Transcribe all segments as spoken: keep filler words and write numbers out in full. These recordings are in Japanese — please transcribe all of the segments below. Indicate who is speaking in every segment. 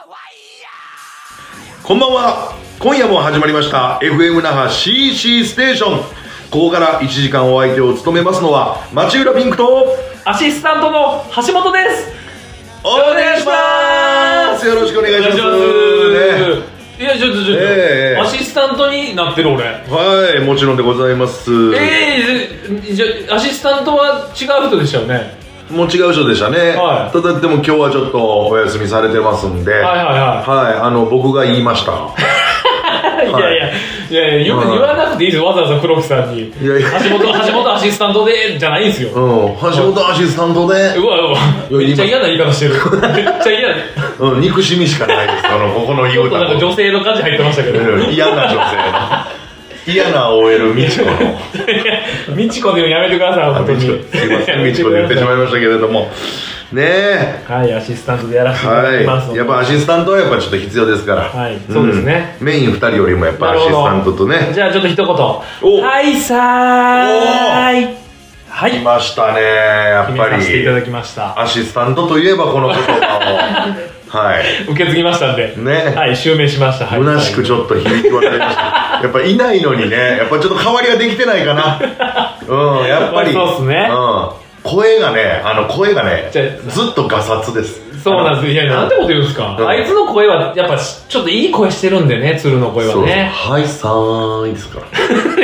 Speaker 1: こんばんは。今夜も始まりました エフエム 那覇 シーシー ステーション。ここからいちじかんお相手を務めますのは町浦ピンクと
Speaker 2: アシスタントの橋本です。
Speaker 1: お願いします。よろしくお願いします。ね、
Speaker 2: いやちょっとちょっと、えー、アシスタントになってる俺。
Speaker 1: はい、もちろんでございます。
Speaker 2: えー、じゃアシスタントは違う人でしたよね。
Speaker 1: もう違う人でしたね、はい、ただでも今日はちょっとお休みされてますんで、はいはいはい、はい、あの僕が言いました
Speaker 2: いやいやいやいや、言わなくていいですよ、わざわざ黒木さんに。いやいや、橋本橋本アシスタントでじゃないんですよ。うん、
Speaker 1: 橋本アシスタントで。
Speaker 2: うわうわ、めっちゃ嫌な言い方してる。めっちゃ嫌な。
Speaker 1: うん、憎しみしかないです。あのここの言うた。
Speaker 2: ちょっとなんか女性の感じ入ってましたけど。
Speaker 1: 嫌な女性の。嫌な オーエル みちこの。
Speaker 2: みちこでやめてください、本当に。すい
Speaker 1: ません、みちこで言ってしまいましたけれども。ねえ、
Speaker 2: はい、アシスタントでやらせていただきます、
Speaker 1: はい、やっぱアシスタントはやっぱちょっと必要ですから、
Speaker 2: はい、そうですね、
Speaker 1: うん、メインふたりよりもやっぱアシスタントとね。
Speaker 2: じゃあちょっと一言、はいさーい、はい、
Speaker 1: 来ましたね。やっぱり
Speaker 2: 決めさせていただきました。
Speaker 1: アシスタントといえばこの言葉をはい、受
Speaker 2: け継ぎましたんで、ね、はい、襲名しました。
Speaker 1: 虚しくちょっと響き渡りました。やっぱいないのにね、やっぱちょっと変わりができてないかな。うん、やっぱり
Speaker 2: そうっすね。うん、
Speaker 1: 声がね、あの声がね、ずっとガサツです。
Speaker 2: そうなんです。いや、なんてこと言うんですか。あいつの声はやっぱちょっといい声してるんでね、鶴の声はね。
Speaker 1: はいさーいですから。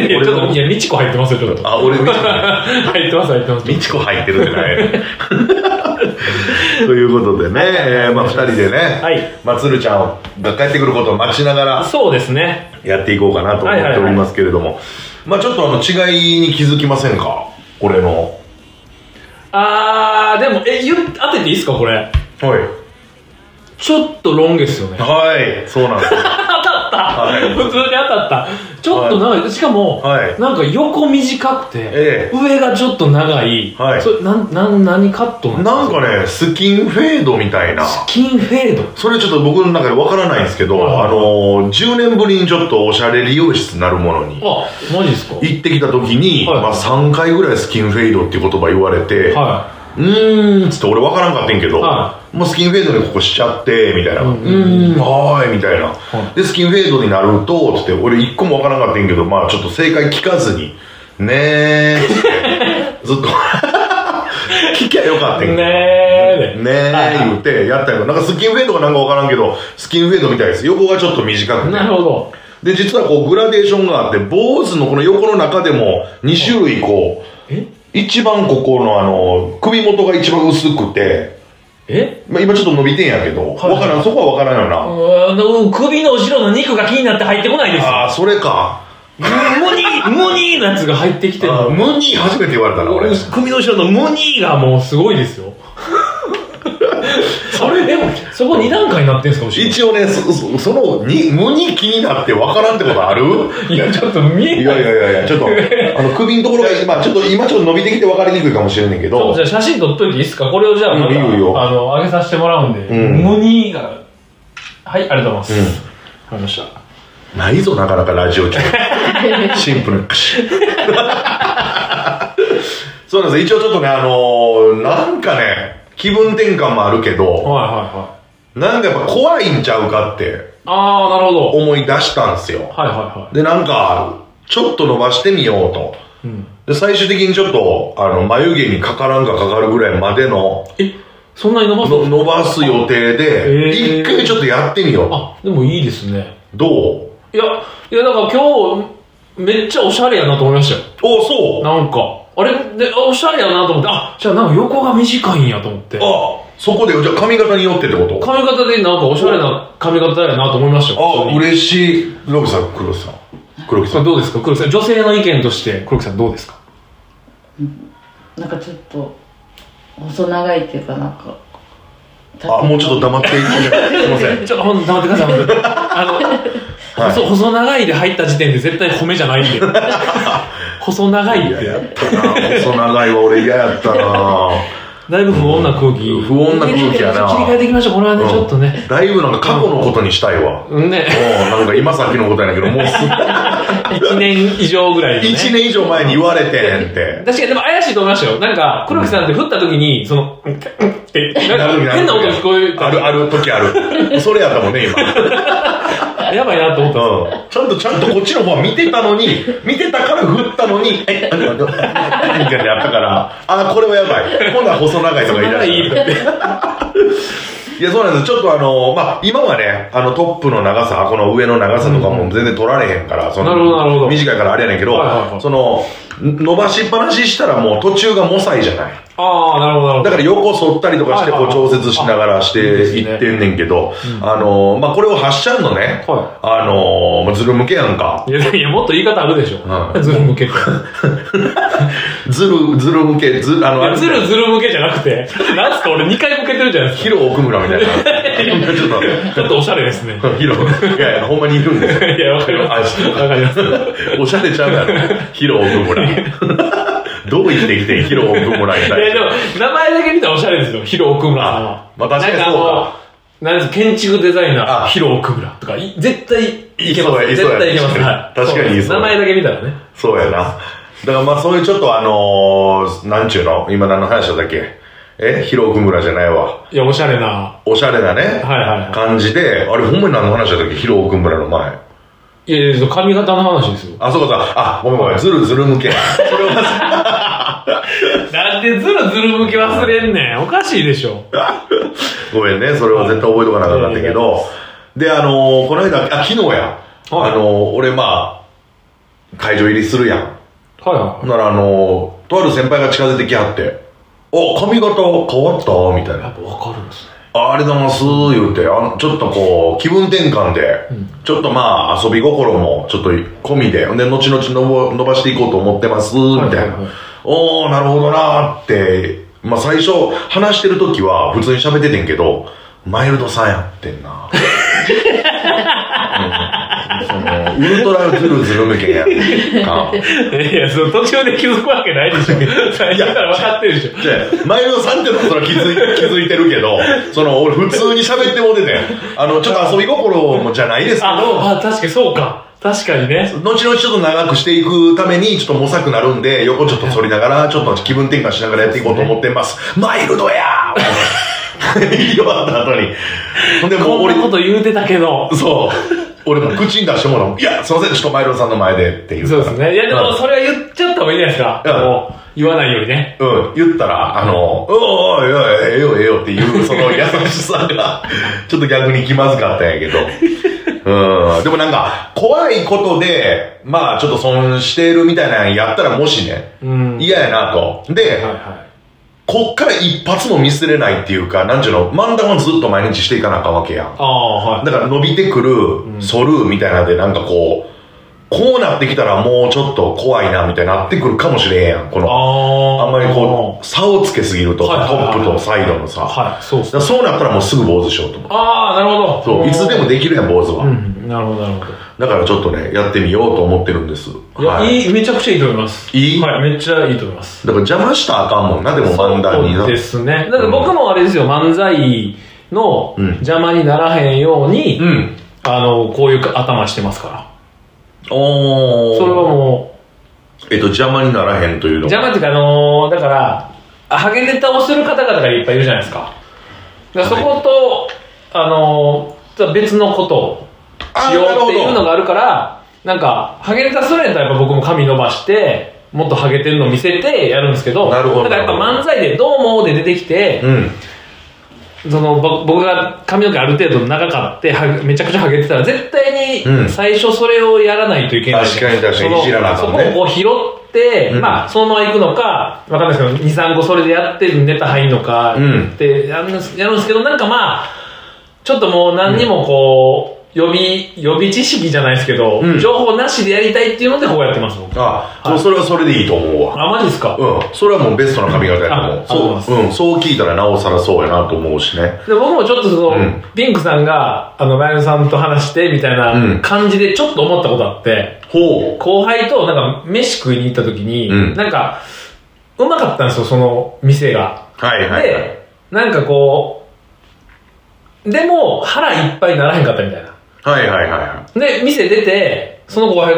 Speaker 2: いや、ちょっと、いや、みちこ入ってますよ、ちょっと。
Speaker 1: あ、俺みちこ
Speaker 2: 入ってます、入ってます。
Speaker 1: みちこ入ってるってないということでね、えー、まあふたりでね、はい、まあ鶴ちゃんが帰ってくることを待ちながら、
Speaker 2: そうですね、
Speaker 1: やっていこうかなと思っておりますけれども、まあちょっとあの違いに気づきませんか、これの。
Speaker 2: あー、でも、え、言当てていいですか、これ。はい。ちょっとロン毛ですよね。
Speaker 1: はい、そうなんです。
Speaker 2: 当たった、はい、普通に当たった。ちょっと長い、はい、しかも、はい、なんか横短くて、ええ、上がちょっと長い、はい、それなん、なん、何カットなんですか？
Speaker 1: なんかね、スキンフェードみたいな。
Speaker 2: スキンフェード、
Speaker 1: それちょっと僕の中でわからないんですけど、はい、あのー、じゅうねんぶりにちょっとおしゃれ理容室なるものに、
Speaker 2: あ、マジですか？
Speaker 1: 行ってきた時に、はい、まあさんかいぐらいスキンフェードっていう言葉言われて、はい、うーんっつって俺分からんかってんけど、はい、もうスキンフェードにここしちゃってみたいな、うん、うーん、はーいみたいな、はい、でスキンフェードになるとつって俺一個も分からんかってんけど、まあちょっと正解聞かずにねーってずっと聞きゃよかったんけどねーねー言うてやったけど、なんかスキンフェードかなんか分からんけどスキンフェードみたいです。横がちょっと短くて、
Speaker 2: なるほど。で
Speaker 1: 実はこうグラデーションがあって、坊主のこの横の中でもに種類こう、え一番ここのあの首元が一番薄くて、え、まあ、今ちょっと伸びてんやけど、はい、分からん、そこは分からんよな。
Speaker 2: うん、首の後ろの肉が気になって入ってこないですよ。
Speaker 1: ああ、それか。
Speaker 2: ムニー、ムニーのやつが入ってきてる。
Speaker 1: ムニー初めて言われたな、俺。
Speaker 2: 首の後ろのムニーがもうすごいですよ。それでも、そこに段階になってんすか？
Speaker 1: 一応ね、そ, そ, そのに無に気になって分からんってことある？
Speaker 2: いや、ちょっと見えない。
Speaker 1: いやいやいやいや、ちょっと、あの、首のところが今、ちょっと、今ちょっと伸びてきて分かりにくいかもしれんねんけど。
Speaker 2: じゃあ写真撮っといていいですか？これをじゃあまた、いいよいいよ、あの、上げさせてもらうんで、うん、無にが、はい、ありがとうございます。うん。わかりました。
Speaker 1: ないぞ、なかなかラジオ中。シンプルに。そうなんです。一応ちょっとね、あのー、なんかね、気分転換もあるけど、はいはいはい、なんかやっぱ怖いんちゃうかって、
Speaker 2: ああ、なるほど、
Speaker 1: 思い出したんですよ。はいはいはい。で、なんか、ちょっと伸ばしてみようと。うん、で、最終的にちょっと、あの、眉毛にかからんかかかるぐらいまでの、え、
Speaker 2: そんなに伸ばす
Speaker 1: の伸ばす予定で、一回ちょっとやってみよう。
Speaker 2: あ、でもいいですね。
Speaker 1: どう？
Speaker 2: いや、いや、なんか今日、めっちゃおしゃれやなと思いましたよ。
Speaker 1: お、そう？
Speaker 2: なんか。あれで、おしゃれやなと思って、あ、じゃあなんか横が短いんやと思って。
Speaker 1: ああ、そこで、じゃあ髪型によってってこと？
Speaker 2: 髪型でなんかおしゃれな髪型やなと思いましたよ。
Speaker 1: ああ、嬉しい。ロビさん、黒木さん。黒木さん。
Speaker 2: どうですか、黒木さん。女性の意見として黒木さんどうですか？
Speaker 3: なんかちょっと、細長いっていうかなんか。
Speaker 1: あ、もうちょっと黙っていってすいません。
Speaker 2: ちょっとほんと黙ってください、あの、はい、細, 細長いで入った時点で絶対褒めじゃないんで。細長いって。
Speaker 1: やったな、細長いは俺嫌やったな。
Speaker 2: だいぶ不穏な空気。
Speaker 1: うん、不穏な空気やな。
Speaker 2: 切り替えていきましょう、これはね、うん、ちょっとね。
Speaker 1: だいぶなんか過去のことにしたいわ。
Speaker 2: うん、ね。
Speaker 1: もうなんか今さっきのことやねんけど、もうす
Speaker 2: いちねん以上ぐらいのね。
Speaker 1: いちねん以上前に言われてんって。
Speaker 2: 確かにでも怪しいと思いましたよ。なんか、黒木さんって振った時に、その、うん、って、なんか変な音聞こえた。
Speaker 1: ある、ある時ある。それやったもんね、今。
Speaker 2: やばいなと思ったんですよ、
Speaker 1: うん。ちゃんとちゃんとこっちの方は見てたのに、見てたから振ったのに、え、何何何みたいなやったから、あ、これはやばい。今度は細長いとか言い出した。いや、そうなんです。ちょっとあの、まあ、今はね、あの、トップの長さ、この上の長さとかも全然取られへんから、その、
Speaker 2: なるほど、なるほど。
Speaker 1: 短いからあれやねんけど、はいはいはい、その、伸ばしっぱなししたらもう途中がもさいじゃない。
Speaker 2: ああ、なるほど、なるほど。
Speaker 1: だから横反ったりとかして、こう調節しながらしていってんねんけど、あの、まあ、これを発射んのね、あの、ずる向けやんか。
Speaker 2: いや、いや、もっと言い方あるでしょ。うん、ずる向けって。
Speaker 1: ずる、ずる向け、ず、
Speaker 2: あの、ずるずる向けじゃなくて、なんすか俺にかい向けてるじゃないですか。
Speaker 1: ヒロ奥村みたいな。
Speaker 2: ちょっと、ちょっとおしゃれですね。
Speaker 1: ヒロ、いやいや、ほんまにいるんですよ。
Speaker 2: いや、わかります。わかります。
Speaker 1: おしゃれちゃうやろ。ヒロ奥村。どう生きてきてん、ヒロ奥村に対して。
Speaker 2: いや、でも、名前だけ見たらおしゃれですよ、ヒロ奥村さんは。
Speaker 1: まあ確かにそうか。
Speaker 2: なんです建築デザイナー、ヒロ奥村とか、絶対いけます。絶対いけます。
Speaker 1: 確かにいいそう。
Speaker 2: 名前だけ見たらね。
Speaker 1: そうやな。だからまあそういうちょっとあのー、なんちゅうの、今何の話だったっけ、えヒロ奥村じゃないわ。
Speaker 2: いや、おしゃれな。
Speaker 1: おしゃれなね。
Speaker 2: はいはいはい。
Speaker 1: 感じで、あれほんまに何の話だったっけ、ヒロ奥村の前。
Speaker 2: いやいや、髪型の話ですよ。
Speaker 1: あ、そうかそうか。あ、ごめんごめん。ずるずる向け。それを
Speaker 2: なんでずるずる向け忘れんねん。おかしいでしょ。
Speaker 1: ごめんね。それは絶対覚えとかなかったけど。で、あのー、この間、あ、昨日や。はい、あのー、俺まあ、会場入りするやん。
Speaker 2: はいはい。
Speaker 1: ならあのー、とある先輩が近づいてきはって、あ、髪型変わったみたいな。
Speaker 2: やっぱわかるんですね。
Speaker 1: あれだます言うて、あちょっとこう、気分転換で、うん、ちょっとまあ、遊び心もちょっと込みで、で、後々伸伸ばしていこうと思ってます、みたいな。はいはいはい、おー、なるほどなーって、まあ最初、話してる時は普通に喋っててんけど、マイルドさんやってんな。うん、そのウルトラズルズル向けやんか。
Speaker 2: いや、その途中で気づくわけないでしょ。最初から分かってるでしょ。
Speaker 1: じゃあ、マイルドさんってのはそれは気づい気づいてるけど、その俺普通に喋ってもうてて、あの、ちょっと遊び心もじゃないですけど。
Speaker 2: あ、あ、確かにそうか。確かにね。
Speaker 1: 後々ちょっと長くしていくためにちょっと模索なるんで、横ちょっと反りながら、ちょっと気分転換しながらやっていこうと思ってます。マイルドやー言い終わった後に。
Speaker 2: ほんでもう俺。こんなこと言うてたけど。
Speaker 1: そう。俺も口に出してもらう。いや、すいません、ちょっとマイルドさんの前でっていう。
Speaker 2: そうですね。いや、でもそれは言っちゃった方がいいじゃないですか。うん、もう言わないようにね。
Speaker 1: うん。言ったら、あの、おおいおい、ええよええよっていう、その優しさが、ちょっと逆に気まずかったんやけど。うん。でもなんか、怖いことで、まあちょっと損してるみたいなのやったらもしね、嫌やなと。で、はいはい、こっから一発もミスれないっていうか、なんちゅうの、漫談をずっと毎日していかなあかんわけやん。
Speaker 2: ああ、はい。
Speaker 1: だから伸びてくる、反るみたいなんで、なんかこう、こうなってきたらもうちょっと怖いなみたいになってくるかもしれんやん。この、あ, あんまりこう、差をつけすぎると、はいはいはいはい、トップとサイドのさ。はい、そうそう。そうなったらもうすぐ坊主しようと思う。
Speaker 2: ああ、なるほど。
Speaker 1: そう、いつでもできるやん、坊主は。
Speaker 2: うん、なるほど、なるほど。
Speaker 1: だからちょっとね、やってみようと思ってるんです。
Speaker 2: いや、はい、いい、めちゃくちゃいいと思います。
Speaker 1: いい？
Speaker 2: はい、めっちゃいいと思います。
Speaker 1: だから邪魔したらあかんもんな、でも漫談にな。
Speaker 2: そうですね。だから僕もあれですよ、漫才の邪魔にならへんように、うん、あの、こういう頭してますから。
Speaker 1: おー。
Speaker 2: それはも
Speaker 1: う、えっと、邪魔にならへんというの
Speaker 2: 邪魔っていうか、あのー、だから、ハゲネタをする方々がいっぱいいるじゃないですか。だからそこと、はい、あのー、別のことをしようっていうのがあるから、なんか、ハゲネタするんやったらやっぱ僕も髪伸ばして、もっとハゲてるのを見せてやるんですけど、
Speaker 1: なるほど。
Speaker 2: だからやっぱ漫才でどうもで出てきて、うん、その僕が髪の毛ある程度長かってめちゃくちゃハゲてたら絶対に最初それをやらないといけない、
Speaker 1: うん、確かに確かにいじらな
Speaker 2: そこをこう拾って、うん、まあそのまま行くのかわかんないですけど にさん 個それでやってネタ入るのかってやるんですけど、なんかまあちょっともう何にもこう、うん予備、予備知識じゃないですけど、うん、情報なしでやりたいっていうのでこうやってます、僕。
Speaker 1: ああ、はい、それはそれでいいと思うわ。
Speaker 2: あ、マジですか？
Speaker 1: うん。それはもうベストな髪型やと思う。そう、うん。そう聞いたらなおさらそうやなと思うしね。
Speaker 2: で、僕もちょっとその、うん、ピンクさんが、あの、マヤルさんと話して、みたいな感じでちょっと思ったことあって、
Speaker 1: ほう。
Speaker 2: 後輩となんか飯食いに行った時に、うん、なんか、うまかったんですよ、その店が。
Speaker 1: はいはい、はい。
Speaker 2: で、なんかこう、でも腹いっぱいにならへんかったみたいな。
Speaker 1: はいはいはい。
Speaker 2: で、店出て、その後輩が、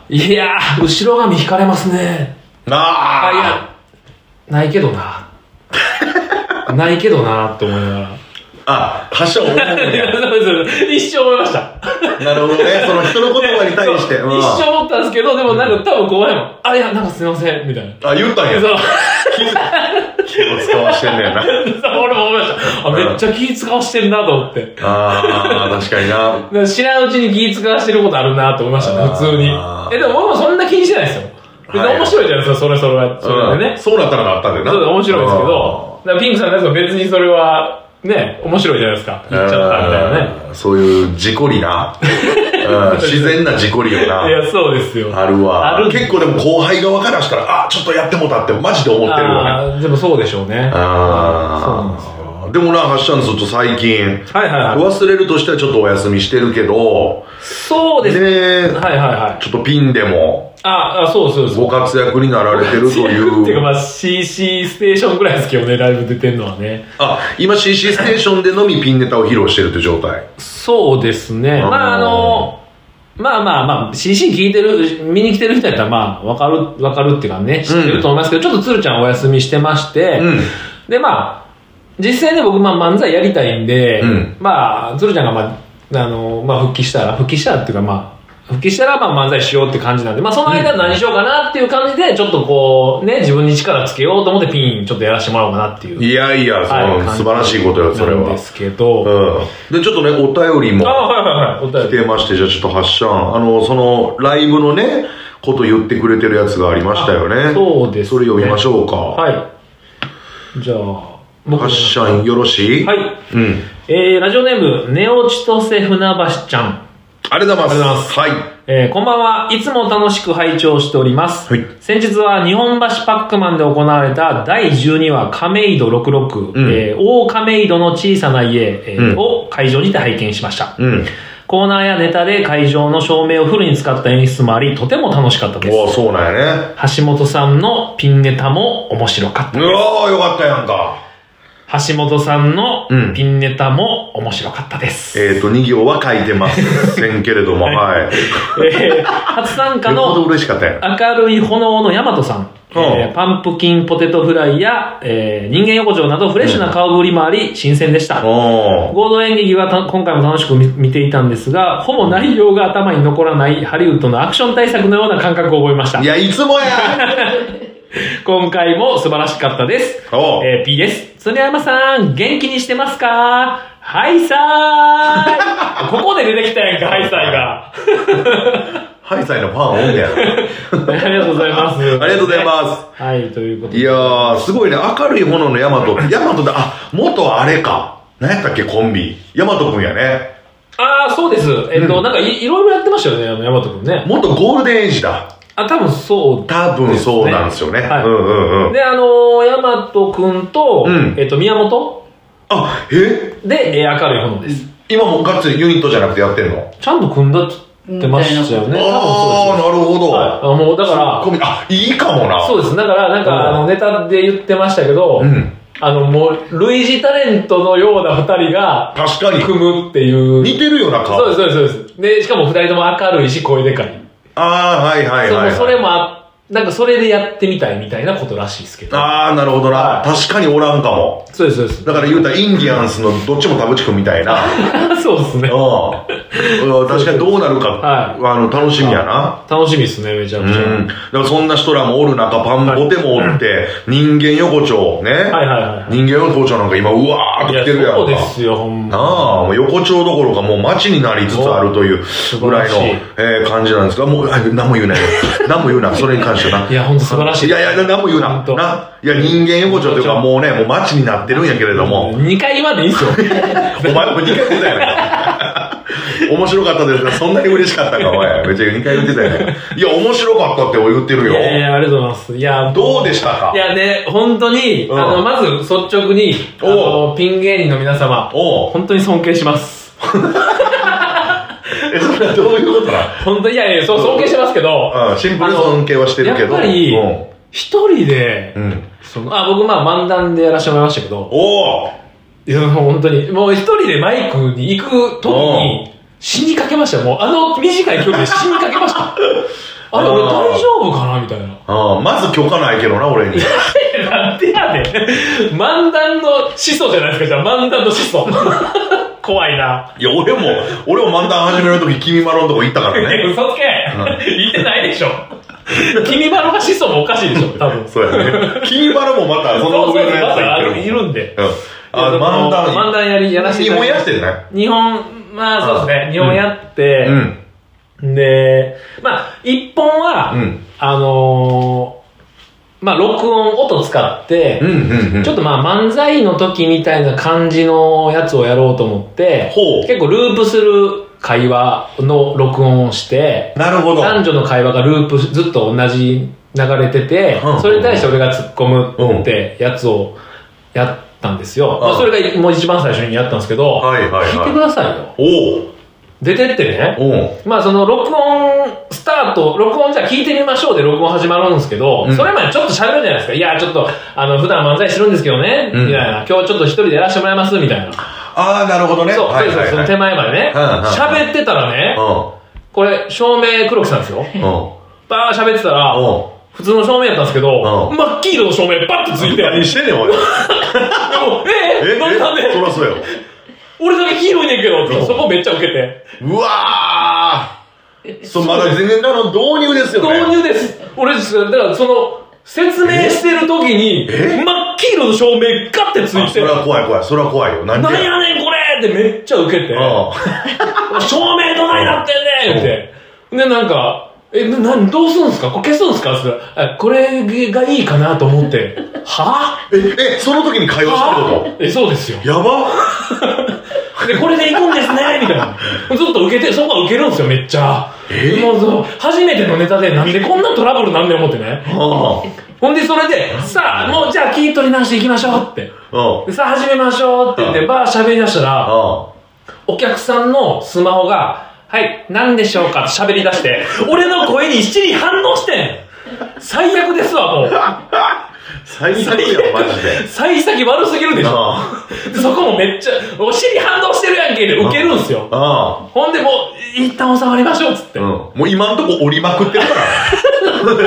Speaker 2: いやー後ろ髪引かれますね。
Speaker 1: ああ
Speaker 2: いやないけどなないけどなって思いながら
Speaker 1: あ、発射思うんや
Speaker 2: そうそう一生思いました
Speaker 1: なるほどね、その人の言葉に対して、うん、
Speaker 2: 一生思ったんですけど、でもなんか多分後輩も、あ、いや、なんかすいませんみたいな。
Speaker 1: あ、言ったんや。
Speaker 2: そう
Speaker 1: 気を使わしてんだよな。
Speaker 2: 俺も思いました。あ、めっちゃ気使わしてんなと思って。
Speaker 1: ああ、確かにな。
Speaker 2: 知らんうちに気使わしてることあるなと思いましたね、普通に。え、でも僕もそんな気にしてないですよ。別に面白いじゃないですか、それそれは。それでね。
Speaker 1: そうなったらなったんだよな。
Speaker 2: そう面白いですけど、だからピンクさんのやつも別にそれは、ね、面白いじゃないですか。言っちゃったみたいなね。
Speaker 1: そういう事故りな。うん、自然な事故りよな。
Speaker 2: いや、そうですよ。
Speaker 1: あるわ。ある結構でも後輩側からしたら、あ、ちょっとやってもたってマジで思ってるよね。
Speaker 2: あでもそうでしょうね。
Speaker 1: ああ。そうなんですよ。でもな、ハッシャンずっと最近、はいはいはい、忘れるとしてはちょっとお休みしてるけど、
Speaker 2: そうですね。はいはいはい。
Speaker 1: ちょっとピンでも、
Speaker 2: ああ、そうそうそう。
Speaker 1: ご活躍になられてるという。
Speaker 2: っていうかまあ シーシー ステーションぐらいですけどね、ライブ出てんのはね。
Speaker 1: あ、今 シーシー ステーションでのみピンネタを披露してるという状態。
Speaker 2: そうですね。あまああの、まあまあまあ シーシー 聞いてる、見に来てる人やったらまあわかる、わかるっていうかね、知ってると思いますけど、うん、ちょっとつるちゃんお休みしてまして、うん、でまあ、実際ね僕まあ漫才やりたいんで、うん、まあ、つるちゃんがまあ、あの、まあ復帰したら、復帰したらっていうかまあ、復帰したらまあ漫才しようって感じなんで、まあその間何しようかなっていう感じで、ちょっとこう、ね、自分に力つけようと思ってピンちょっとやらせてもらおうかなっていう。
Speaker 1: いやいや、その、はい、素晴らしいことよ、それは。
Speaker 2: なんですけど。
Speaker 1: うん。で、ちょっとね、お便りも。
Speaker 2: あ、はいはいはい、お便り。
Speaker 1: 来てまして、じゃあちょっと発射、あの、その、ライブのね、こと言ってくれてるやつがありましたよね。
Speaker 2: そうです、ね。
Speaker 1: それ読みましょうか。
Speaker 2: はい。じゃあ、
Speaker 1: 発射よろしい？
Speaker 2: はい。うん。えー、ラジオネーム、ネオチトセ船橋ちゃん。
Speaker 1: ありがとうございます。
Speaker 2: はい。えー、こんばんは。いつも楽しく拝聴しております。はい。先日は日本橋パックマンで行われただいじゅうにわ亀戸ろくろく、うん、えー、大亀戸の小さな家、えーうん、を会場にて拝見しました。うん。コーナーやネタで会場の照明をフルに使った演出もあり、とても楽しかったです。
Speaker 1: おー、そうなんやね。
Speaker 2: 橋本さんのピンネタも面白かったです。
Speaker 1: うわー、よかったやんか。
Speaker 2: 橋本さんのピンネタも面白かったです。
Speaker 1: うん、えっ、ー、と、に行は書いてませんけれども、はい。はい、
Speaker 2: えー、初参加の明るい炎の大和さん、えー、パンプキンポテトフライや、えー、人間横丁などフレッシュな顔ぶりもあり、新鮮でした。合同演劇は今回も楽しく 見, 見ていたんですが、ほぼ内容が頭に残らないハリウッドのアクション大作のような感覚を覚えました。
Speaker 1: いや、いつもや
Speaker 2: 今回も素晴らしかったです。えー、ピー です。鶴山さん、元気にしてますか？ハイサーイここで出てきたやんか、ハイサイが。
Speaker 1: ハイサイのファン多いんだよ。
Speaker 2: ありがとうございます。
Speaker 1: ありがとうございます。
Speaker 2: はい、ということで。
Speaker 1: いやー、すごいね。明るい炎のヤマト。ヤマトで、あ、元あれか。何やったっけ、コンビ。ヤマトくんやね。
Speaker 2: あー、そうです。えっと、うん、なんかい、いろいろやってましたよね、あの、ヤマトくんね。
Speaker 1: 元ゴールデンエイジだ。
Speaker 2: あ、多分そう、
Speaker 1: ね。多分そうなんですよね。はい。
Speaker 2: うんうんうん。で、あのー、ヤマトくんと、うん、えっと、宮本
Speaker 1: あ、え
Speaker 2: で、えー、明るい炎です。
Speaker 1: 今もガッツリユニットじゃなくてやってんの？
Speaker 2: ちゃんと組んだってましたよね。
Speaker 1: ああ、なるほど。
Speaker 2: はい、あもうだから、
Speaker 1: あ、いいかもな。
Speaker 2: そうです。だから、なんか、あの、ネタで言ってましたけど、うん、あの、もう、類似タレントのような二人が、
Speaker 1: 確かに。
Speaker 2: 組むっていう。
Speaker 1: 似てるような顔。
Speaker 2: そうです、そうです、そうです。で、しかも二人とも明るいし、声でかい。
Speaker 1: ああ、はいはいはい、はい。
Speaker 2: それもあって、なんかそれでやってみたいみたいなことらしいですけど。
Speaker 1: ああ、なるほどな、はい。確かにおらんかも。
Speaker 2: そうです、そうです。
Speaker 1: だから言うたらインディアンスのどっちも田淵君みたいな。
Speaker 2: そうですね。
Speaker 1: うん。確かにどうなるか、はい、あの、楽しみやな。
Speaker 2: 楽しみですね、めちゃくちゃ。うん。
Speaker 1: だからそんな人らもおる中、パンボテもおって、はい、人間横丁ね。はいはいはい。人間横丁なんか今、うわーっと来てるやんか。
Speaker 2: そうですよ、ほんま。
Speaker 1: なあ、もう横丁どころかもう街になりつつあるというぐらいの、えー、感じなんですが、もう、何も言うなよ。何も言うな、それに関してはな。
Speaker 2: いや、ほんと素晴らしい。
Speaker 1: いやいや、何も言うな。な。いや、人間横丁というかもうね、もう街になってるんやけれども。
Speaker 2: にかい言わんでいいっすよ。
Speaker 1: お前もにかい言ってたよね。面白かったですが、そんなに嬉しかったか、お前。めっちゃにかい言ってたよね。いや、面白かったって言ってるよ。
Speaker 2: いやいや、ありがとうございます。いや、
Speaker 1: どうでしたか？
Speaker 2: いやね、本当に、うん、あの、まず率直に、あの、ピン芸人の皆様、本当に尊敬します。
Speaker 1: え、それはどういうことなの？
Speaker 2: 本当に、いやいや、そう、尊敬してますけど、
Speaker 1: うん、シンプル尊敬はしてるけど。
Speaker 2: やっぱり、一人で、うん、その、あ、僕まあ漫談でやらせてもらいましたけど、
Speaker 1: おー
Speaker 2: いや、本当に、もう一人でマイクに行く時に死にかけましたよ。もうあの短い距離で死にかけました。 あれ俺大丈夫かなみたいな。
Speaker 1: あまず許可ないけどな俺に。
Speaker 2: なんでやねん。漫談の始祖じゃないですか。じゃあ漫談の始祖。怖いな。
Speaker 1: いや俺も俺も漫談始めるとき君まろのとこ行ったからね。
Speaker 2: 嘘つけ、うん、言ってないでしょ。君まろが始祖もおかしいでしょ多分。
Speaker 1: そうやね。君まろもまたその上のやつが
Speaker 2: いるんで。
Speaker 1: うん、あ漫談
Speaker 2: 漫談やりやらせて
Speaker 1: 日本やってるね。
Speaker 2: 日本まあそうですね。日本やって。うんで、まあ、一本は、うん、あのー、まあ、録音、音使って、うんうんうん、ちょっとまあ、漫才の時みたいな感じのやつをやろうと思って、結構ループする会話の録音をして、
Speaker 1: なるほど。
Speaker 2: 男女の会話がループ、ずっと同じ流れてて、うんうん、それに対して俺が突っ込むってやつをやったんですよ。うんまあ、それがもう一番最初にやったんですけど、はいはいはい、聞いてくださいよ。お出てってね、まあその録音スタート、録音じゃあ聞いてみましょうで録音始まるんですけど、うん、それまでちょっと喋るじゃないですか。いや、ちょっと、あの、普段漫才してるんですけどね、うん、みたいな。今日ちょっと一人でやらせてもらいます、みたいな。
Speaker 1: ああ、なるほどね。
Speaker 2: そう、はいはいはい、その手前までね。喋、うん、ってたらね、うん、これ、照明黒木さんですよ。うん、バー喋ってたら、うん、普通の照明やったんですけど、うん、真っ黄色の照明バッてついて。
Speaker 1: 何してんねん、おい。でも、
Speaker 2: ええなんで
Speaker 1: そらそうよ。
Speaker 2: 俺だけ黄色いねんけどって、そこめっちゃウケて。
Speaker 1: うわーそう、まだ全然、あの、導入ですよね。
Speaker 2: 導入です。俺、だからその、説明してる時に、真っ黄色の照明ガッてついて。
Speaker 1: それは怖い怖い、それは怖いよ。
Speaker 2: なんやねんこれってめっちゃウケて。照明どないなってんねんって。で、なんか、え、な、どうするんですかこれ消すんですかって言ったら、これがいいかなと思って。は
Speaker 1: ぁえ、え、その時に会話したってこと
Speaker 2: え、そうですよ。
Speaker 1: やば
Speaker 2: で、これで行くんですねみたいな。ずっと受けて、そこは受けるんですよ、めっちゃ。えもうそう、初めてのネタでなんでこんなトラブルなんねん思ってね。ほんで、それで、さあ、もうじゃあ聞い取り直していきましょうって。でさあ、始めましょうって言って、バー喋り出したら、お客さんのスマホが、はい、何でしょうかって喋り出して、俺の声に一理反応してん最悪ですわ、もう。
Speaker 1: 最悪や、マジで。
Speaker 2: 幸先悪すぎるでしょ。そこもめっちゃ、お尻反応してるやんけでウケるんすよ。ほんでもう、一旦収まりましょうっつって。うん、も
Speaker 1: う今んとこ折りまくってるから。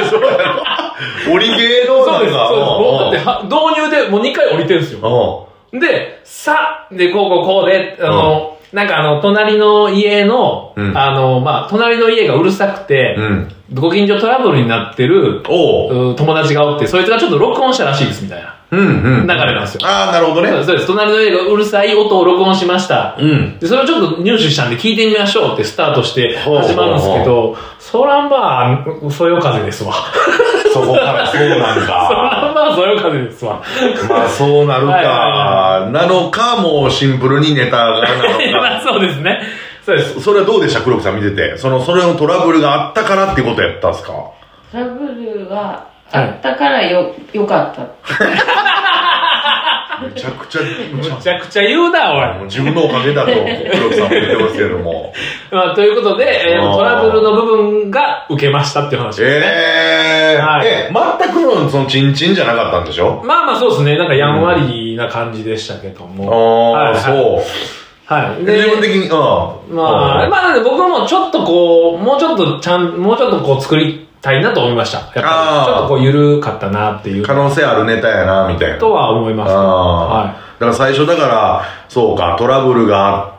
Speaker 1: そうやろ。折り芸能なんか。そうです、
Speaker 2: そうです。だって導入でもうにかい降りてるんですよ。で、さ、で、こうこうこうで、あの、なんかあの、隣の家の、うん、あの、まあ、隣の家がうるさくて、うん、ご近所トラブルになってる友達がおって、そいつがちょっと録音したらしいです、みたいな。うんうん、流れなんですよ。
Speaker 1: ああ、なるほどね。
Speaker 2: そうです。隣の家がうるさい音を録音しました。うん、でそれをちょっと入手したんで聞いてみましょうってスタートして始まるんですけど、そらまあ、そよ風ですわ。
Speaker 1: そこからそうなんか。
Speaker 2: そらまあ、そよ風ですわ。
Speaker 1: まあ、そうなるか。はいはいはい、なのか、もうシンプルにネタがなのか。
Speaker 2: まあ、そうですね。そうです。
Speaker 1: それはどうでした黒木さん見てて。その、それのトラブルがあったからっていうことやったんですか？
Speaker 3: トラブルがあったからよ、よかった。
Speaker 1: めちゃくちゃ、
Speaker 2: むちゃくちゃ言うな、おい。
Speaker 1: もう自分のおかげだと、黒木さんも言ってますけれども。
Speaker 2: まあ、ということで、えー、トラブルの部分が受けましたっていう話ですね。
Speaker 1: えー、はい、え、全くの、その、チンチンじゃなかったんでしょ？
Speaker 2: まあまあそうですね。なんかやんわりな感じでしたけども。
Speaker 1: うん、ああ、はい、そう。
Speaker 2: はい。
Speaker 1: で、自分的に、うん。
Speaker 2: まあ、まあ、僕もちょっとこう、もうちょっとちゃん、もうちょっとこう作りたいなと思いました。やっぱり。ちょっとこう緩かったなっていう。
Speaker 1: 可能性あるネタやな、みたいな。
Speaker 2: とは思います、ね。はい。
Speaker 1: だから最初だから、そうか、トラブルがあって、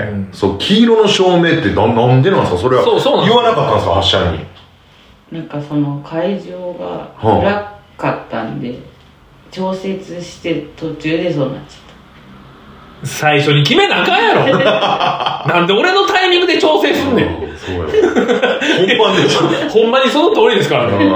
Speaker 1: うん、そう、黄色の照明ってななんでなんですかそれは。そうそうなんです。言わなかったんですか発射に。
Speaker 3: なんかその会場が暗かったんで、うん、調節して途中でそうなっちゃった。
Speaker 2: 最初に決めなあかんやろなんで俺のタイミングで調整すんねん。そうや本番でしょほんまにその通りですからね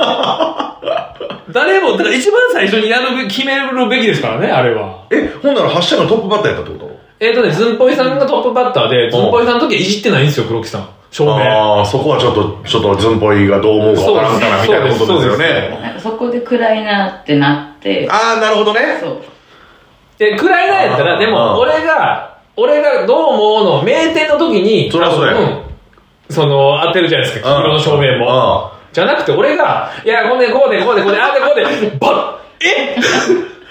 Speaker 2: 誰もだから一番最初にやる決めるべきですからねあれは。
Speaker 1: えほんなら発射のトップバッターやったってこと？
Speaker 2: えっとねズンポイさんがトップバッターでズンポイさんの時はいじってないんですよ黒木さん照明。
Speaker 1: ああそこはちょっとちょっとズンポイがどう思うかわからんからみたいなことですよね。
Speaker 3: そこで暗いなってなって。
Speaker 1: ああなるほどね。そう
Speaker 2: で、暗いなやったら、でも、俺が、俺がどう思うの、名店の時に、
Speaker 1: そりゃそうや。うん。
Speaker 2: その、当てるじゃないですか、黄色の照明も。じゃなくて、俺が、いや、こうで、こうで、こうで、こうで、ああで、こうで、バッえ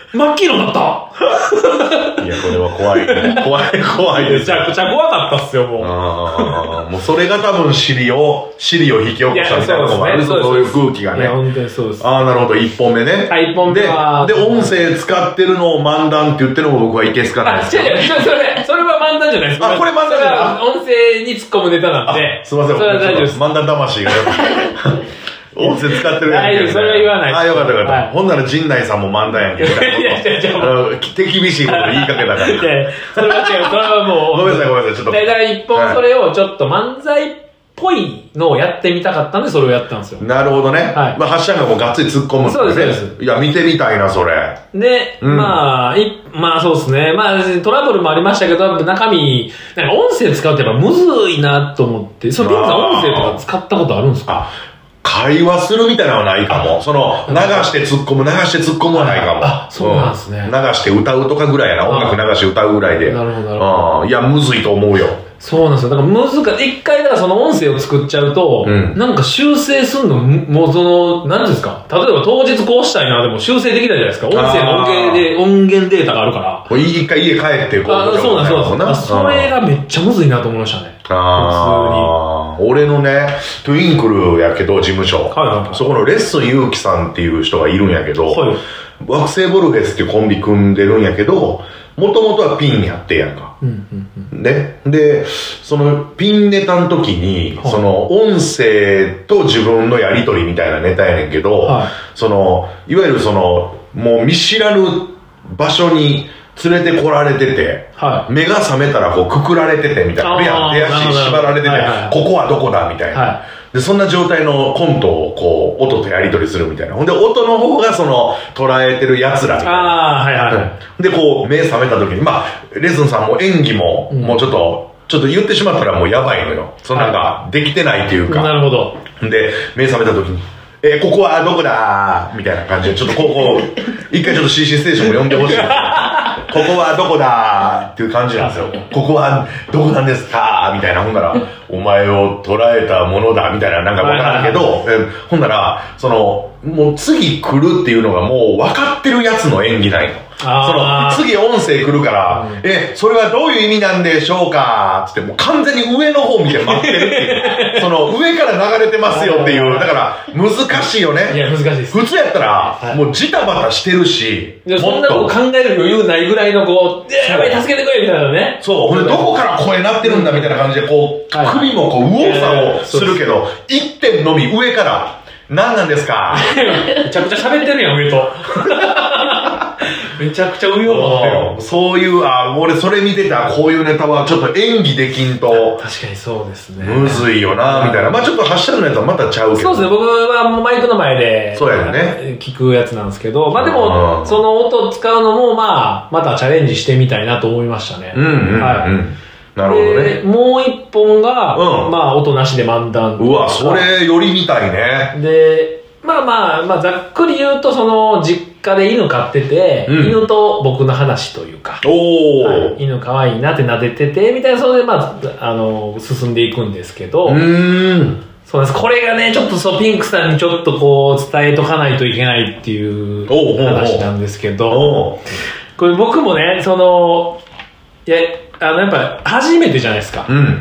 Speaker 2: 真っ黄色になった
Speaker 1: いや、これは怖い。怖い、怖いです。
Speaker 2: めちゃくちゃ怖かったっすよ、もう。
Speaker 1: あもうそれが多分尻を、尻を引き起こしたみたいなのもある、そういう空気がね。
Speaker 2: いや、本当にそうです。
Speaker 1: ああ、なるほど、一本目ね。
Speaker 2: あ、一本目は。
Speaker 1: で、で、音声使ってるのを漫談って言ってるのも僕はいけすかないです。
Speaker 2: あ、違う違う、それ、それは漫談じゃないですか。
Speaker 1: あ、これ漫談じゃない。
Speaker 2: 音声に突っ込むネタなんで。
Speaker 1: すいません、
Speaker 2: それは大丈夫です。
Speaker 1: 漫談魂が。音声使ってるやんけ。
Speaker 2: 大丈夫、それは言わないです。
Speaker 1: あ、よかったよかった。ほんなら陣内さんも漫談やんけ。いやいやいや、手厳しいこと言いかけたから。い
Speaker 2: や、それは違う、それはもう。
Speaker 1: ごめんなさい、ごめんなさい、ちょっと。
Speaker 2: だから一本それをちょっと漫才っぽいのをやってみたかったんで、それをやったんですよ。
Speaker 1: なるほどね。はい。まあ、発射がもうがっつり突っ込むんですね。
Speaker 2: そうです、そうです。
Speaker 1: いや、見てみたいな、それ。
Speaker 2: で、まあ、い、まあそうですね。まあ、トラブルもありましたけど、中身、なんか音声使うってやっぱむずいなと思って、そのピンクさん音声とか使ったことあるんですか？
Speaker 1: 会話するみたいなのはないかも。その、流して突っ込む、流して突っ込むはないかも。
Speaker 2: あ、そうなんですね。
Speaker 1: 流して歌うとかぐらいやな。音楽流して歌うぐらいで。
Speaker 2: なるほど、なるほど。
Speaker 1: いや、むずいと思うよ。
Speaker 2: そうなんですよ。だから難しい。一回だからその音声を作っちゃうと、うん、なんか修正すんの、もうその、なんていうんですか。例えば当日こうしたいな、でも修正できないじゃないですか。音声の音源で、音源データがあるから。
Speaker 1: 一回家帰ってこう。
Speaker 2: あ、そうなんです、そうなんです。それがめっちゃむずいなと思いましたね。
Speaker 1: ああ、俺のね、トゥインクルやけど、事務所。はいはいはい、そこのレッスンゆうきさんっていう人がいるんやけど、はい、惑星ボルフェスっていうコンビ組んでるんやけど、もともとはピンやってやんか。うんうんうん、で、で、そのピンネタの時に、はい、その音声と自分のやりとりみたいなネタやねんけど、はい、その、いわゆるその、もう見知らぬ場所に連れてこられてて、はい、目が覚めたらこうくくられててみたいな。手足縛られてて、はいはい、ここはどこだみたいな。はい、で、そんな状態のコントをこう、音とやり取りするみたいな。ほんで、音の方がその、捉えてる奴らみたいな。
Speaker 2: ああ、はいはい。
Speaker 1: で、こう、目覚めた時に、まあ、レッスンさんも演技も、もうちょっと、ちょっと言ってしまったらもうやばいのよ。そのなんか、できてないっていうか。
Speaker 2: なるほど。
Speaker 1: で、目覚めた時に、えー、ここはどこだーみたいな感じで、ちょっとこう、こう、一回ちょっと シーシー ステーションも呼んでほしい。ここはどこだーっていう感じなんですよ。ここはどこなんですかーみたいな。ほんなら、お前を捉えたものだみたいな、なんかわからんけど、えほんなら、その、もう次来るっていうのがもう分かってるやつの演技ないの。その、次音声来るから、うん、え、それはどういう意味なんでしょうかつって、もう完全に上の方見て待ってるっていう。その、上から流れてますよっていう。だから、難しいよね。
Speaker 2: いや、難しいです。
Speaker 1: 普通やったら、もうジタバタしてるし。
Speaker 2: そんなこと考える余裕ないぐらいのこう、やばい、助けてくれみたいなね。
Speaker 1: そう。ほんで、どこから声鳴ってるんだみたいな感じで、こう、首もこう、右往左往するけど、一点のみ上から、何なんですか
Speaker 2: めちゃくちゃ喋ってるやん、上と。めちゃくちゃ上を持ってる。
Speaker 1: そういう、あ、俺それ見てた、こういうネタはちょっと演技できんと。
Speaker 2: 確かにそうですね。
Speaker 1: むずいよな、みたいな。まあちょっと発射のやつはまたちゃうけど。
Speaker 2: そうですね、僕はもうマイクの前で、
Speaker 1: そうやね。
Speaker 2: 聞くやつなんですけど、まあでも、その音を使うのも、まあ、またチャレンジしてみたいなと思いましたね。
Speaker 1: うんうん、うん。はい。なるほどね。
Speaker 2: もう一本が、うん、まあ音なしで漫談。
Speaker 1: うわ、それよりみたいね。
Speaker 2: で、まあまあ、まあざっくり言うと、その、実家で犬飼ってて、うん、犬と僕の話というか、
Speaker 1: おー、
Speaker 2: はい、犬可愛いなって撫でてて、みたいな、それでまあ、あの、進んでいくんですけど、
Speaker 1: うーん。
Speaker 2: そうです。これがね、ちょっとそう、ピンクさんにちょっとこう、伝えとかないといけないっていう話なんですけど、これ僕もね、その、いや、あの、やっぱ、初めてじゃないですか。
Speaker 1: うんうんうん。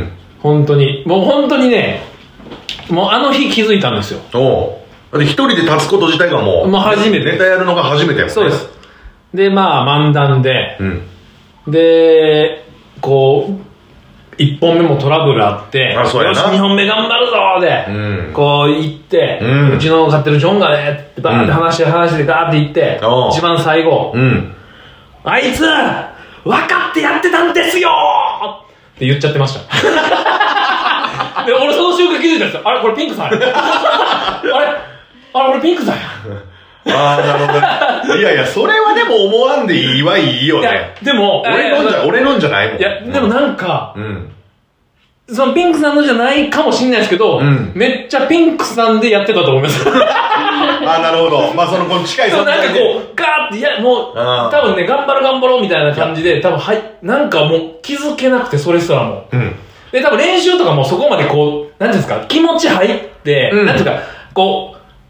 Speaker 2: 本当に。もう本当にね、もうあの日気づいたんですよ。
Speaker 1: おう。で、一人で立つこと自体がもう、
Speaker 2: もう初めて。
Speaker 1: ネタやるのが初めてやもんね。
Speaker 2: そうです。で、まあ、漫談で、
Speaker 1: うん、
Speaker 2: で、こう、一本目もトラブルあって、
Speaker 1: あ、そうやな。
Speaker 2: よし、二本目頑張るぞで、
Speaker 1: うん、
Speaker 2: こう行って、うん、うちの飼ってるジョンがね、ってバーって話して、話してガーって行って、うん、一番最後、
Speaker 1: うん、
Speaker 2: あいつ、分かってやってたんですよって言っちゃってました。で、俺その瞬間気づいたんですよ。あれこれピンクさんあれあれあれ俺ピンクさんや。
Speaker 1: ああ、なるほど。いやいや、それはでも思わんでいいはいいよね。いや、
Speaker 2: でも、
Speaker 1: 俺のんじゃ、俺のんじゃないもん。
Speaker 2: いや、でもなんか、
Speaker 1: うん。
Speaker 2: そのピンクさんのじゃないかもしれないですけど、うん、めっちゃピンクさんでやってたと思います。
Speaker 1: あ、なるほど。まあその、この近い
Speaker 2: 存在で。なんかこう、ガーって、いや、もう、多分ね、頑張る頑張ろうみたいな感じで、多分、はい、なんかもう気づけなくて、それすらも。
Speaker 1: うん。
Speaker 2: で、多分練習とかもそこまでこう、なんていうんですか、気持ち入って、うん、なんていうか、こう、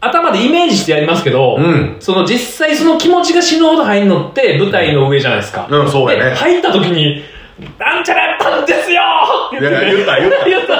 Speaker 2: 頭でイメージしてやりますけど、
Speaker 1: うん、
Speaker 2: その実際その気持ちが死ぬほど入るのって舞台の上じゃないですか。
Speaker 1: うん、そうやね。
Speaker 2: で、入った時に、なんちゃらやったんですよって言って、ね。
Speaker 1: いや、言った、言った。
Speaker 2: 言った。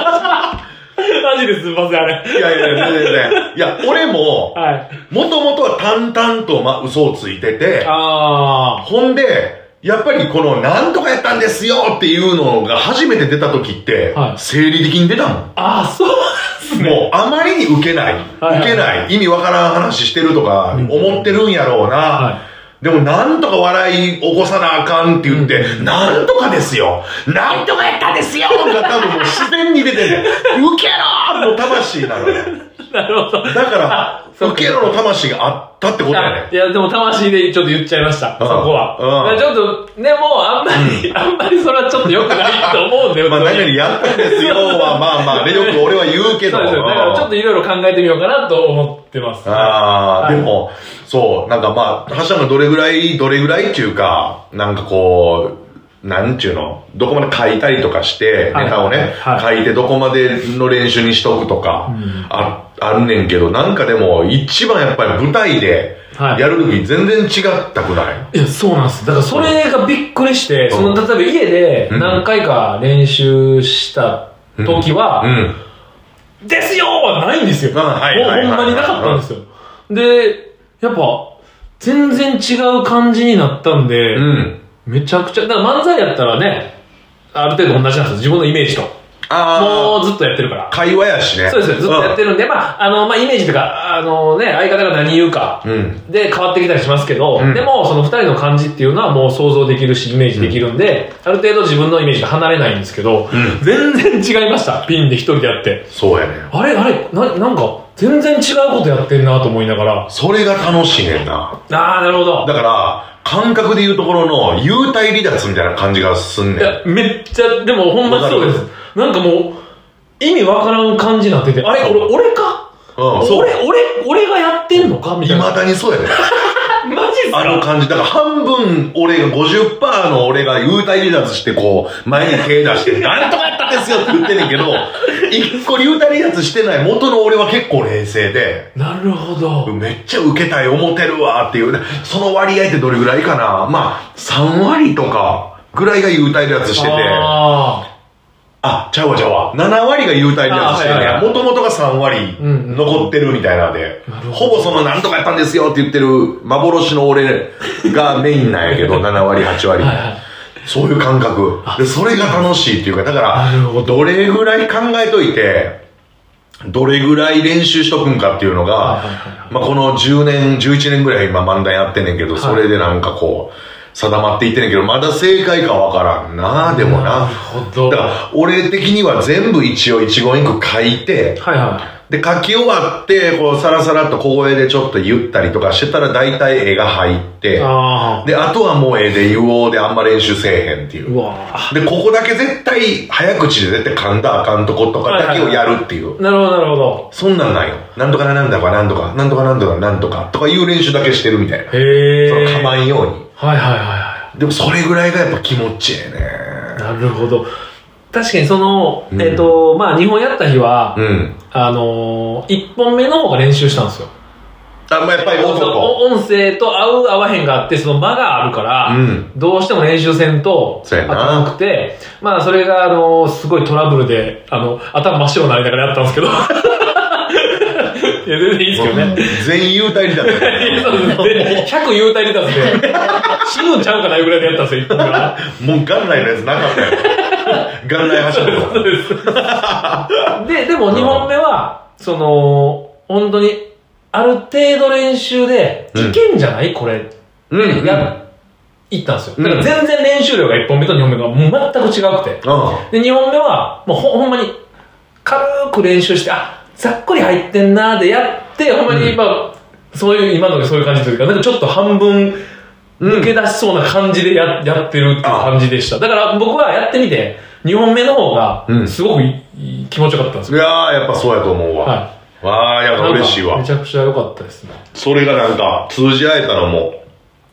Speaker 2: マジです、まずあれ。
Speaker 1: いやいや、全然全然。いや、俺も、もともとは淡々と、ま、嘘をついてて、
Speaker 2: あ
Speaker 1: ほんで、やっぱりこの、なんとかやったんですよっていうのが初めて出た時って、はい、生理的に出たもん。
Speaker 2: ああ、そうですね。
Speaker 1: もう、あまりに受けない、はいはい、受けない、意味わからん話してるとか、思ってるんやろうな。はい、でも、なんとか笑い起こさなあかんって言って、うん、なんとかですよなんとかやったんですよが多分もう自然に出てる。受けろーの魂なのよ。
Speaker 2: なるほど。
Speaker 1: だから、受けろの魂があったってことだよね。
Speaker 2: いや、でも魂でちょっと言っちゃいました、そこは。ちょっと、ね、もうあんまり、あんまりそれはちょっと良くないと思うんだよ。
Speaker 1: まあ、何々やったんですよは、まあまあ、ね、よく俺は言うけど。
Speaker 2: そうですよ。だからちょっといろいろ考えてみようかなと思ってます。
Speaker 1: ああ、でも、そう、なんかまあ、はしゃがどれぐらい、どれぐらいっていうか、なんかこう、なんちゅうの、どこまで書いたりとかして、ネタをね、書いてどこまでの練習にしとくとか、あ、あんねんけど、なんかでも、一番やっぱり舞台で、やるとき全然違ったくない、
Speaker 2: いや、そうなんです。だからそれがびっくりして、その、例えば家で何回か練習した時は、ですよーはないんですよ。もうほんまになかったんですよ。で、やっぱ、全然違う感じになったんで、めちゃくちゃ、だから漫才やったらね、ある程度同じなんですよ。自分のイメージと。あもうずっとやってるから。
Speaker 1: 会話やしね。
Speaker 2: そうですよ。ずっとやってるんで、うん、まあ、あの、まあ、イメージとか、あのね、相方が何言うか、で変わってきたりしますけど、うん、でも、その二人の感じっていうのはもう想像できるし、イメージできるんで、うん、ある程度自分のイメージが離れないんですけど、うん、全然違いました。ピンで一人でやって。
Speaker 1: そうやね。
Speaker 2: あれあれな、なんか、全然違うことやってんなと思いながら。
Speaker 1: それが楽しいねんな。
Speaker 2: ああ、なるほど。
Speaker 1: だから、感覚で言うところの、幽体離脱みたいな感じがすんねん。いや、
Speaker 2: めっちゃ、でもほんまそうです。なんかもう、意味わからん感じになってて、あれ、俺、俺か、うん、俺、俺、俺がやってんのかみたいな。
Speaker 1: 未だにそうやね。
Speaker 2: マジっすか？
Speaker 1: あの感じ。だから半分、俺が ごじゅっパーセント の俺が幽体離脱してこう、前に手出して、なんとかやったんですよって言ってんねんけど、一個幽体離脱してない元の俺は結構冷静で。
Speaker 2: なるほど。
Speaker 1: めっちゃ受けたい思ってるわっていう。その割合ってどれぐらいかな？まあ、さん割とかぐらいが幽体離脱してて。あーあ、ちゃうわちゃうわ。なな割が幽体離脱してね、もともとがさん割残ってるみたいなので、うんうん、ほぼそのなんとかやったんですよって言ってる幻の俺がメインなんやけど、なな割、はち割。はいはい、そういう感覚。で、それが楽しいっていうか、だから、どれぐらい考えといて、どれぐらい練習しとくんかっていうのが、まあこのじゅうねん、じゅういちねんぐらい今漫談やってんねんけど、それでなんかこう、定まっていってんねんけど、まだ正解かわからんな、でもな。
Speaker 2: なるほど。
Speaker 1: だから、俺的には全部一応一言一句書いて、はいはい。で、書き終わって、こう、さらさらっと小声でちょっと言ったりとかしてたら、大体絵が入って、あで、あとはもう絵で言おうであんま練習せえへんっていう。うわで、ここだけ絶対、早口で絶対噛んだらあかんとことかだけをやるっていう。
Speaker 2: はいはいはい、なるほど、なるほど。
Speaker 1: そんなんないよ。なんとかな、なんとかなんとか、なんとかなんとかなんとか、とかいう練習だけしてるみたいな。へそのかまんように。
Speaker 2: はいはいはいはい。
Speaker 1: でもそれぐらいがやっぱ気持ちええね。
Speaker 2: なるほど。確かにその、うん、えっ、ー、と、まあ、日本やった日は、うん、あのー、いっぽんめの方が練習したんですよ。
Speaker 1: あ、まあ、やっぱり音
Speaker 2: 音声と合う合わへんがあって、その間があるから、うん、どうしても練習せんと、あかなくて、まあ、それが、あのー、すごいトラブルで、あの、頭真っ白になりながらやったんですけど、いや、全然いいですけどね。
Speaker 1: 全員幽体離脱。
Speaker 2: ひゃく幽体離脱で、死ぬんちゃうかなぐらいでやったんですよ、一本が。
Speaker 1: もう元来のやつなかったよ。元来走る。そうです。
Speaker 2: で、でもにほんめは、その、本当に、ある程度練習で、いけんじゃない、うん、これ。うん。や、いったんですよ。だから全然練習量がいっぽんめとにほんめがもう全く違くて。うん、で、にほんめは、もうほ、ほんまに、軽く練習して、あ、ざっくり入ってんなーでやって、ほんまに、まあ、そういう、今のがそういう感じというか、なんかちょっと半分、抜け出しそうな感じでや、やってるっていう感じでした。だから僕はやってみて、にほんめの方が、すごくいい気持ちよかったんですよ。
Speaker 1: いやー、やっぱそうやと思うわ。はい。わー、やっぱ嬉しいわ。
Speaker 2: めちゃくちゃ良かったですね。
Speaker 1: それがなんか、通じ合えたのも、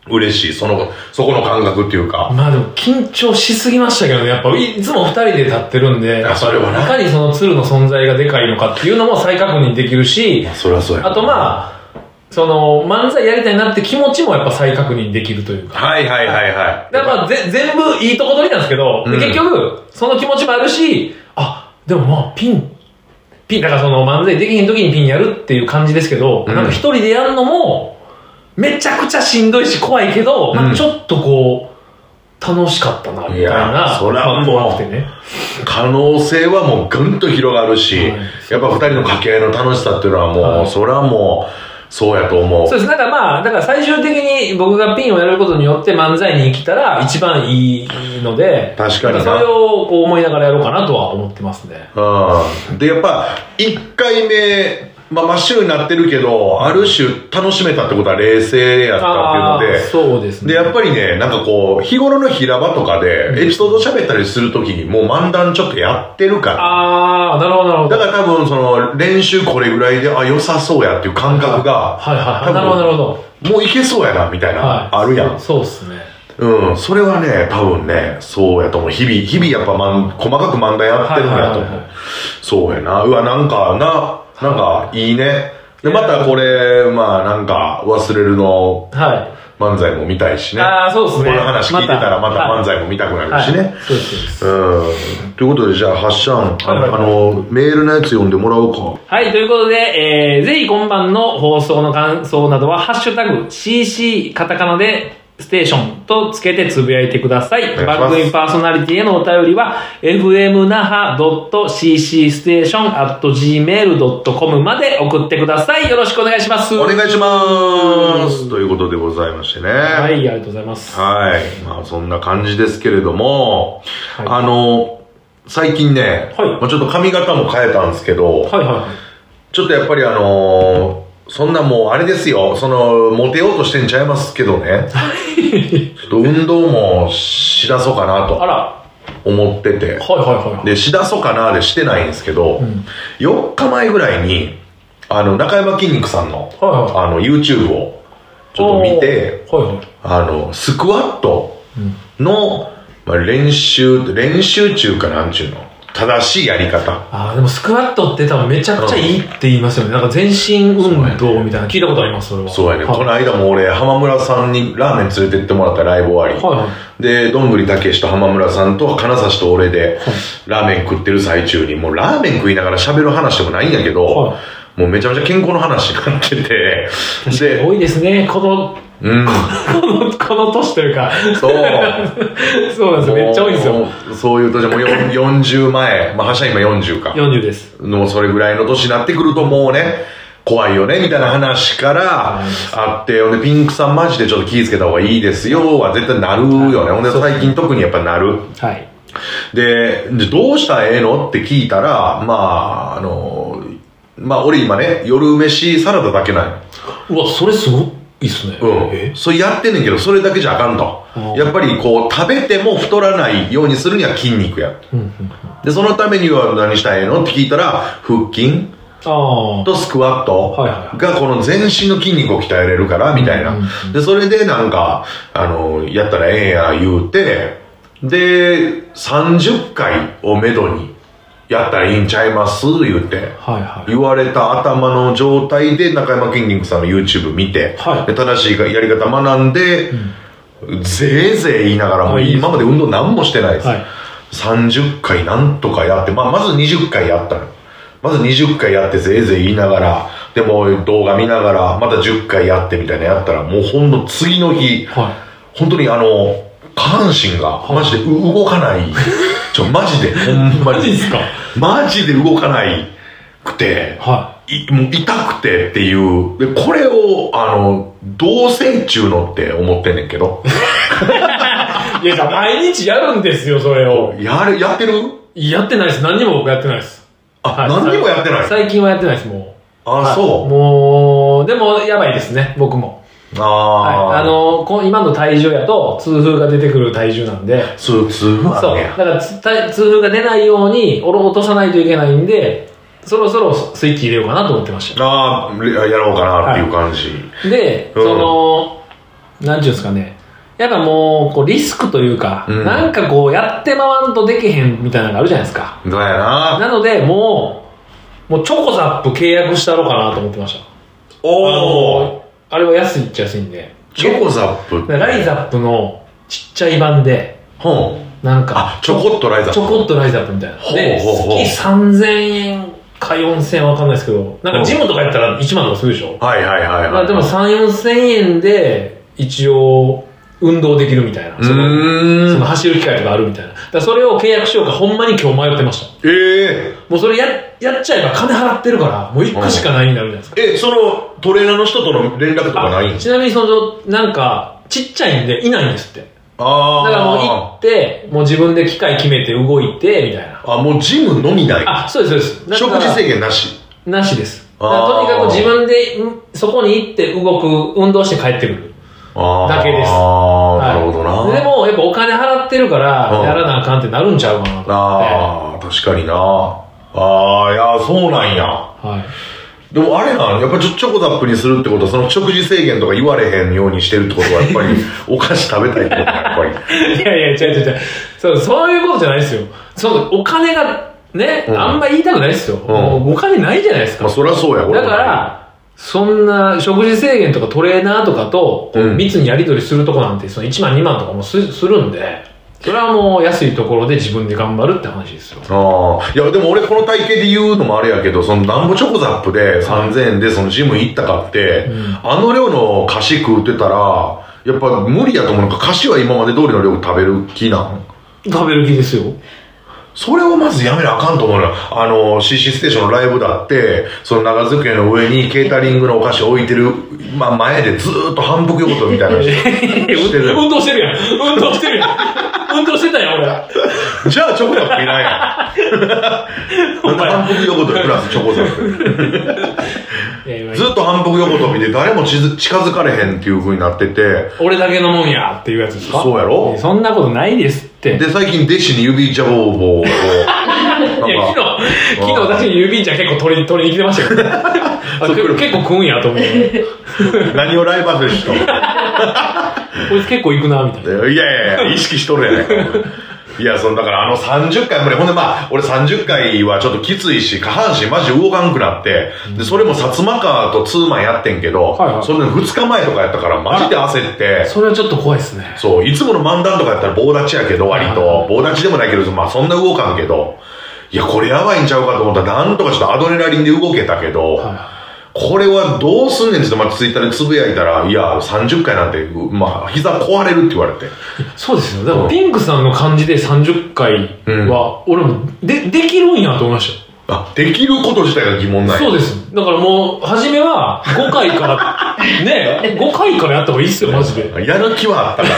Speaker 1: 嬉しい。その、そこの感覚っていうか。
Speaker 2: まあでも緊張しすぎましたけどね、やっぱいつも二人で立ってるんで、
Speaker 1: あ、それはな。
Speaker 2: いかにその鶴の存在がでかいのかっていうのも再確認できるし、
Speaker 1: それはそうや。
Speaker 2: あとまあ、その、漫才やりたいなって気持ちもやっぱ再確認できるというか。
Speaker 1: はいはいはいはい。
Speaker 2: だからまあぜ全部いいとこ取りなんですけど、うん、結局、その気持ちもあるし、あ、でもまあピン、ピン、だからその漫才できひん時にピンやるっていう感じですけど、うん、なんか一人でやるのも、めちゃくちゃしんどいし怖いけど、うん、まあ、ちょっとこう、楽しかったな、みたいな。
Speaker 1: それはもう、ね、可能性はもうぐんと広がるし、はい、やっぱ二人の掛け合いの楽しさっていうのはもう、はい、それはもう、そうやと思う。
Speaker 2: そうです。なんかまあ、だから最終的に僕がピンをやることによって漫才に生きたら一番いいので、
Speaker 1: 確かにな。
Speaker 2: それをこう思いながらやろうかなとは思ってますね。
Speaker 1: うん。で、やっぱ、いっかいめ、まあ真っ白になってるけど、ある種楽しめたってことは冷静やったっていうので、
Speaker 2: そうですね。
Speaker 1: で、やっぱりね、なんかこう、日頃の平場とかでエピソード喋ったりするときにもう漫談ちょっとやってるから。
Speaker 2: ああ、なるほどなるほど。
Speaker 1: だから多分その練習これぐらいで、あ、良さそうやっていう感覚が、
Speaker 2: はいはいはい。なるほどなるほど。
Speaker 1: もういけそうやな、みたいな、はい、あるやん。
Speaker 2: そうっすね。
Speaker 1: うん、それはね、多分ね、そうやと思う。日々、日々やっぱまん、細かく漫談やってるんやと思う。そうやな。うわ、なんかな、なんかいいね。で、またこれ、まあなんか忘れるの漫才も見たいしね。
Speaker 2: ああ、そうですね。
Speaker 1: この話聞いてたらまた漫才も見たくなるしね。
Speaker 2: そうです。
Speaker 1: うん。ということで、じゃあ、ハッシャン、あの、メールのやつ読んでもらおうか。
Speaker 2: はい、ということで、えー、ぜひ今晩の放送の感想などは、ハッシュタグ、シーシー カタカナで、ステーションとつけてつぶやいてください。番組パーソナリティへのお便りは エフエムナハドットシーシーステーションアットジーメールドットコム まで送ってください。よろしくお願いします。
Speaker 1: お願いします。ということでございましてね。
Speaker 2: はい、ありがとうございます。
Speaker 1: はい。まあそんな感じですけれども、はい、あの、最近ね、はい、まあ、ちょっと髪型も変えたんですけど、はいはいはい、ちょっとやっぱりあのー、そんなもうあれですよ、そのモテようとしてんちゃいますけどねちょっと運動もしだそうかなと思ってて、はいはいはい、でしだそうかなでしてないんですけど、うん、よっかまえぐらいにあの中山きんに君さんの、はいはい、あの YouTube をちょっと見て、はいはい、あのスクワットの、まあ、練習練習中かなんちゅうの正しいやり方。
Speaker 2: ああ、でもスクワットって多分めちゃくちゃいいって言いますよね。なんか全身運動みたいな聞いたことあります、それは。
Speaker 1: そうやね。この間も俺、浜村さんにラーメン連れてってもらったライブ終わり。はいはい、で、どんぐりたけしと浜村さんと金指と俺で、ラーメン食ってる最中に、もうラーメン食いながら喋る話でもないんやけど、はい、もうめちゃめちゃ健康の話になってて。
Speaker 2: で、多いですね、この、うん、この、この年というか。そう。そうなんですよ。めっちゃ多いんですよ。
Speaker 1: そういう年もよんじゅう前。まあ、はしゃ今よんじゅうか。
Speaker 2: よんじゅうです。
Speaker 1: の、それぐらいの年になってくるともうね、怖いよね、みたいな話からあって、ほんで、ピンクさんマジでちょっと気ぃつけた方がいいですよ、は絶対なるよね。ほんで、最近特にやっぱなる。はい。で、でどうしたらええのって聞いたら、まあ、あの、まあ、俺今ね、夜飯サラダだけない。
Speaker 2: うわ、それすごい。いいっすね。
Speaker 1: うん。それやってんねんけど、それだけじゃあかんと。やっぱりこう、食べても太らないようにするには筋肉や。うんうんうん、で、そのためには何したらええのって聞いたら、腹筋とスクワットがこの全身の筋肉を鍛えれるから、みたいな。で、それでなんか、あの、やったらええや言うて、で、さんじゅっかいをめどに、やったらいいんちゃいます言って、はいはい、言われた頭の状態で中山きんに君さんの YouTube 見て、はい、で正しいやり方学んで、うん、ぜいぜい言いながらもう今まで運動何もしてないです、はい、さんじゅっかいなんとかやって、まあ、まずにじゅっかいやったの。まずにじゅっかいやってぜいぜい言いながら、でも動画見ながらまたじゅっかいやってみたいなやったら、もうほんの次の日、はい、本当にあの下半身がマジで動かない、ちょマジでほんまに
Speaker 2: マジですか？
Speaker 1: マジで動かないくて、はい、いもう痛くてっていう。でこれをあの同棲中のって思ってんねんけど
Speaker 2: いや、毎日やるんですよ、それを。
Speaker 1: やる、やってる？
Speaker 2: やってないです。何にも僕やってないです。
Speaker 1: あ、はい、何にもやってない？
Speaker 2: 最近はやってないです、もう。
Speaker 1: あ、はい、そう。
Speaker 2: もう、でもやばいですね、僕も。ああ、はい、あのこ今の体重やと痛風が出てくる体重なんで、
Speaker 1: 痛風はね、
Speaker 2: そうだから痛風が出ないように落とさないといけないんで、そろそろスイッチ入れようかなと思ってました。
Speaker 1: ああ、やろうかなっていう感じ、
Speaker 2: はい、で、うん、そのなんていうんですかね、やっぱもうこうリスクというか、うん、なんかこうやって回んとできへんみたいなのがあるじゃないですか。
Speaker 1: どうやな。
Speaker 2: なのでもうもうチョコザップ契約したろうかなと思ってました。おお。あれは安いっちゃ安いんで。
Speaker 1: チョコザップって
Speaker 2: ライザップのちっちゃい版で、
Speaker 1: ほう、
Speaker 2: なんか
Speaker 1: あ、ちょこっとライザップ、
Speaker 2: ちょこっとライザップみたいな。で、月さんぜんえんかよんせんえんわかんないですけど、なんかジムとかやったらいちまんとかするでしょ。
Speaker 1: はいはいはいはい、
Speaker 2: まあ、でもさん、よんせんえんで一応運動できるみたいな。その、その走る機会とかあるみたいな。だからそれを契約しようか、ほんまに今日迷ってました。
Speaker 1: ええー、
Speaker 2: もうそれや、やっちゃえば金払ってるから、もういっこしかないになるじゃないですか。
Speaker 1: え、そのトレーナーの人との連絡とかないん？
Speaker 2: ちなみにその、なんか、ちっちゃいんでいないんですって。
Speaker 1: ああ。
Speaker 2: だからもう行って、もう自分で機械決めて動いて、みたいな。
Speaker 1: あ、もうジムのみない？
Speaker 2: あ、そうですそうです。
Speaker 1: 食事制限なし？
Speaker 2: なしです。だからとにかく自分でそこに行って動く、運動して帰ってくる。だけです。
Speaker 1: ああ、はい、なるほどな。
Speaker 2: でも、やっぱお金払ってるから、やらなあかんってなるんちゃうかなと思って。
Speaker 1: ああ、確かにな。ああ、いや、そうなんや。
Speaker 2: はい。
Speaker 1: でもあれな、やっぱちょチョコザップにするってことは、その食事制限とか言われへんようにしてるってことは、やっぱりお菓子食べたいってことはやっぱり。
Speaker 2: いやいや、違う違う違う。そう、そういうことじゃないですよ。そう、お金がね、うん、あんま言いたくないですよ。うん、もうお金ないじゃないですか。
Speaker 1: まあそりゃそうや、
Speaker 2: だから、そんな食事制限とかトレーナーとかと密にやり取りするとこなんて、そのいちまんにまんとかも す, するんで、それはもう安いところで自分で頑張るって話ですよ。
Speaker 1: ああ、いやでも俺この体型で言うのもあれやけど、そのなんぼチョコザップでさんぜんえんでそのジム行ったかって、うん、あの量の菓子食うてたら、やっぱ無理やと思うのか。菓子は今まで通りの量食べる気なん？
Speaker 2: 食べる気ですよ。
Speaker 1: それをまずやめなあかんと思うのよ。あの、シーシー ステーションのライブだって、その長机の上にケータリングのお菓子置いてる、まあ前でずーっと反復横跳びみたいなのしてる。
Speaker 2: 運動してるやん。運動してるやん。運動してたやん、俺。
Speaker 1: じゃあチョコザップいらんやん。なんで反復横跳びプラスチョコザップ。ずっと反復横跳びで誰も近づかれへんっていう風になってて。
Speaker 2: 俺だけのもんやっていうやつですか？
Speaker 1: そうやろ？
Speaker 2: そんなことないですって。
Speaker 1: で、最近弟子に指ジャボーボーを。いや、
Speaker 2: 昨日、昨日私指じゃ結構取り、取りに来てましたよ。結構食うんやと思う。
Speaker 1: 何をライバルしたの？
Speaker 2: こいつ結構行くな、みたいな。
Speaker 1: いやいやいや、意識しとるやないか。いや、その、だからあのさんじゅっかいもね、ほんでまあ、俺さんじゅっかいはちょっときついし、下半身マジ動かんくなって、で、それも薩摩川とツーマンやってんけど、はいはい、それのふつかまえとかやったからマジで焦って、
Speaker 2: それはちょっと怖いっすね。
Speaker 1: そう、いつもの漫談とかやったら棒立ちやけど、割と、棒立ちでもないけど、まあそんな動かんけど、いや、これやばいんちゃうかと思ったら、なんとかちょっとアドレナリンで動けたけど、はい、これはどうすんねんってまたツイッターでつぶやいたら、いや、さんじゅっかいなんて、まあ、膝壊れるって言われて。
Speaker 2: そうですよ。でも、うん、ピンクさんの感じでさんじゅっかいは、うん、俺もで、できるんやと思いましたよ。
Speaker 1: あ、できること自体が疑問ない。
Speaker 2: そうです。だからもう、初めはごかいから、ね、ごかいからやった方がいいっすよ、マジで。
Speaker 1: やる気はあったから。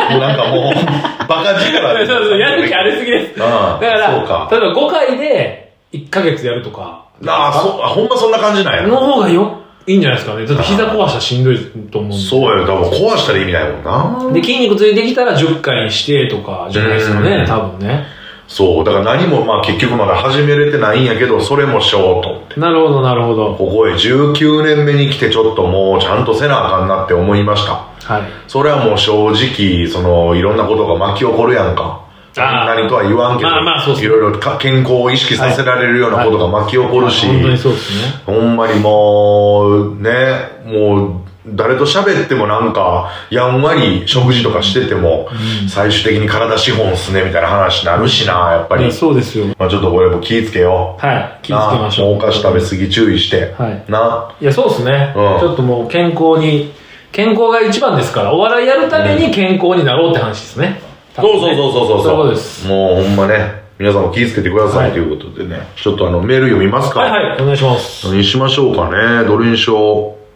Speaker 1: もうなんかもう、バカ力で。
Speaker 2: そうそう、やる気ありすぎです。
Speaker 1: ああ、
Speaker 2: だから、
Speaker 1: そうか。
Speaker 2: 例えばごかいでいっかげつやるとか。
Speaker 1: ああ、そ、ほんまそんな感じなんや。
Speaker 2: の方がよ、いいんじゃないですかね。だって膝壊したらしんどいと思うんで。
Speaker 1: そうや、多分壊したら意味ないもんな。
Speaker 2: で、筋肉ついてきたらじゅっかいにしてとか、じゃないですかね、多分ね。
Speaker 1: そう、だから何もまあ結局まだ始めれてないんやけど、それもしようと思って。
Speaker 2: なるほど、なるほど。
Speaker 1: ここへじゅうきゅうねんめに来てちょっともうちゃんとせなあかんなって思いました。
Speaker 2: はい。
Speaker 1: それはもう正直、その、いろんなことが巻き起こるやんか。何とは言わんけど、
Speaker 2: まあまあそうっすね、
Speaker 1: いろいろ健康を意識させられるようなことが巻き起こるし、
Speaker 2: はいはい、本当にそうですね。
Speaker 1: ほんまにもう、ね、もう、誰と喋ってもなんか、やんわり食事とかしてても、うん、最終的に体資本っすねみたいな話になるしな、やっぱり。
Speaker 2: そうですよ。
Speaker 1: まあちょっとこれも気ぃつけよ
Speaker 2: う。はい。気ぃつけましょう。
Speaker 1: お菓子食べ過ぎ注意して。
Speaker 2: はい。
Speaker 1: な。
Speaker 2: いや、そうですね、うん。ちょっともう健康に、健康が一番ですから、お笑いやるために健康になろうって話ですね。ね、
Speaker 1: そうそうそうそうそう。
Speaker 2: そういうことです。
Speaker 1: もうほんまね、皆さんも気ぃつけてくださいということでね、はい、ちょっとあのメール読みますか。
Speaker 2: はいはい、お願いします。
Speaker 1: 何しましょうかね、どれにしよう。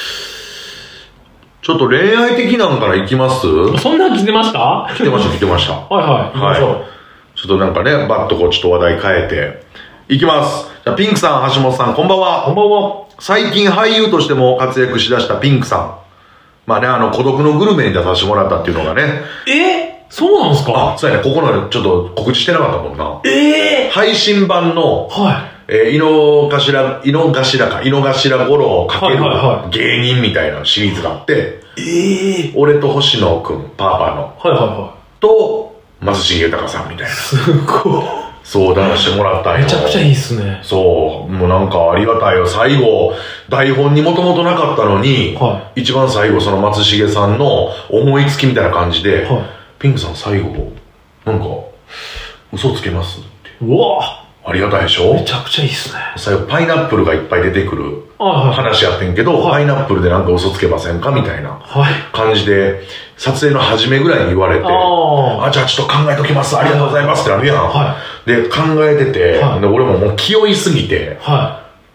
Speaker 1: ちょっと恋愛的なんからいきます？
Speaker 2: そんなん来てました？
Speaker 1: 来てました来てました。
Speaker 2: はいはい、行きましょう。はい。
Speaker 1: ちょっとなんかね、バッとこうちょっと話題変えて。いきます。じゃあピンクさん、橋本さん、こんばんは。
Speaker 2: こんばんは。
Speaker 1: 最近俳優としても活躍しだしたピンクさん。まあね、あの、孤独のグルメに出させてもらったっていうのがね。
Speaker 2: えそうなんですか？
Speaker 1: あ、そうやね。ここのちょっと告知してなかったもんな。
Speaker 2: ええー、
Speaker 1: 配信版の、
Speaker 2: はい。
Speaker 1: えー、井の頭、井の頭か、井の頭五郎をかける芸人みたいなシリーズがあって、 ええー、俺と星野くんパーパーの
Speaker 2: はいはいはい
Speaker 1: と松重豊さんみたいな。
Speaker 2: すごい。
Speaker 1: そう出してもらったんよ。
Speaker 2: めちゃくちゃいいっすね。
Speaker 1: そう、もうなんかありがたいよ。最後台本にもともとなかったのに、はい、一番最後その松重さんの思いつきみたいな感じで、はい、ピンクさん最後なんか嘘つけますって。
Speaker 2: うわ
Speaker 1: ありがたいでしょ。
Speaker 2: めちゃくちゃいいっすね。
Speaker 1: 最後パイナップルがいっぱい出てくる話やってんけど、はい、パイナップルでなんか嘘つけませんかみたいな感じで、撮影の初めぐらいに言われて、ああじゃあちょっと考えときます、ありがとうございますってなるやん、はい、で考えてて、はい、で俺ももう気負いすぎて、はい、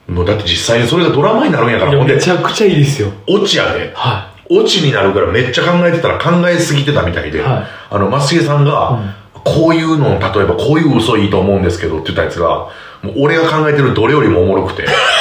Speaker 1: もうだって実際にそれがドラマになるんやから。
Speaker 2: いやめちゃくちゃいいですよ。
Speaker 1: オチやで、はい、オチになるからめっちゃ考えてたら考えすぎてたみたいで、はい、あの松重さんが、うんこういうのを例えばこういう嘘いいと思うんですけどって言ったやつがもう俺が考えてるどれよりもおもろくて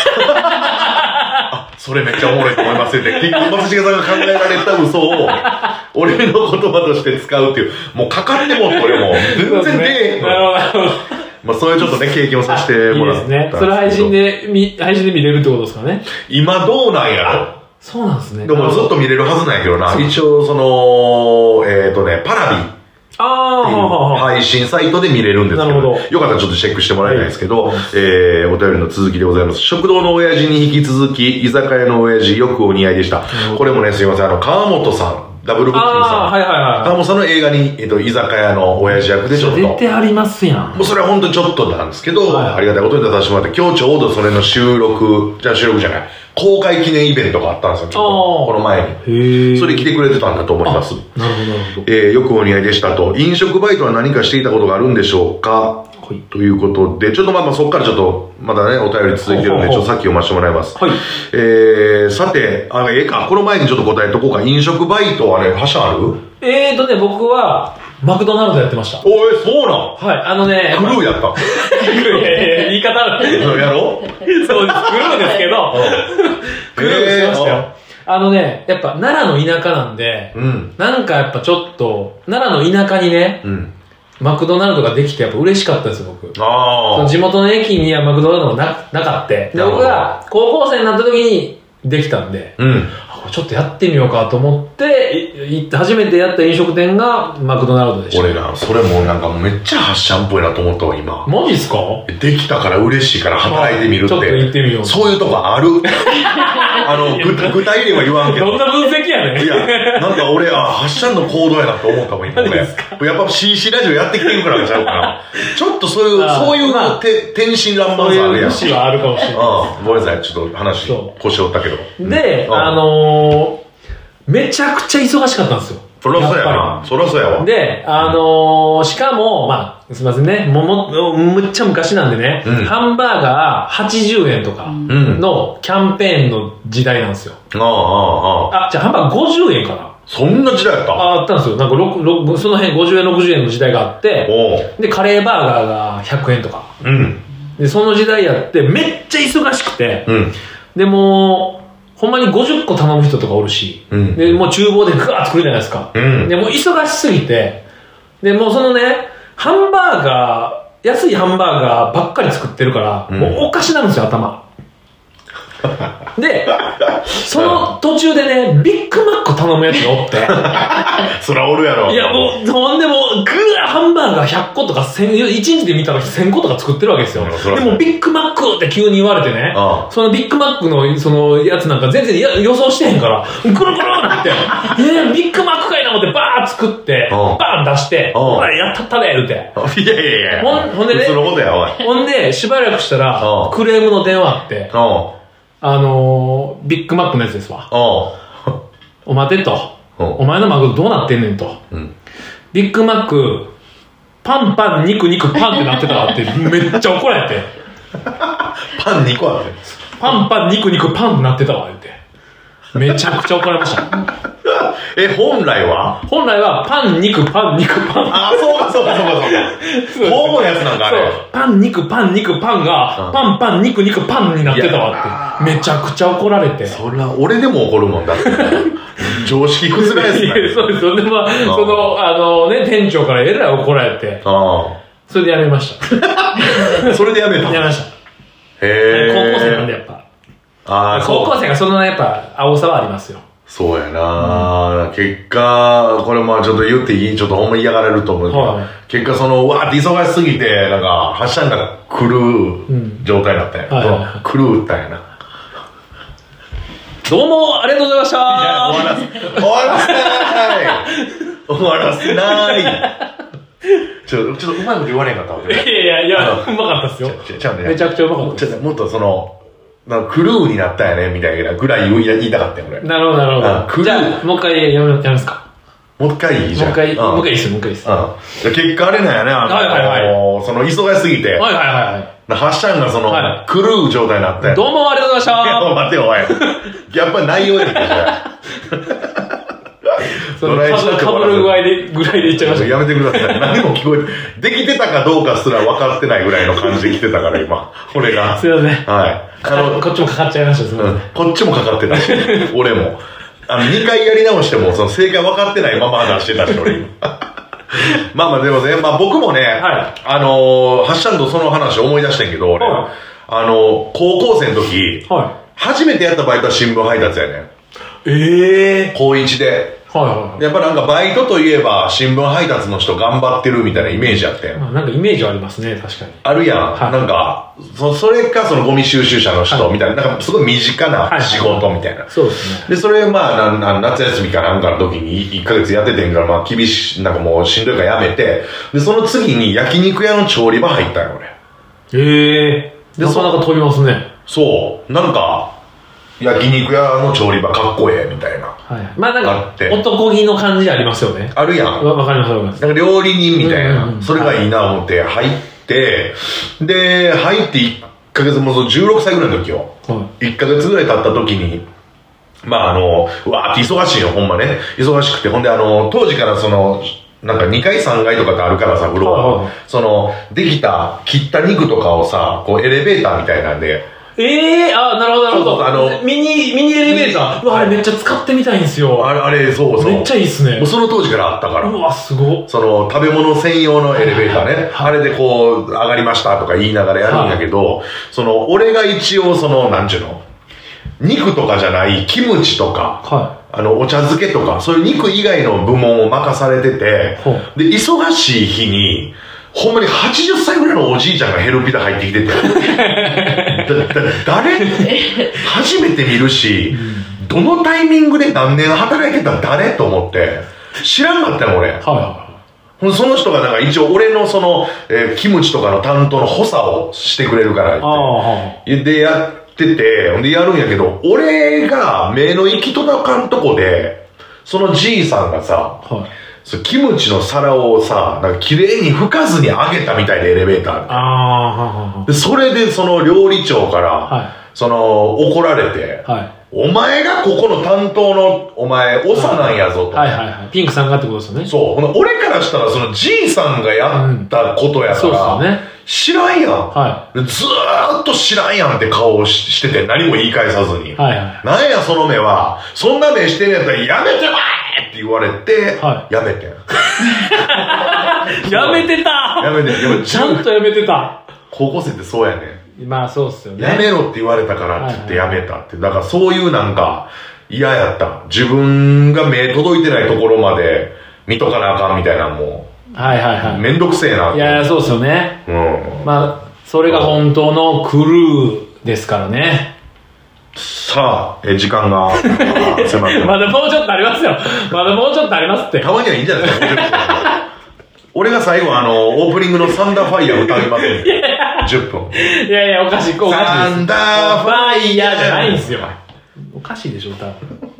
Speaker 1: あそれめっちゃおもろいと思いますって結局松重さんが考えられた嘘を俺の言葉として使うっていうもうかかってもって俺も全然出えへんの。まあそういうちょっとね経験をさせてもらったんですけど。いいですね。
Speaker 2: それ配信で見配信で見れるってことですかね。
Speaker 1: 今どうなんやろ。
Speaker 2: そうなんですね。
Speaker 1: でもずっと見れるはずなんやけどな。一応そのえっとねパラビあ配信サイトで見れるんですけど、どよかったらちょっとチェックしてもらいたいんですけど、はい、えー、お便りの続きでございます。食堂の親父に引き続き居酒屋の親父よくお似合いでした。これもねすいませんあの川本さんダブルブッキングさん、はいはいはい、川本さんの映画に、えっと、居酒屋の親父役でちょっと
Speaker 2: 出てありますやん。
Speaker 1: もうそれは本当にちょっとなんですけど、はい、ありがたいことに出させてもらって今日ちょうどそれの収録じゃあ収録じゃない公開記念イベントがあったんですよこの前に。それ来てくれてたんだと思います。
Speaker 2: なるほどなるほど、
Speaker 1: えー、よくお似合いでしたと。飲食バイトは何かしていたことがあるんでしょうか、はい、ということでちょっとまあまあそこからちょっとまだねお便り続いてるんでちょっとさっき読ませてもらいます、はい、えー、さてあええかこの前にちょっと答えとこうか。飲食バイトはね発射ある？
Speaker 2: えーとね僕はマクドナルドやってました。
Speaker 1: おいそうなん。
Speaker 2: はいあのね
Speaker 1: クルーやった。
Speaker 2: いやいやいや言い方ある
Speaker 1: やろう。そうです
Speaker 2: クルーですけどクルーしてましたよ。あのねやっぱ奈良の田舎なんで、うん、なんかやっぱちょっと奈良の田舎にね、うんマクドナルドができてやっぱ嬉しかったですよ僕。ああ。地元の駅にはマクドナルドがななかった。で僕が高校生になった時にできたんで、うん、ちょっとやってみようかと思って行って初めてやった飲食店がマクドナルドでした。
Speaker 1: 俺なそれもなんかもうめっちゃ発シャンっぽいなと思ったわ今。
Speaker 2: マジっすか？
Speaker 1: できたから嬉しいから働いてみるって、
Speaker 2: ちょっと行ってみよう。
Speaker 1: そういうとこある。あの具, 具体例は言わんけど。
Speaker 2: どんな分析やねん。
Speaker 1: いやなんか俺あ発シャンの行動やなと思ったもん今俺。やっぱ シーシー ラジオやってきてるからちゃうかな。ちょっとそういうそういう、まあ、て天真爛漫さあるやん。
Speaker 2: そういう節はあるかもしれない。
Speaker 1: ああごめんなさいちょっと話腰折ったけど。
Speaker 2: で、うん、あのー。めちゃくちゃ忙しかったんですよ。
Speaker 1: そらそうやな。そらそうやわ。
Speaker 2: で、あのー、しかも、まあ、すみませんね。もも、むっちゃ昔なんでね、うん、ハンバーガーはちじゅうえんとかのキャンペーンの時代なんですよ。ああ、ああ。あ、じゃあハンバーガーごじゅうえんかな。
Speaker 1: そんな時代やった？
Speaker 2: あ、あったんですよ。なんかろく、ろく、その辺ごじゅうえん、ろくじゅうえんの時代があって、で、カレーバーガーがひゃくえんとか。うん。で、その時代やって、めっちゃ忙しくて、うん。でもほんまにごじゅっこ頼む人とかおるし、うん、でもう厨房でグワーッ作るじゃないですか、うん、でもう忙しすぎてでもうそのねハンバーガー安いハンバーガーばっかり作ってるから、うん、もうおかしなんですよ頭でその途中でねビッグマック頼むやつがおって
Speaker 1: そらおるやろ。
Speaker 2: いやもうほんでもうグワーハンバーガーひゃっことかせんいちにちで見たらせんことか作ってるわけですよ、うん、でもビッグマックって急に言われてね、ああそのビッグマックのそのやつなんか全然や予想してへんからぐるぐるなってえー、ビッグマックかいな思ってバーッ作ってバーン出してほらやったったで言うて
Speaker 1: いやいやいや
Speaker 2: ほん、ほんでね
Speaker 1: 普通のことやおい
Speaker 2: ほんでしばらくしたらクレームの電話あってあのー、ビッグマックのやつですわお待てとお前のマクドどうなってんねんと、うん、ビッグマックパンパン肉肉パンってなってたわってめっちゃ怒られて
Speaker 1: パンにこあって
Speaker 2: パンパン肉肉パンってなってたわってめちゃくちゃ怒られました
Speaker 1: え本来は
Speaker 2: 本来はパン肉パン肉パン
Speaker 1: あそうかそうかそうかそうか方々のやつなんかあれ
Speaker 2: パン肉パン肉パンが、うん、パンパン肉肉パンになってたわってめちゃくちゃ怒られて
Speaker 1: そりゃ俺でも怒るもんだって常識覆すない
Speaker 2: いやそうですそれでまあそのあのね店長からえらい怒られてあそれでやめました
Speaker 1: それでやめた
Speaker 2: やめました
Speaker 1: へえ
Speaker 2: 高校生なんでやっぱ
Speaker 1: あ
Speaker 2: 高校生がそのやっぱ青さはありますよ
Speaker 1: そうやな、うん、結果、これまあちょっと言っていい、ちょっとほんま嫌がられると思うけど、はい、結果その、うわーって忙しすぎて、なんか、発射が狂う状態になったんや。うんはいはいはい、狂ったんやな。
Speaker 2: どうも、ありがとうございました。いや、
Speaker 1: 終わらせ、終わらせない終わらせないちょっと、ちょっとうまいこと言われへんかったわけ。
Speaker 2: いやいやいや、うまかったっすよ。ちゃうね。めちゃくちゃうまかったっす。
Speaker 1: もっとその、なんかクルーになったんやね、みたいなぐらい言い言いたかったよ、俺。
Speaker 2: なるほど、なるほど。クルー。じゃあ、もう一回やめますか。
Speaker 1: もう一回いいじゃん。
Speaker 2: もう一回、もう一回いいっす、もう一回いいっす。
Speaker 1: うん。結果あれなんやね、あの、はいはいはい、その、忙しすぎて。はいはいはい。ハッシャンがその、はい、狂う状態になって。
Speaker 2: どうもありがとうございました。
Speaker 1: いや、待てよ、おい。やっぱり内容やねんけど、
Speaker 2: そのかぶる具合で、ぐらいで言っちゃいました。
Speaker 1: やめてください。何も聞こえて、できてたかどうかすら分かってないぐらいの感じで来てたから、今。俺が。
Speaker 2: すいません。
Speaker 1: はい。
Speaker 2: あの、こっちもかかっちゃいました、すみません。
Speaker 1: こっちもかかってたし、俺も。あの、にかいやり直しても、その正解分かってないまま出してたし、俺今。まあまあでもね、まあ僕もね、はい、あのー、ハッシャンとその話思い出してんけど、俺、はい、あのー、高校生の時、はい、初めてやったバイトは新聞配達やね。
Speaker 2: ええー。
Speaker 1: 高いちで。はいはいはい。やっぱなんかバイトといえば新聞配達の人頑張ってるみたいなイメージあって。
Speaker 2: なんかイメージありますね、確かに。
Speaker 1: あるやん。はい、なんか、そそれかそのゴミ収集車の人みたいな、はい、なんかすごい身近な仕事みたいな。はいはい、
Speaker 2: そうですね。
Speaker 1: で、それまあな、夏休みかなんかの時にいっかげつやっててんから、まあ厳しい、なんかもうしんどいからやめて、で、その次に焼肉屋の調理場入ったよ、
Speaker 2: 俺。へえー。で、なかなか飛びますね。
Speaker 1: そう。なんか、焼肉屋の調理場かっこええみたいな。
Speaker 2: はい。まあなんか、男気の感じありますよね。
Speaker 1: あるやん。
Speaker 2: わかりますわかります。
Speaker 1: なんか料理人みたいな、うんうんうん、それがいいな思って入って、で、入っていっかげつ、もうじゅうろくさいぐらいの時よ。はい、いっかげつぐらい経った時に、まああの、うわーって忙しいよ、ほんまね。忙しくて。ほんであの、当時からその、なんかにかいさんがいとかってあるからさ、フロア、はい、その、できた、切った肉とかをさ、こうエレベーターみたいなんで、
Speaker 2: ええー、あ、なるほど、なるほど。あの、ミニ、ミニエレベーター。うわ、あれめっちゃ使ってみたいんですよ。
Speaker 1: あれ、あれ、そうそう。
Speaker 2: めっちゃいいっすね。
Speaker 1: もうその当時からあったから。
Speaker 2: うわ、すご。
Speaker 1: その、食べ物専用のエレベーターね。はい、あれでこう、上がりましたとか言いながらやるんだけど、はい、その、俺が一応その、なんちゅうの、肉とかじゃないキムチとか、はい、あの、お茶漬けとか、そういう肉以外の部門を任されてて、はい、で、忙しい日に、ほんまにはちじゅっさいぐらいのおじいちゃんがヘルピで入ってきてて。だ、だ、誰初めて見るし、どのタイミングで何年働いてた誰と思って、知らんかったよ、俺。はいはい。その人がなんか一応俺のその、えー、キムチとかの担当の補佐をしてくれるからって。で、やってて、で、やるんやけど、俺が目の行き届かんとこで、そのじいさんがさ、はい、キムチの皿をさ、なんか綺麗に拭かずに揚げたみたいでエレベーターで。あでそれでその料理長から、はい、その怒られて、はい、お前がここの担当のお前長なんやぞと。
Speaker 2: はいはいはい。ピンクさんがってことですよね。
Speaker 1: そう。俺からしたらそのじいさんがやったことやから、うん、そうですよね。知らんやん。はい、ずーっと知らんやんって顔をしてて何も言い返さずに。はいはい、なんやその目は、そんな目してんやったらやめてまえって言われて、はい、やめてん。
Speaker 2: やめてた
Speaker 1: やめてん。
Speaker 2: ちゃんとやめてた。
Speaker 1: 高校生ってそうやね
Speaker 2: ん。まあそうっすよね。
Speaker 1: やめろって言われたからって言ってやめたって。だからそういうなんか嫌やった。自分が目届いてないところまで見とかなあかんみたいなもう。はいはいはい。めんどくせえなって。
Speaker 2: いやいや、そうっすよね。うん。まあ、それが本当のクルーですからね。
Speaker 1: さあ、え、時間が迫って
Speaker 2: まだもうちょっとありますよ。まだもうちょっとありますって。
Speaker 1: たまにはいいんじゃないですか。俺が最後あの、オープニングのサンダーファイヤー歌いません。じゅっぷん。
Speaker 2: いやいや、おかしい、おかしい。
Speaker 1: サンダーファイヤー
Speaker 2: じゃないんですよ。おかしいでしょ、歌。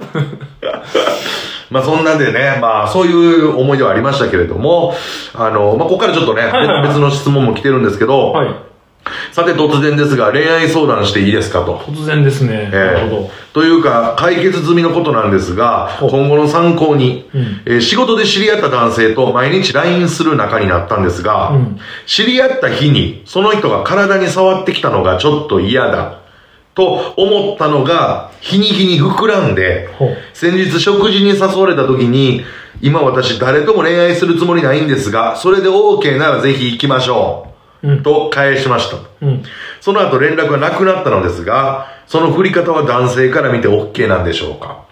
Speaker 1: まあそんなんでね、まあそういう思い出はありましたけれども、あの、まあここからちょっとね、はいはいはい、別の質問も来てるんですけど、はい、さて突然ですが、恋愛相談していいですかと。
Speaker 2: 突然ですね。
Speaker 1: えー、なるほど。というか、解決済みのことなんですが、今後の参考に、うんえー、仕事で知り合った男性と毎日 ライン する仲になったんですが、うん、知り合った日にその人が体に触ってきたのがちょっと嫌だ。と思ったのが日に日に膨らんで、先日食事に誘われた時に、今私誰とも恋愛するつもりないんですが、それで OK ならぜひ行きましょう、うん、と返しました、うん、その後連絡がなくなったのですが、その振り方は男性から見て OK なんでしょうか。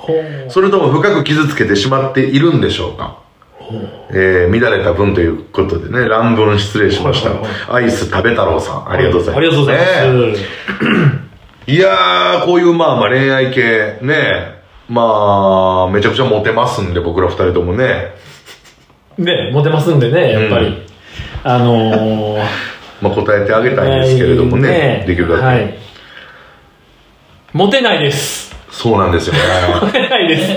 Speaker 1: それとも深く傷つけてしまっているんでしょうか。えー、乱れた文ということでね、乱文失礼しました。アイス食べ太郎さん、ありがとうございます。
Speaker 2: ありがとうございます。
Speaker 1: いやー、こういうまあまあ恋愛系ね、まあめちゃくちゃモテますんで、僕ら二人ともね。
Speaker 2: ね、モテますんでね、やっぱり、うん、あのー、まあ
Speaker 1: 答えてあげたいんですけれどもね、ねできるだけ、はい、
Speaker 2: モテないです。
Speaker 1: そうなんですよね。
Speaker 2: モテないです。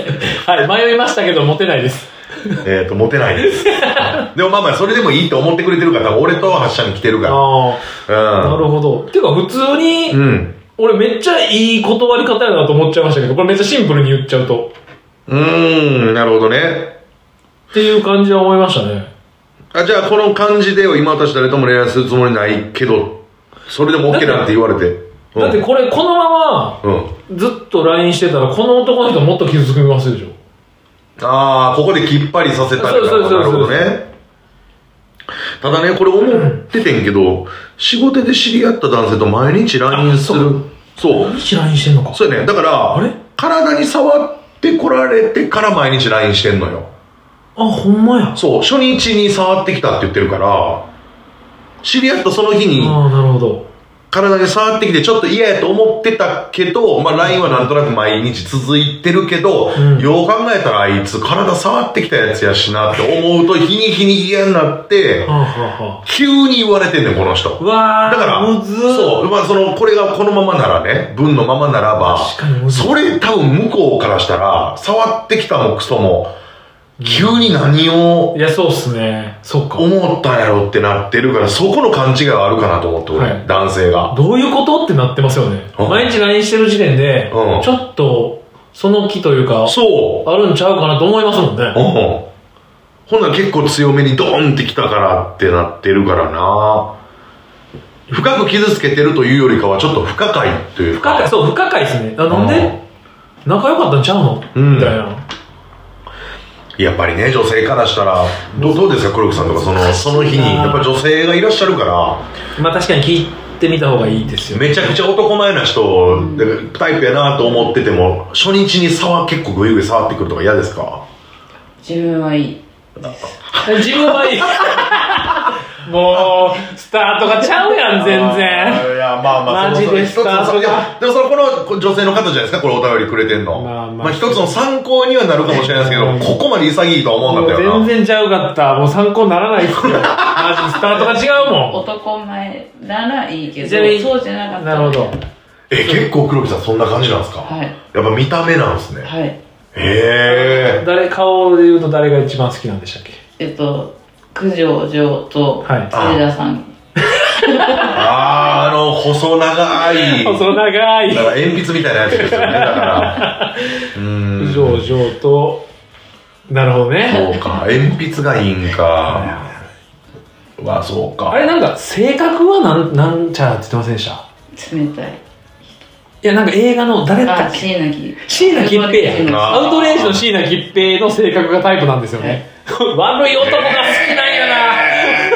Speaker 2: はい、迷いましたけどモテないです。
Speaker 1: えっとモテないです。でもまあまあそれでもいいと思ってくれてる方、俺と発射に来てるから。あ
Speaker 2: あ、うん、なるほど。っていうか普通に、うん、俺めっちゃいい断り方やなと思っちゃいましたけど、これめっちゃシンプルに言っちゃうと。
Speaker 1: うーん、なるほどね。
Speaker 2: っていう感じは思いましたね。
Speaker 1: あ、じゃあこの感じで今私誰とも恋愛するつもりないけど、それでも OK なんて言われて。
Speaker 2: うん、だってこれこのまま、うん、ずっと ライン してたらこの男の人もっと傷つきますでしょ。
Speaker 1: ああ、ここできっぱりさせたりとか。なるほどね。ただね、これ思っててんけど、仕事で知り合った男性と毎日 ライン する。そう。
Speaker 2: 毎日 ライン してんのか。
Speaker 1: そうやね。だから、あれ体に触ってこられてから毎日 ライン してんのよ。
Speaker 2: あ、ほんまや。
Speaker 1: そう。初日に触ってきたって言ってるから、知り合ったその日に、
Speaker 2: ああ、なるほど。
Speaker 1: 体に触ってきてちょっと嫌やと思ってたけど、まあ ライン はなんとなく毎日続いてるけど、うん、よう考えたらあいつ体触ってきたやつやしなって思うと日に日に嫌になって、はあはあ、急に言われてんねん、この人。
Speaker 2: うわー、
Speaker 1: だから、
Speaker 2: むず
Speaker 1: そう、まあその、これがこのままならね、文のままならば、それ多分向こうからしたら、触ってきたもクソも、急に何を、
Speaker 2: いや、そうっすね。そうか。
Speaker 1: 思ったんやろってなってるから、そこの勘違いはあるかなと思って、俺、はい、男性が。
Speaker 2: どういうことってなってますよね。うん、毎日 ライン してる時点で、うん、ちょっと、その気というか、そう。あるんちゃうかなと思いますもんね。うん。
Speaker 1: ほんなら結構強めにドーンってきたからってなってるからな。深く傷つけてるというよりかは、ちょっと不可解というか。
Speaker 2: 不可解、そう、不可解ですね。なんで、うん、仲良かったんちゃうの、うん、みたいな。
Speaker 1: やっぱりね、女性からしたら、どう、どうですか、黒木さんとか、その、その日に、やっぱり女性がいらっしゃるから。
Speaker 2: まあ確かに聞いてみた方がいいですよ。
Speaker 1: めちゃくちゃ男前な人、でタイプやなと思ってても、初日に触、結構グイグイ触ってくるとか嫌ですか？
Speaker 3: 自分はいい。
Speaker 2: 自分はいい。もう、スタートがちゃうやん、全然。
Speaker 1: いや、まあまあ、
Speaker 2: マジでスタートが。
Speaker 1: でもその、この女性の方じゃないですか、これお便りくれてんの。まあまあ。まあ一つの参考にはなるかもしれないですけど、ここまで潔いとは思わなかったよな。
Speaker 2: 全然ちゃうかった。もう参考にならないっすよ。マジでスタートが違うもん。
Speaker 3: 男前ならいいけど、そうじゃなかった。
Speaker 2: なるほど。
Speaker 1: え、結構黒木さんそんな感じなんですか？はい。やっぱ見た目なんですね。
Speaker 3: はい。へ
Speaker 1: え。
Speaker 2: 誰、顔で言うと誰が一番好きなんでしたっけ？
Speaker 3: えっと、九条城と鶴田さん、はい、
Speaker 1: あああの細長い
Speaker 2: 細長い
Speaker 1: だから鉛筆みたいなやつですよね。だから
Speaker 2: 九条城と、なるほどね。
Speaker 1: そうか、鉛筆がいいんか。まあそうか。
Speaker 2: あれなんか性格はなんなんちゃらって言ってませんでした？
Speaker 3: 冷たい。
Speaker 2: いやなんか映画の誰だっけ？
Speaker 3: 椎名桔
Speaker 2: 椎名桔平や。アウトレイジの椎名桔平の性格がタイプなんですよね。悪い男が好きなんやな。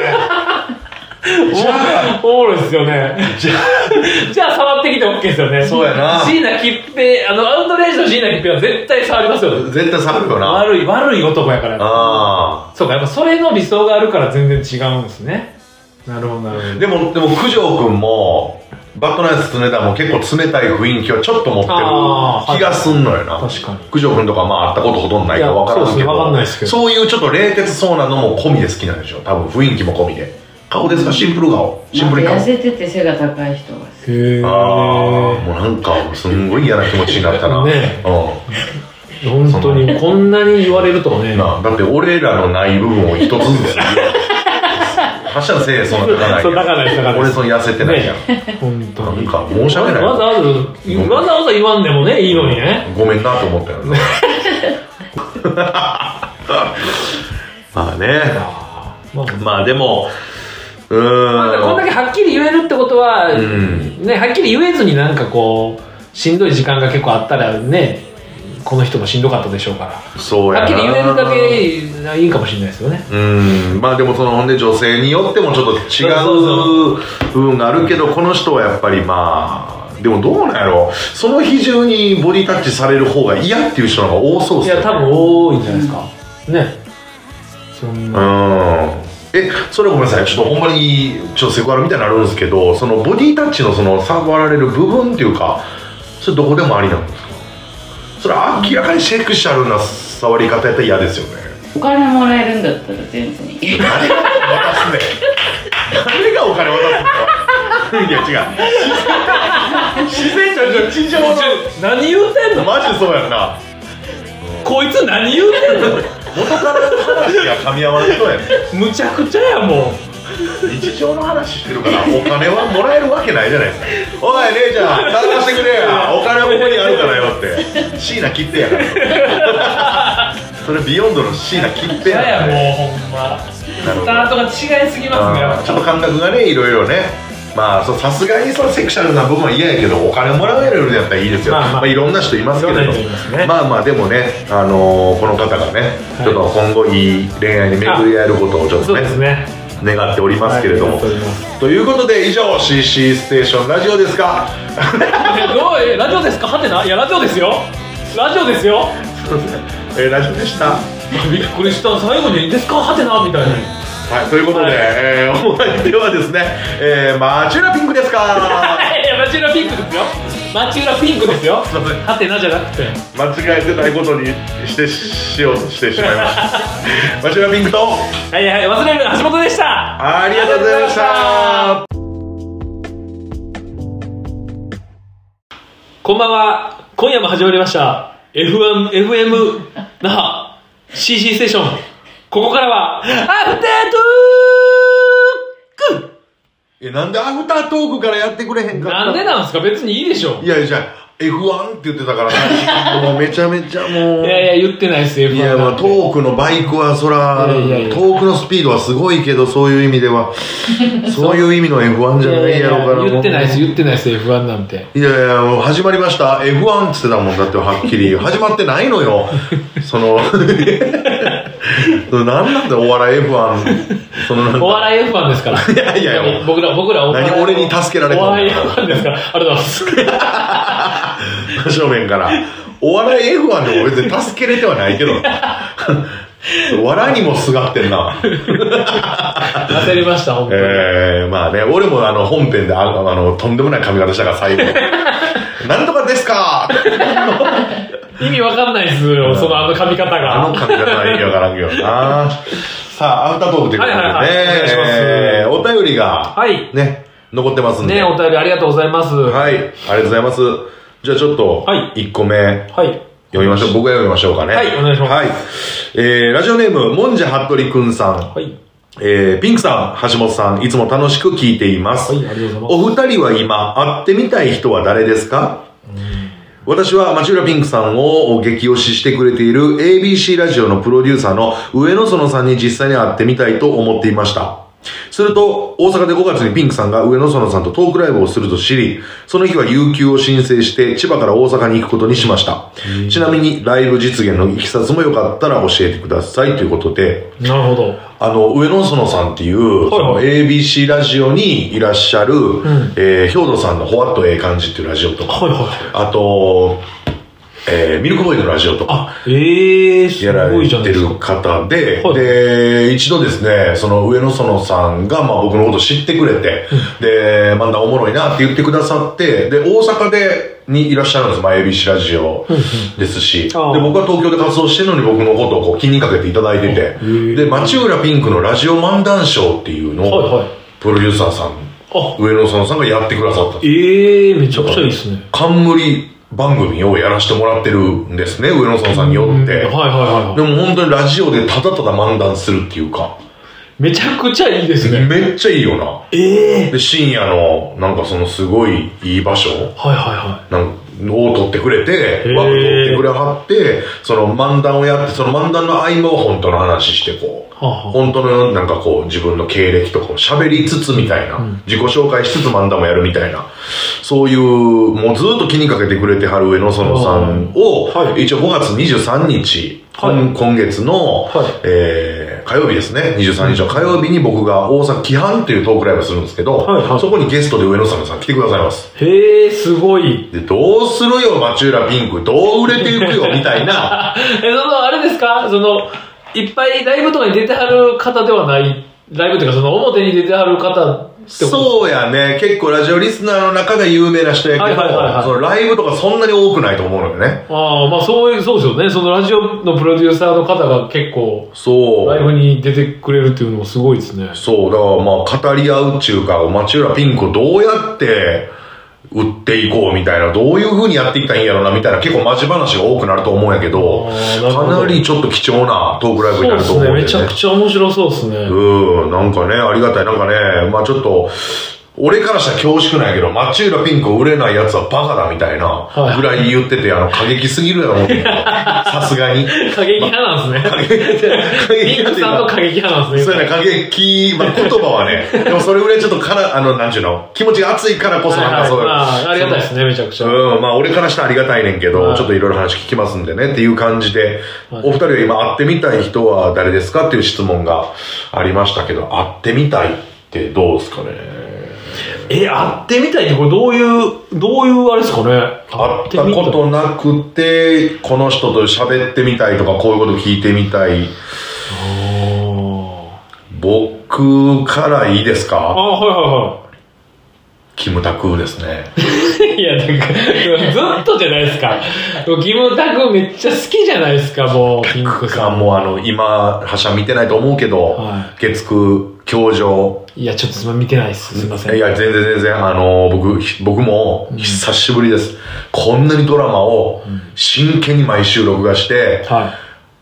Speaker 2: じゃあおもろいですよね。じゃあじゃあ触ってきて OK ですよね。
Speaker 1: そうやな。
Speaker 2: 椎名桔平、あのアウトレイジの椎名桔平は絶対触りますよ。
Speaker 1: 絶対触るよな。
Speaker 2: 悪い悪い男やから。ああ。そうか、やっぱそれの理想があるから全然違うんですね。なるほどなるほど。
Speaker 1: でもでも九条くんもバッドナイス常田も結構冷たい雰囲気はちょっと持ってる気がすんのよな。
Speaker 2: 確かに。
Speaker 1: 九条くんとかまあ会ったことほとんどないから分からんけど、そうですね、分かんないですけど、そういうちょっと冷徹そうなのも込みで好きなんでしょ。多分雰囲気も込みで。顔ですか？シンプル顔。シンプル顔。
Speaker 3: 痩せてて背が高い人が好き。
Speaker 2: へー。
Speaker 1: ああ、もうなんかすんごい嫌な気持ちになったな。
Speaker 2: ね。うん。本当にこんなに言われるとね。
Speaker 1: なあ、だって俺らのない部分を一つずつ。発射のせいでそんな高ない。
Speaker 2: そう高ないです高ない。
Speaker 1: 俺その痩せてないやん。
Speaker 2: 本当に。
Speaker 1: なんか申し訳ない。
Speaker 2: わざわざわざわざ言わんでもねいいのにね。
Speaker 1: ごめんなと思ったよね。まあね。まあでも。うーん、
Speaker 2: まあ、こんだけはっきり言えるってことは、うん、ね、はっきり言えずになんかこうしんどい時間が結構あったらね、この人もしんどかったでしょうから、
Speaker 1: そうやな、
Speaker 2: はっきり言えるだけいいかもしれないですよね。
Speaker 1: うん、まあでもそのほんで女性によってもちょっと違う部分があるけど、この人はやっぱりまあでもどうなんやろ、その日中にボディタッチされる方が嫌っていう人の方が多そうっすよね。
Speaker 2: いや多分多いんじゃないですかね。そんな
Speaker 1: うんえそれごめんなさい、ちょっとほんまにちょっとセクハラみたいになるんですけど、そのボディタッチのその触られる部分っていうか、それどこでもありなんですか？それは明らかにセクシャルな触り方やったら嫌ですよね。
Speaker 3: お金もらえるんだったら全然
Speaker 1: 誰が渡すね誰がお金渡すのいや違う自然と日常の
Speaker 2: 何言うてんの
Speaker 1: マジでそうやんな、
Speaker 2: こいつ何言うてんの
Speaker 1: 元からの話が噛み合わん人やね
Speaker 2: むちゃくちゃやもう
Speaker 1: 日常の話してるからお金はもらえるわけないじゃないですか。おい姉ちゃん探してくれや、お金はここにあるからよって椎名切手やからそれビヨンドの椎名切手やから、
Speaker 2: ね、もうほんまスタートが違いすぎますね。
Speaker 1: ちょっと感覚がねいろいろね、まあさすがにそのセクシャルな部分は嫌やけどお金もらえるんやったらいいですよ。まあ、まあ、いろんな人いますけれど、ね、まあまあでもね、あのー、この方がね、はい、ちょっと今後いい恋愛に巡り合えることをちょっと ね, ね願っておりますけれども、はい、ということで以上 シーシー ステーションラジオですか
Speaker 2: どうえラジオですかはてないやラジオですよラジオですよ
Speaker 1: えー、ラジオでした
Speaker 2: びっくりした。最後にいいですかはてなみたいな。
Speaker 1: はい、ということで、はい、えー、お相手はですね、えー、マチュラピンクですか
Speaker 2: いや、マチュラピンクですよ。マチュラピンクですよ。すいません。はてなじゃなくて。
Speaker 1: 間違えてないことにしてしようとしてしまいました。マチュラピンクと、
Speaker 2: はいはい、忘れる橋本でした。
Speaker 1: ありがとうございました。
Speaker 2: こんばんは。今夜も始まりました。エフワン、エフエム 那覇 シーシー ステーション。ここからは、アフタートーク。
Speaker 1: え、なんでアフタートークからやってくれへんかった？
Speaker 2: なんでなんですか？別にいいでしょ。
Speaker 1: いやいや、じゃあ エフワン って言ってたからもうめちゃめちゃもう。
Speaker 2: いやいや、言ってないです、エフワン。
Speaker 1: いや、まあトークのバイクはそら、いやいやいやトークのスピードはすごいけど、そういう意味では、そういう意味の エフワン じゃないやろうから。
Speaker 2: 言ってないです、言ってないです、エフワン なんて。
Speaker 1: いやいや、もう始まりました。エフワン って言ってたもんだって、はっきり。始まってないのよ。その、なんなんだお笑い エフワン。そのなんか
Speaker 2: お笑い エフワン ですから。
Speaker 1: いやいやいや、
Speaker 2: 僕ら、僕らお
Speaker 1: 何俺に助けられたの？
Speaker 2: お笑い エフワン ですから。ありがとうございます。
Speaker 1: 正面からお笑い エフワン でも別に助けれてはないけど笑いにもすがってんな
Speaker 2: 焦りました本当に。
Speaker 1: えー、まあね、俺もあの本編であのあのとんでもない髪型したから最後なんとかですか
Speaker 2: 意味わかんないですよ、そのあの髪型が。
Speaker 1: あの髪型は意味わからんけどなさあ、アウタートークということでね、はいはいはい、お願いします、えー、お便りが、はい、ね、残ってますんで。
Speaker 2: ね、お便りありがとうございます。
Speaker 1: はい、ありがとうございます。じゃあちょっと、いっこめ、はい、読みましょう。僕が読みましょうかね。
Speaker 2: はい、お願いします。
Speaker 1: はい。えー、ラジオネーム、もんじゃはっとりくんさん。はい。えー、ピンクさん、橋本さん、いつも楽しく聞いています。はい、ありがとうございます。お二人は今、会ってみたい人は誰ですか？うん、私は町浦ピンクさんを激推ししてくれている エービーシー ラジオのプロデューサーの上野園さんに実際に会ってみたいと思っていました。すると、大阪でごがつにピンクさんが上野園さんとトークライブをすると知り、その日は有給を申請して千葉から大阪に行くことにしました。ちなみにライブ実現のいきさつもよかったら教えてくださいということで。
Speaker 2: なるほど。
Speaker 1: あの、上野園さんっていう、はいはい、その エービーシー ラジオにいらっしゃる、うん、えー、兵藤さんのほわっとええ感じっていうラジオとか、はいはい、あと、えー、ミルクボーイのラジオとか、えー、やられてる方で、はい、で、一度ですね、その上野園さんが、まあ僕のこと知ってくれて、うん、で、まだおもろいなって言ってくださって、で、大阪で、にいらっしゃるんです。まあ エービーシー ラジオですし、うんうん、で、僕は東京で活動してるのに僕のことをこう気にかけていただいてて、で、町浦ピンクのラジオ漫談賞っていうのを、はいはい、プロデューサーさん、上野園さんがやってくださったんです。
Speaker 2: ええー、めちゃくちゃいいですね。
Speaker 1: 冠番組をやらせてもらってるんですね、上野園さんによって。はいはいはい。でも本当にラジオでただただ漫談するっていうか。
Speaker 2: めちゃくちゃいいですね。
Speaker 1: めっちゃいいよな。ええー。で、深夜の、なんかそのすごいいい場所。はいはいはい。なんを取ってくれて、枠取ってくれはって、その漫談をやって、その漫談の合間を本当の話してこう、はあはあ、本当のなんかこう自分の経歴とかを喋りつつみたいな、うん、自己紹介しつつ漫談もやるみたいな、そういう、もうずっと気にかけてくれてはる上野園さんを、はい、一応ごがつにじゅうさんにち、はい、今月の、はい、え火曜日ですね、にじゅうさんにちの火曜日に僕が大阪キハンっていうトークライブするんですけど、はいはい、そこにゲストで上野さんさん来てくださいます。
Speaker 2: へえ、すごい。
Speaker 1: で、どうするよ、町浦ピンク。どう売れていくよ、みたいな。
Speaker 2: え、その、あれですかその、いっぱいライブとかに出てはる方ではない、ライブっていうかその表に出てはる方
Speaker 1: そうやね。結構ラジオリスナーの中で有名な人やけど、はいはいはいはい、そのライブとかそんなに多くないと思うのよね。
Speaker 2: ああ、まあそういう、そうですよね。そのラジオのプロデューサーの方が結構、そう。ライブに出てくれるっていうのもすごいですね。
Speaker 1: そう。だからまあ語り合うっていうか、町浦ピンクをどうやって売っていこうみたいな、どういう風にやっていったらいいんやろうなみたいな、結構マジ話が多くなると思うんやけど、かなりちょっと貴重なトークライブになると思うんで、ね。
Speaker 2: そうですね。めちゃくちゃ面白そうですね。
Speaker 1: うん。なんかね、ありがたい。なんかね、まあちょっと、俺からしたら恐縮ないけど、町浦ピンク売れないやつはバカだみたいなぐらい言ってて、あの、過激すぎるやろ思ってさすがに。
Speaker 2: 過激派なんですね。過激派。ピンクさんと過激派なんですね。
Speaker 1: そうやね、過激、まあ言葉はね、でもそれぐらいちょっとから、あの、なんちゅうの、気持ちが熱いからこそなんかそういう。
Speaker 2: まあ、ありがたいですね、めちゃくちゃ。
Speaker 1: うん、まあ俺からしたらありがたいねんけど、ちょっといろいろ話聞きますんでねっていう感じで、お二人は今会ってみたい人は誰ですかっていう質問がありましたけど、会ってみたいってどうですかね。
Speaker 2: え、会ってみたいってこれどういう、どういうあれですかね。
Speaker 1: 会ったことなくて、この人と喋ってみたいとか、こういうこと聞いてみたい。僕からいいですか？
Speaker 2: あ、はいはいはい。
Speaker 1: キムタクですね。
Speaker 2: いや、なんか、ずっとじゃないですか。キムタクめっちゃ好きじゃないですか、もう、ピンクさん。
Speaker 1: もうあの、今、覇者見てないと思うけど、はい、月9、教場。
Speaker 2: いや、ちょっとすみません、見てないです。すみません。
Speaker 1: いや、全然全然、あの、僕、僕も、久しぶりです、うん。こんなにドラマを、真剣に毎週録画して、はい、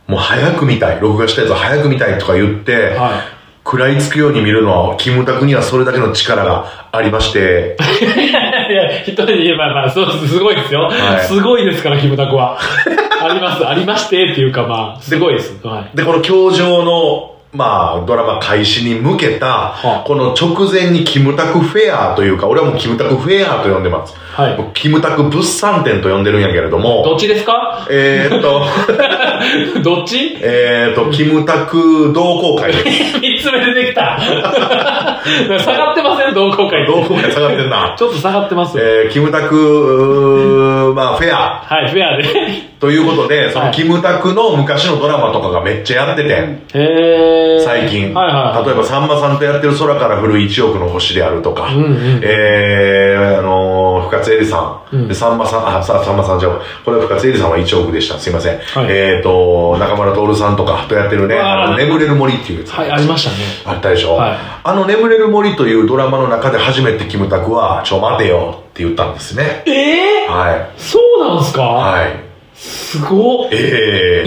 Speaker 1: もう早く見たい。録画したやつを早く見たいとか言って、はい、食らいつくように見るのは、キムタクにはそれだけの力がありまして。
Speaker 2: いや、一人で言えば、まあ、そう、すごいですよ。はい、すごいですから、キムタクは。あります、ありましてっていうか、まあ、すごいです。
Speaker 1: はい、で、この教場の、まあ、ドラマ開始に向けた、はあ、この直前にキムタクフェアというか、俺はもうキムタクフェアと呼んでます。はい。キムタク物産展と呼んでるんやけれども。
Speaker 2: どっちですか？
Speaker 1: えーっと。
Speaker 2: どっち？
Speaker 1: えーっと、キムタク同好会です。
Speaker 2: 三つ目出てきた。下がってません？同好会。
Speaker 1: 同好会下がってんな。
Speaker 2: ちょっと下がってます。
Speaker 1: えー、キムタク、まあ、フェア。
Speaker 2: はい、フェアで。
Speaker 1: ということで、そのキムタクの昔のドラマとかがめっちゃやってて。
Speaker 2: へー。
Speaker 1: 最近。
Speaker 2: はいはいはい、
Speaker 1: 例えば、さんまさんとやってる空から降るいちおくの星であるとか。うんうん、えー、あのー、深津絵里さん。うん、で、さんまさん、あ、さ、さんまさんじゃあ、これは深津絵里さんはいちおくでした。すいません。はい、えーと、中村徹さんとかとやってるね、あの、眠れる森っていうやつ。
Speaker 2: はい、ありましたね。
Speaker 1: あったでしょ。はい、あの、眠れる森というドラマの中で初めてキムタクは、ちょ、待てよって言ったんですね。
Speaker 2: えー、
Speaker 1: はい。
Speaker 2: そうなんすか？
Speaker 1: はい。
Speaker 2: すごっ。
Speaker 1: ええ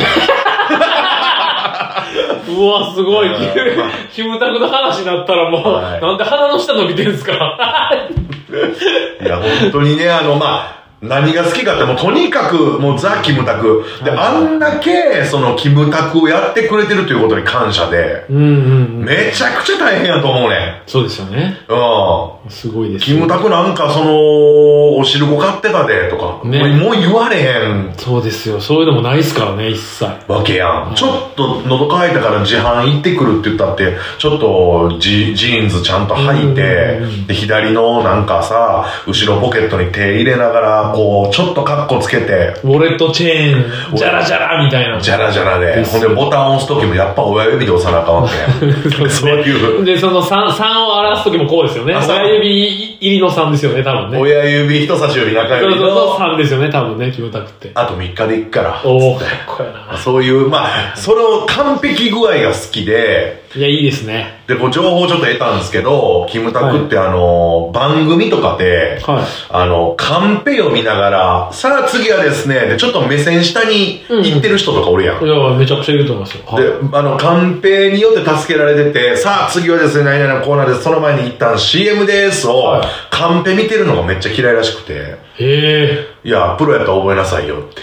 Speaker 2: ー。うわ、すごい。キムタクの話になったらもう、はい、なんで鼻の下伸びてんすか？
Speaker 1: いや、本当にね、あの、まあ、何が好きかってもうとにかくもうザ・キムタクで、はい、あんだけそのキムタクをやってくれてるということに感謝で、うんうんうん、めちゃくちゃ大変やと思うね。
Speaker 2: そうですよね。
Speaker 1: うん。
Speaker 2: すごいです、
Speaker 1: ね。キムタクなんかそのお汁粉買ってたでとか、ね、もう言われへん。
Speaker 2: そうですよ。そういうのもないですからね、一切。
Speaker 1: わけやん。ちょっと喉乾いたから自販行ってくるって言ったって、ちょっとジ、ジーンズちゃんと履いて、で左のなんかさ、後ろポケットに手入れながらこうちょっとカッコつけて
Speaker 2: ウォレットチェーンジャラジャラみたいな
Speaker 1: ジャラジャラで、ほんでボタンを押す時もやっぱ親指で押さなあかんわけそう、そういう
Speaker 2: でその 3, 3を表す時もこうですよね。親指入りのさんですよね、多分ね。
Speaker 1: 親指人差し指中指の
Speaker 2: そうそうさんですよね、多分ね、キムタクって。
Speaker 1: あとみっかで行くから
Speaker 2: おお、かっこいいな。
Speaker 1: そういうまあその完璧具合が好きで、
Speaker 2: いや、いいですね。
Speaker 1: で、こう情報ちょっと得たんですけど、キムタクってあの、はい、番組とかで、はい、あの、カンペ読みながら、さあ次はですね、で、ちょっと目線下に行ってる人とかおるやん。
Speaker 2: うん、いや、めちゃくちゃいると思いますよ。
Speaker 1: はい、で、あの、カンペによって助けられてて、さあ次はですね、何々のコーナーです、その前に一旦 シーエム ですを、はい、カンペ見てるのがめっちゃ嫌いらしくて。へ
Speaker 2: え。
Speaker 1: いや、プロやったら覚えなさいよっていう。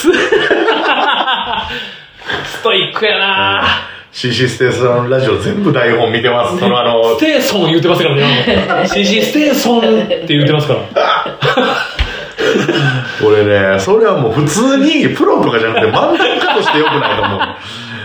Speaker 2: ストイックやなぁ。
Speaker 1: シーシー ステーソンラジオ全部台本見てます。そのあの
Speaker 2: ステーソン言ってますからね。シーシー ステーソンって言ってますから。
Speaker 1: 俺ね、それはもう普通にプロとかじゃなくて漫画家として良くないと思う。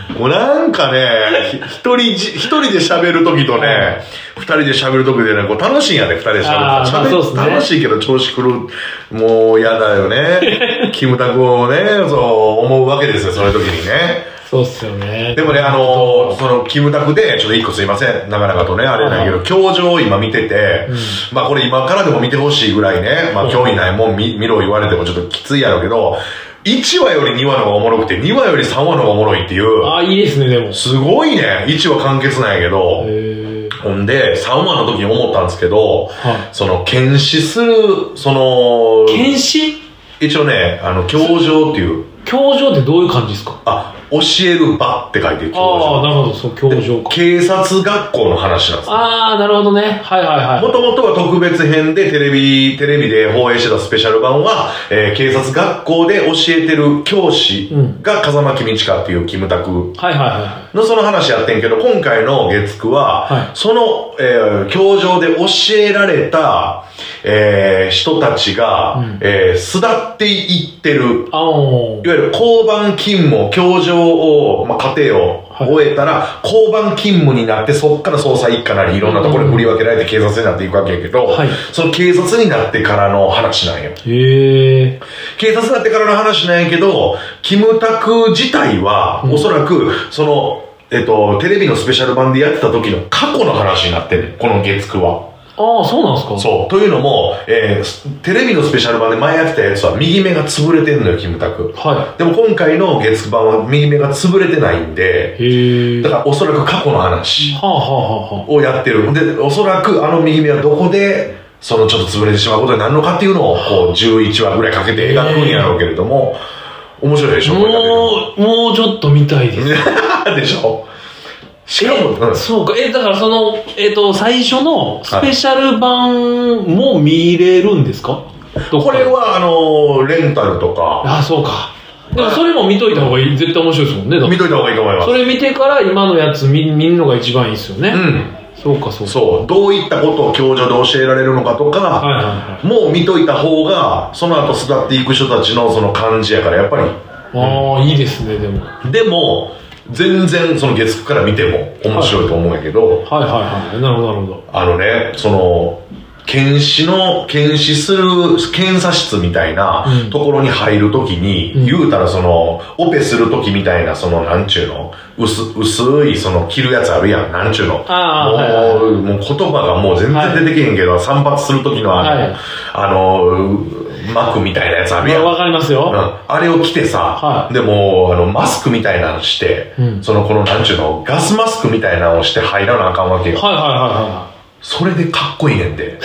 Speaker 1: もうなんかね、一人じ、一人で喋るときとね、二人で喋るときでね、こう楽しいんやね、二人で喋るとき。喋る楽しいけど調子狂う。もう嫌だよね。キムタクをね、そう思うわけですよ、そういうときにね。
Speaker 2: そうっすよね。
Speaker 1: でもね、あのー、その、キムタクで、ちょっと一個すいません、なかなかとね、あれだけど、教場を今見てて、うん、まあこれ今からでも見てほしいぐらいね、まあ興味ないもん見、見ろ言われてもちょっときついやろうけど、いちわよりにわの方がおもろくて、にわよりさんわの方がおもろいっていう。
Speaker 2: ああ、いいですね、でも。
Speaker 1: すごいね、いちわ完結なんやけど、ほんで、さんわの時に思ったんですけど、はい、その、検視する、その、
Speaker 2: 検視
Speaker 1: 一応ね、あの、教場っていう。
Speaker 2: 教場ってどういう感じですか？
Speaker 1: あ、教える場って書いて教場。
Speaker 2: ああ、なるほど、そう、教場か。
Speaker 1: 警察学校の話なんです、ね、
Speaker 2: ああ、なるほどね。はいはいはい。
Speaker 1: もともとは特別編でテレビ、テレビで放映してたスペシャル版は、えー、警察学校で教えてる教師が風間公親っていうキムタクのその話やってんけど、今回の月9は、はい、その、えー、教場で教えられた、えー、人たちが、うん、えー、巣立っていってる、いわゆる交番勤務、教場を、まあ、家庭を終えたら、はい、交番勤務になって、そっから捜査一課なりいろんなところに振り分けられて警察になっていくわけやけど、はい、その警察になってからの話なんよ。
Speaker 2: へー。
Speaker 1: 警察になってからの話なんやけど、キムタク自体は、うん、おそらく、その、えっと、テレビのスペシャル版でやってた時の過去の話になってるね、この月9は。
Speaker 2: ああ、そうなんですか？
Speaker 1: そう。というのも、えー、テレビのスペシャル版で前やってたやつは右目が潰れてんのよ、キムタク。はい。でも今回の月9版は右目が潰れてないんで、へー。だからおそらく過去の話をやってる。で、おそらくあの右目はどこで、そのちょっと潰れてしまうことになるのかっていうのを、こう、じゅういちわぐらいかけて描くんやろうけれども、面白いでしょ、これだけでも。
Speaker 2: もう、もうちょっと見たいです。
Speaker 1: でしょしかも、
Speaker 2: うん、そうか。え、だからその、えっと、最初のスペシャル版も見れるんですか？
Speaker 1: これは、あの、レンタルとか。
Speaker 2: あ、そうか。でもそれも見といた方がいい。絶対面白いですもんね。
Speaker 1: 見といた方がいいと思います。
Speaker 2: それ見てから今のやつ見、見るのが一番いいですよね。うん。そうか、そうか。
Speaker 1: そう。どういったことを教場で教えられるのかとか、はいはいはい、もう見といた方が、その後巣立っていく人たちのその感じやから、やっぱり。
Speaker 2: ああ、うん、いいですね、でも。
Speaker 1: でも、全然その月9から見ても面白いと思うんやけど、
Speaker 2: はいはいはい、なるほどなるほど。
Speaker 1: あのね、その検視の検視する検査室みたいなところに入るときに、うん、言うたらそのオペするときみたいなそのなんちゅうの薄薄いその着るやつあるやん、なんちゅうの、あもう、はいはい、もう言葉がもう全然出てけへんけど、はい、散髪するときのあの、はい、あの膜みたいなやつあるやん。
Speaker 2: わかりますよ。
Speaker 1: うん。あれを着てさ、はい、でも、あの、マスクみたいなのして、うん、その、この、なんちゅうの、ガスマスクみたいなのをして入らなあかんわけよ。
Speaker 2: はいはいはいはい。
Speaker 1: それでかっこいいねんで。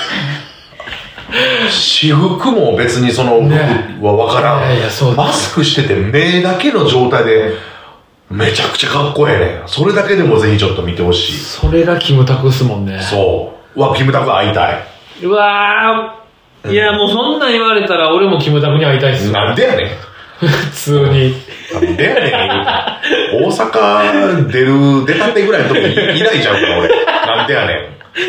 Speaker 1: 私服も別にその、ね、はわからん。いやいやそうマスクしてて目だけの状態で、めちゃくちゃかっこええねん。それだけでもぜひちょっと見てほしい。
Speaker 2: それがキムタクっすもんね。
Speaker 1: そう。うわ、キムタク会いたい。
Speaker 2: うわー。いや、もうそんなん言われたら俺もキムタクに会いたいっすよ。
Speaker 1: なんでやねん。
Speaker 2: 普通に。
Speaker 1: なんでやねん。大阪出る、出たてぐらいの時にいないじゃんか、俺。なんでやねん。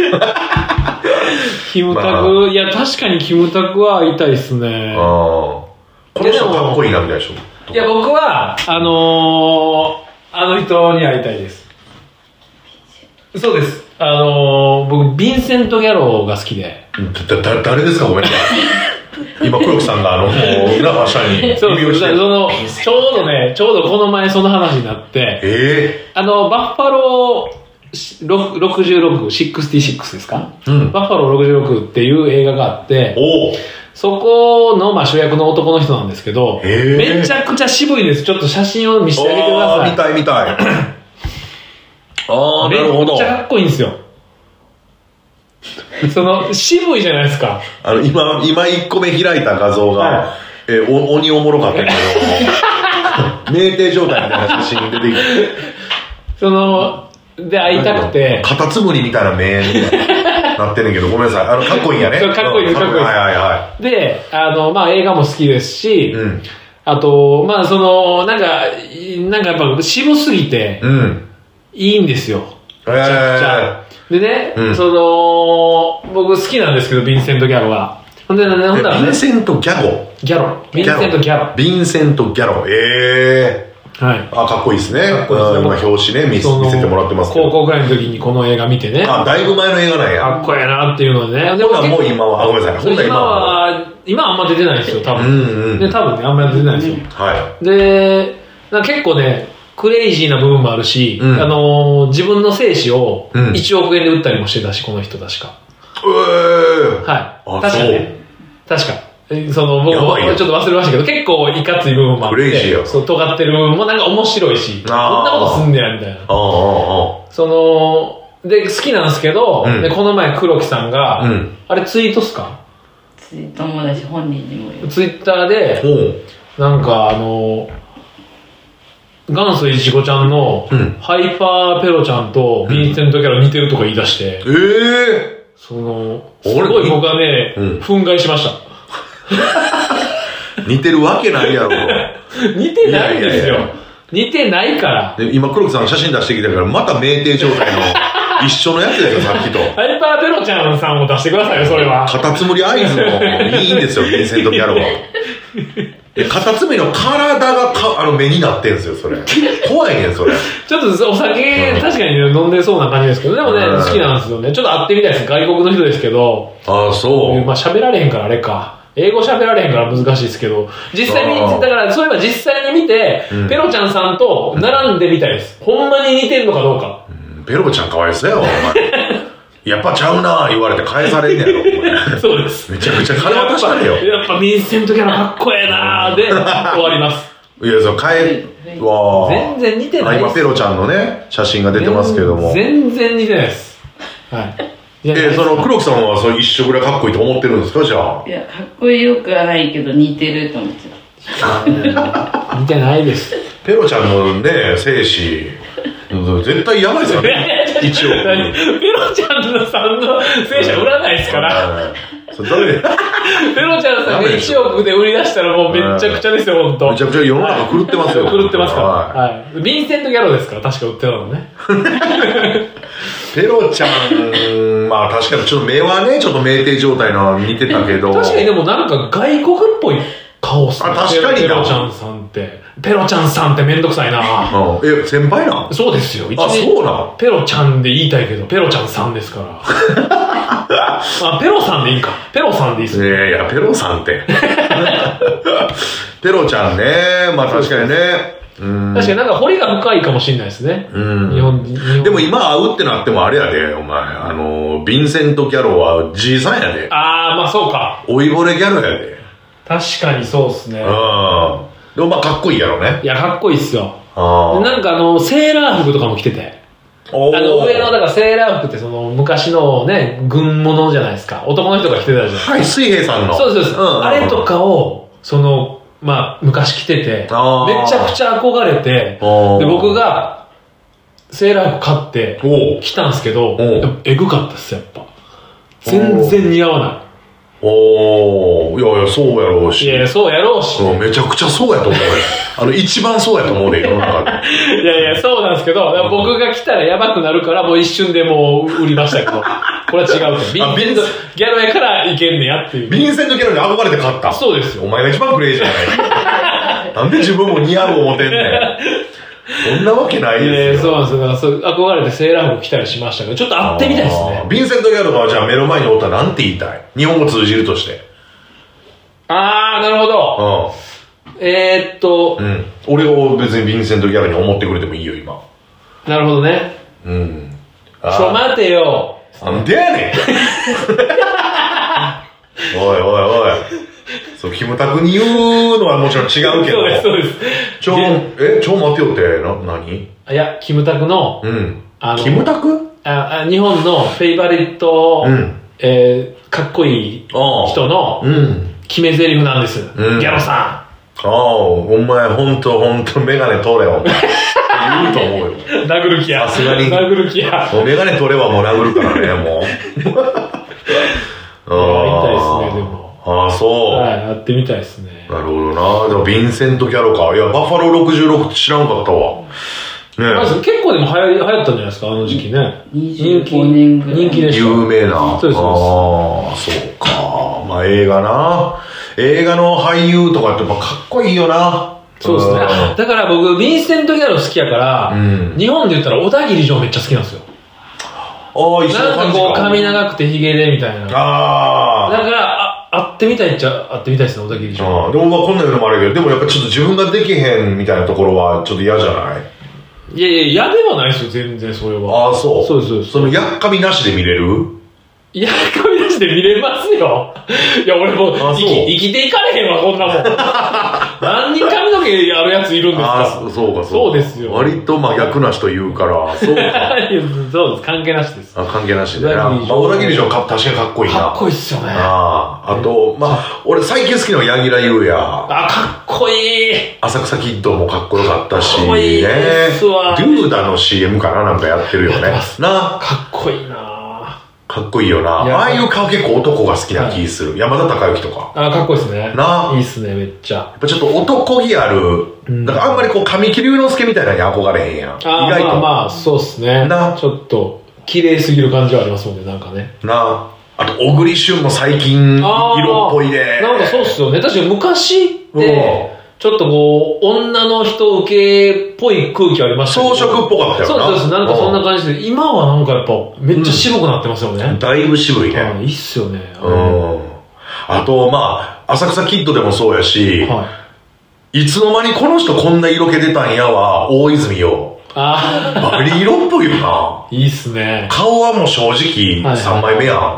Speaker 2: キムタク、まあ、いや、確かにキムタクは会いたいっすね。
Speaker 1: ああ。この人かっこいいなみたいでしょ。
Speaker 2: いや、僕は、あのー、あの人に会いたいです。そうです。あのー、僕、ヴィンセント・ギャローが好きで。
Speaker 1: だ、だ、誰ですかごめんなさい。今、黒木さんが、あの、裏橋に指をして。
Speaker 2: その、ちょうどね、ちょうどこの前その話になって、
Speaker 1: え
Speaker 2: ー、あの、バッファローろくじゅうろく、ろくじゅうろくですか、うん、バッファローろくじゅうろくっていう映画があって、
Speaker 1: お
Speaker 2: そこの、まあ、主役の男の人なんですけど、めちゃくちゃ渋いです。ちょっと写真を見せてあげてください。
Speaker 1: 見たい見たい。ああ、なるほど。
Speaker 2: めっちゃかっこいいんですよ。その、渋いじゃないですか。
Speaker 1: あの、今、今いっこめ開いた画像が、はい、えー、お、鬼おもろかったけど、酩酊状態みたいな写真出てきて。
Speaker 2: その、で、会いたくて。
Speaker 1: カタツムリみたいな目になってんねんけど、ごめんなさい。あの、かっこいいんやね。
Speaker 2: かっこいいです、かっこいいです。
Speaker 1: はいはいはい。
Speaker 2: で、あの、まあ、映画も好きですし、うん、あと、まあ、その、なんか、なんかやっぱ渋すぎて、うん、いいんですよ。めちゃくちゃ。でね、うん、その、僕好きなんですけど、ヴィンセント・ギャロは。ほんで、ね、ほんだらね。
Speaker 1: ヴィンセント・ギャロ
Speaker 2: ギャロ。ヴィンセント・ギャロ。
Speaker 1: ヴィンセント・ギャロ。ええー。 はい。あ、かっこいいですね。かっこいいですね。今表紙ね見せてもらってますけど。
Speaker 2: 高校ぐらいの時にこの映画見てね。
Speaker 1: あ、だいぶ前の映画なんや。
Speaker 2: かっこいいなっていうのでね。
Speaker 1: でももう今は、あ、ごめんなさい。
Speaker 2: 今は、今はあんま出てないんですよ、多分。うんうん。で、多分ね、あんまり出てないんですよ。はい。で、結構ね、クレイジーな部分もあるし、うん、あのー、自分の精子をいちおくえんで売ったりもしてたし、この人確か。えー、はい。確かね。確か。その、僕もちょっと忘れましたけど、結構いかつい部分もあって、クレイジーやそう、尖ってる部分もなんか面白いし、こんなことすんねや、みたいな。その、で、好きなんですけど、うん、で、この前黒木さんが、うん、あれツイートっすか？
Speaker 3: ツイートもだし、本人にも言う。
Speaker 2: ツイッターで、なんかあの、元祖いちごちゃんの、うん、ハイパーペロちゃんとヴィンセントキャラ似てるとか言い出して、うん、ええー、その、すごい僕はね、うん、憤慨しました。
Speaker 1: 似てるわけないやろ。
Speaker 2: 似てないんですよ。いやいやいや似てないから。
Speaker 1: で今黒木さんの写真出してきたからまた酩酊状態の一緒のやつですよさっきと。
Speaker 2: ハイパーペロちゃんさんを出してくださいよそれは。
Speaker 1: カタツムリ合図のいいんですよヴィンセントギャロは。カタツムリの体がかあの目になってんですよそれ。怖いねんそれ。
Speaker 2: ちょっとお酒、うん、確かに飲んでそうな感じですけどでもね、うん、好きなんですよね。ちょっと会ってみたいです外国の人ですけど。
Speaker 1: ああそう。
Speaker 2: まあ喋られへんからあれか。英語喋られへんから難しいですけど、実際に、だからそういえば実際に見て、うん、ペロちゃんさんと並んでみたいです。ほんまに似てんのかどうか。
Speaker 1: うん、ペロちゃんかわいそうやわ、お前。やっぱちゃうなぁ言われて返されんねや
Speaker 2: ろ。そうです。
Speaker 1: めちゃくちゃ金渡したれよ。
Speaker 2: やっぱヴィンセントキャラかっこええなぁで終わります。
Speaker 1: いや、そう、返、
Speaker 2: わ全然似てないです。
Speaker 1: 今ペロちゃんのね、写真が出てますけども。
Speaker 2: 全然似てないです。はい。
Speaker 1: えー、その黒木さんはその一緒ぐらいかっこいいと思ってるんですかじゃあ。
Speaker 3: いやかっこよくはないけど似てると思って
Speaker 2: た。似てないです。
Speaker 1: ペロちゃんのね精子絶対やばいですよね。一応。ペ
Speaker 2: ロちゃんのさんの精子は売らないですから。ペロちゃんさんがいちおくで売り出したらもうめちゃくちゃですよ本当。
Speaker 1: めちゃくちゃ世の中狂ってますよ。
Speaker 2: 狂ってますから。はい。ヴィンセントギャロですから確か売ってたのね。
Speaker 1: ペロちゃん、まあ確かにちょっと目はね、ちょっと酩酊状態の似てたけど。
Speaker 2: 確かにでもなんか外国っぽい顔っすね。
Speaker 1: あ、確かに
Speaker 2: ペロちゃんさんって。ペロちゃんさんってめんどくさいな。
Speaker 1: うん、え、先輩な
Speaker 2: んそうですよ。
Speaker 1: あ、そうな
Speaker 2: ペロちゃんで言いたいけど、ペロちゃんさんですから。あ、ペロさんでいいか。ペロさんでいいっすね。
Speaker 1: いやいや、ペロさんって。ペロちゃんね、まあ確かにね。
Speaker 2: うん確かになんか彫りが深いかもしれないですね。うん
Speaker 1: 日本日本でも今会うってなってもあれやで、お前。あの、ヴィンセント・ギャロはじいさんやで。
Speaker 2: ああ、まあそうか。
Speaker 1: 老いぼれギャロやで。
Speaker 2: 確かにそうっすね。うん。
Speaker 1: でもまあかっこいいやろね。
Speaker 2: いや、かっこいいっすよ。あなんかあの、セーラー服とかも着てて。あの、上の、だからセーラー服ってその、昔のね、軍物じゃないですか。男の人が着てたじゃないですか。
Speaker 1: はい、水平さんの。
Speaker 2: そうです、そうです。うん、あれとかを、その、まあ、昔着てて、めちゃくちゃ憧れて、で、僕が、セーラー服買って、着たんですけど、えぐかったっす、やっぱ。全然似合わない。
Speaker 1: おー、いやいや、そうやろうし。
Speaker 2: いやいや、そうやろうし、
Speaker 1: ね。めちゃくちゃそうやと思うよ。あの、一番そうやと思うで、世の中で。
Speaker 2: いやいや、そうなんですけど、僕が来たらやばくなるから、もう一瞬でもう売りましたけど、これは違うと。ヴィンセントギャロやからいけんねやっていう。
Speaker 1: ヴィンセントギャロに憧れて買った。
Speaker 2: そうですよ。
Speaker 1: お前が一番クレイジーじゃない。なんで自分も似合う思てんねん。そんなわけないですよ。
Speaker 2: そうなんですよ。だからそう憧れてセーラー服着たりしましたけど、ちょっと会ってみたいですね。
Speaker 1: ヴィンセント・ギャロがじゃあ目の前におったらなんて言いたい日本語通じるとして。
Speaker 2: あー、なるほど。うん。えー、っと。
Speaker 1: うん。俺を別にヴィンセント・ギャロに思ってくれてもいいよ、今。
Speaker 2: なるほどね。
Speaker 1: うん。
Speaker 2: ちょ、待てよ。
Speaker 1: なんでやねんおいおいおい。そう、キムタクに言うのはもちろん違うけど。
Speaker 2: そうです、そうです。
Speaker 1: ちょ、え、ちょ待てよって、な、何
Speaker 2: いや、キムタクの、
Speaker 1: うん。あの、キムタク
Speaker 2: ああ日本のフェイバリット、うん、えー、かっこいい人の、うん、決め台詞なんです。うん、ギャロさん。あ
Speaker 1: あ、お前ほんとほんとメガネ取れよ。言うと思うよ。
Speaker 2: 殴る気や。
Speaker 1: さすがに。
Speaker 2: 殴る気や。
Speaker 1: もうメガネ取ればもう殴るからね、もう。
Speaker 2: ああ。痛いですね、でも。
Speaker 1: ああ、そう。
Speaker 2: はい、やってみたいですね。
Speaker 1: なるほどな。でも、ヴィンセント・ギャロか。いや、バッファローろくじゅうろくって知らんかったわ。
Speaker 2: ね結構でも流行流行ったんじゃないですか、あの時期ね。
Speaker 3: にじゅうごねんぐらい。
Speaker 2: 人気でした。
Speaker 1: 有名な。
Speaker 2: そうです、そう
Speaker 1: です。ああ、そうか。まあ、映画な。映画の俳優とかってやっぱかっこいいよな。
Speaker 2: そうですね。だから僕、ヴィンセント・ギャロ好きやから、うん、日本で言ったら小田切城めっちゃ好きなんですよ。
Speaker 1: ああ、一緒の感じか。
Speaker 2: なんかこう、髪長くてヒゲでみたいな。ああ。だから、あ、会ってみたいっちゃ、会ってみたいですね、小田切城。
Speaker 1: ああ、でもまあこんなのもあるけど、でもやっぱちょっと自分ができへんみたいなところはちょっと嫌じゃない？
Speaker 2: いやいや、嫌ではないですよ、全然それは。
Speaker 1: ああ、そう。
Speaker 2: そうです、そうです。
Speaker 1: そのやっかみなしで見れる？
Speaker 2: やっかみなしで見れますよ。いや、俺もう生き、生きていかれへんわ、こんなもん。何人髪の毛やるやついるんですか？
Speaker 1: ああ、そうか、
Speaker 2: そうですよ。
Speaker 1: 割と真逆な人言うから、そうか。
Speaker 2: そうです、関係なしです。
Speaker 1: あ、関係なしで。まあ、小田切城確かにかっこいいな。
Speaker 2: かっこいいっすよね。
Speaker 1: ああ、あと、まあ、俺最近好きなのは柳楽優弥。あ、
Speaker 2: かっこいい。
Speaker 1: 浅草キッドもかっこよかったし。
Speaker 2: かっこいいですわ。
Speaker 1: デューダの シーエム かななんかやってるよね。な。
Speaker 2: かっこいいな。
Speaker 1: かっこいいよな。ああいう顔結構男が好きな気する。はい、山田孝之とか。
Speaker 2: ああ、かっこいいですね。
Speaker 1: な。
Speaker 2: いいっすね、めっちゃ。や
Speaker 1: っぱちょっと男気ある。うん、だからあんまりこう、神木隆之介みたいなのに憧れへんやん。
Speaker 2: あ意外と。まあまあ、そうっすね。な。ちょっと、綺麗すぎる感じはありますもんね、なんかね。
Speaker 1: な。あと、小栗旬も最近、色っぽいで。
Speaker 2: なんかそうっすよね。確かに昔って、ちょっとこう、女の人受けっぽい空気ありましたね。
Speaker 1: 装飾っぽかったよな。
Speaker 2: そうです。なんかそんな感じで、今はなんかやっぱめっちゃ渋くなってますよね。
Speaker 1: うん、だいぶ渋いね。
Speaker 2: いいっすよね。
Speaker 1: うん。あと、まあ、浅草キッドでもそうやし、はい、いつの間にこの人こんな色気出たんやは、大泉洋。ああ。バリ色っぽいよな。
Speaker 2: いいっすね。
Speaker 1: 顔はもう正直さんまいめやん。はいはい、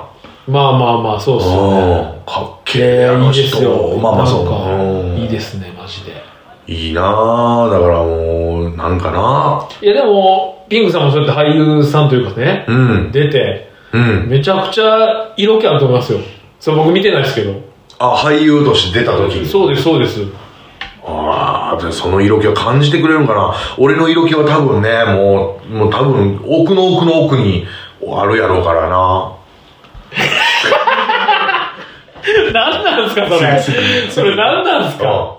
Speaker 2: まあまあまあ、そうっすよね。
Speaker 1: かっけえや
Speaker 2: いいですよ。
Speaker 1: まあまあそう
Speaker 2: か。いいですね、マジで。
Speaker 1: いいなぁ。だからもう、なんかなぁ。
Speaker 2: いやでも、ピンクさんもそうやって俳優さんというかね、うん、出て、うん、めちゃくちゃ色気あると思いますよ。それ僕見てないですけど。
Speaker 1: あ、俳優として出た時に。
Speaker 2: そうです、そうです。
Speaker 1: ああ、その色気を感じてくれるんかな。俺の色気は多分ね、もう、もう多分、奥の奥の奥にあるやろうからな。
Speaker 2: 何なんすかそれそれ何なんすか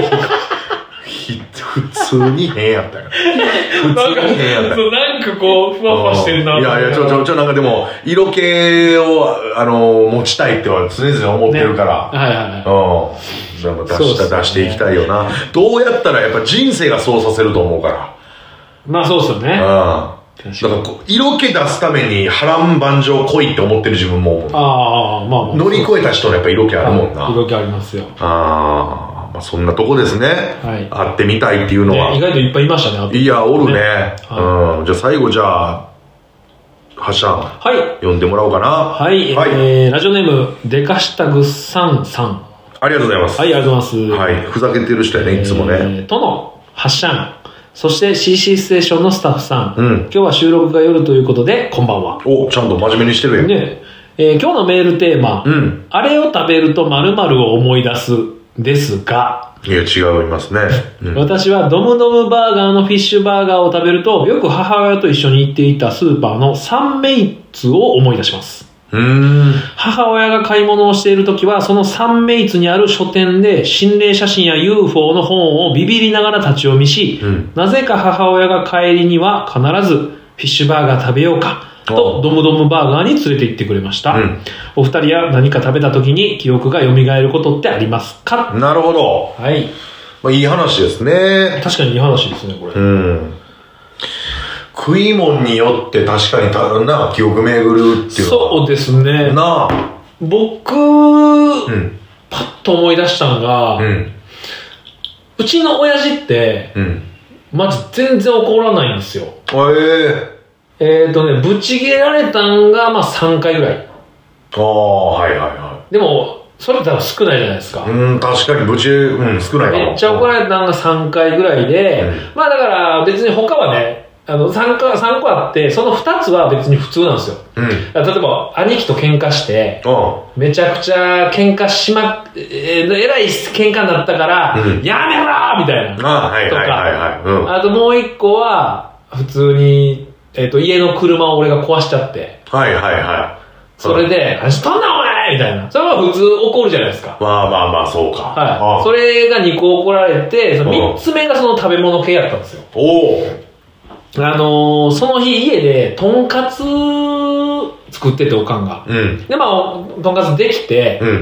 Speaker 1: 普通に変やったよ普通に変やったよ
Speaker 2: なんかこうふわふわしてるな。
Speaker 1: いやいやちょちょちょなんかでも色気をあの持ちたいっては常々思ってるから、ね、はいはいはいうん出した、ね、出していきたいよな。どうやったらやっぱ人生がそうさせると思うから。
Speaker 2: まあそうっすよね。うん
Speaker 1: だからこう色気出すために波乱万丈来いって思ってる自分もああまあまあ乗り越えた人のやっぱ色気あるもんな、
Speaker 2: はい、色気ありますよ。
Speaker 1: ああまあそんなとこですね、はい、会ってみたいっていうのは、
Speaker 2: ね、意外といっぱいいましたね。
Speaker 1: いやおるね、はい、うんじゃあ最後じゃあはっしゃんはい呼んでもらおうかな。
Speaker 2: はい、はいえー、ラジオネームでかしたぐっさんさん
Speaker 1: ありがとうございます。
Speaker 2: はいありがとうございます。
Speaker 1: はいふざけてる人やねいつもね、え
Speaker 2: ー、とのはっしゃんそして シーシー ステーションのスタッフさん、うん、今日は収録が夜ということでこんばんは。
Speaker 1: おちゃんと真面目にしてるやん、
Speaker 2: ねえー、今日のメールテーマ、うん、あれを食べると〇〇を思い出すですが
Speaker 1: いや違いますね、
Speaker 2: うん、私はドムドムバーガーのフィッシュバーガーを食べるとよく母親と一緒に行っていたスーパーのサンメイツを思い出します。うーん母親が買い物をしているときはそのサンメイツにある書店で心霊写真や ユーフォー の本をビビりながら立ち読みし、うん、なぜか母親が帰りには必ずフィッシュバーガー食べようかとドムドムバーガーに連れて行ってくれました、うん、お二人は何か食べたときに記憶が蘇ることってありますか？
Speaker 1: なるほど、
Speaker 2: はい
Speaker 1: まあ、いい話ですね。
Speaker 2: 確かにいい話ですねこれ。うん
Speaker 1: 食い物によって確かにたな記憶巡るっていうのは
Speaker 2: そうですね。
Speaker 1: なあ
Speaker 2: 僕、うん、パッと思い出したのが、うん、うちの親父って、うん、まず全然怒らないんですよ。えー、えーとねぶち切れられたんがまあさんかいぐらい。
Speaker 1: ああはいはいはい。
Speaker 2: でもそれって少ないじゃないですか。
Speaker 1: うん確かにぶち、うん、少ないかも。
Speaker 2: めっちゃ怒られたんがさんかいぐらいで、うん、まあだから別に他はねあの 3, 個さんこあってそのふたつは別に普通なんですよ、うん、例えば兄貴と喧嘩してめちゃくちゃ喧嘩しまっえー、えらい喧嘩になったから、うん、やめろみたいなとかあともう一個は普通に、えー、と家の車を俺が壊しちゃってはいはいはいそれで何しとんなお前みたいなそれは普通怒るじゃないですか。
Speaker 1: まあまあまあそうか、
Speaker 2: はい、それがにこ怒られてそのみっつめがその食べ物系やったんですよ。おおあのー、その日家でとんかつ作ってておかんが、うん、でまあとんかつできて、うん、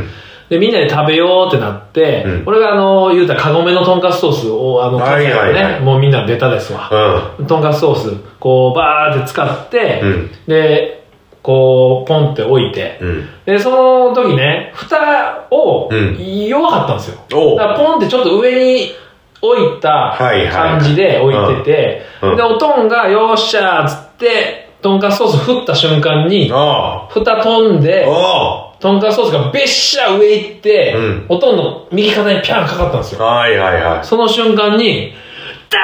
Speaker 2: で、みんなで食べようってなって、うん、俺があの、言うたらカゴメのとんかつソースを、あの、カフェのね、はいはいはい、もうみんなベタですわ。うん、とんかつソース、こう、バーって使って、うん、で、こう、ポンって置いて、うん、で、その時ね、蓋を、弱かったんですよ。うん、だからポンってちょっと上に置いた感じで置いてて、はいはい、で、おとんが、よっしゃーっつって、とんかつソース振った瞬間に、蓋飛んで、とんかつソースがべっしゃ上行って、うん、おとんの右肩にピャンかかったんですよ。
Speaker 1: はいはいはい。
Speaker 2: その瞬間に、ダ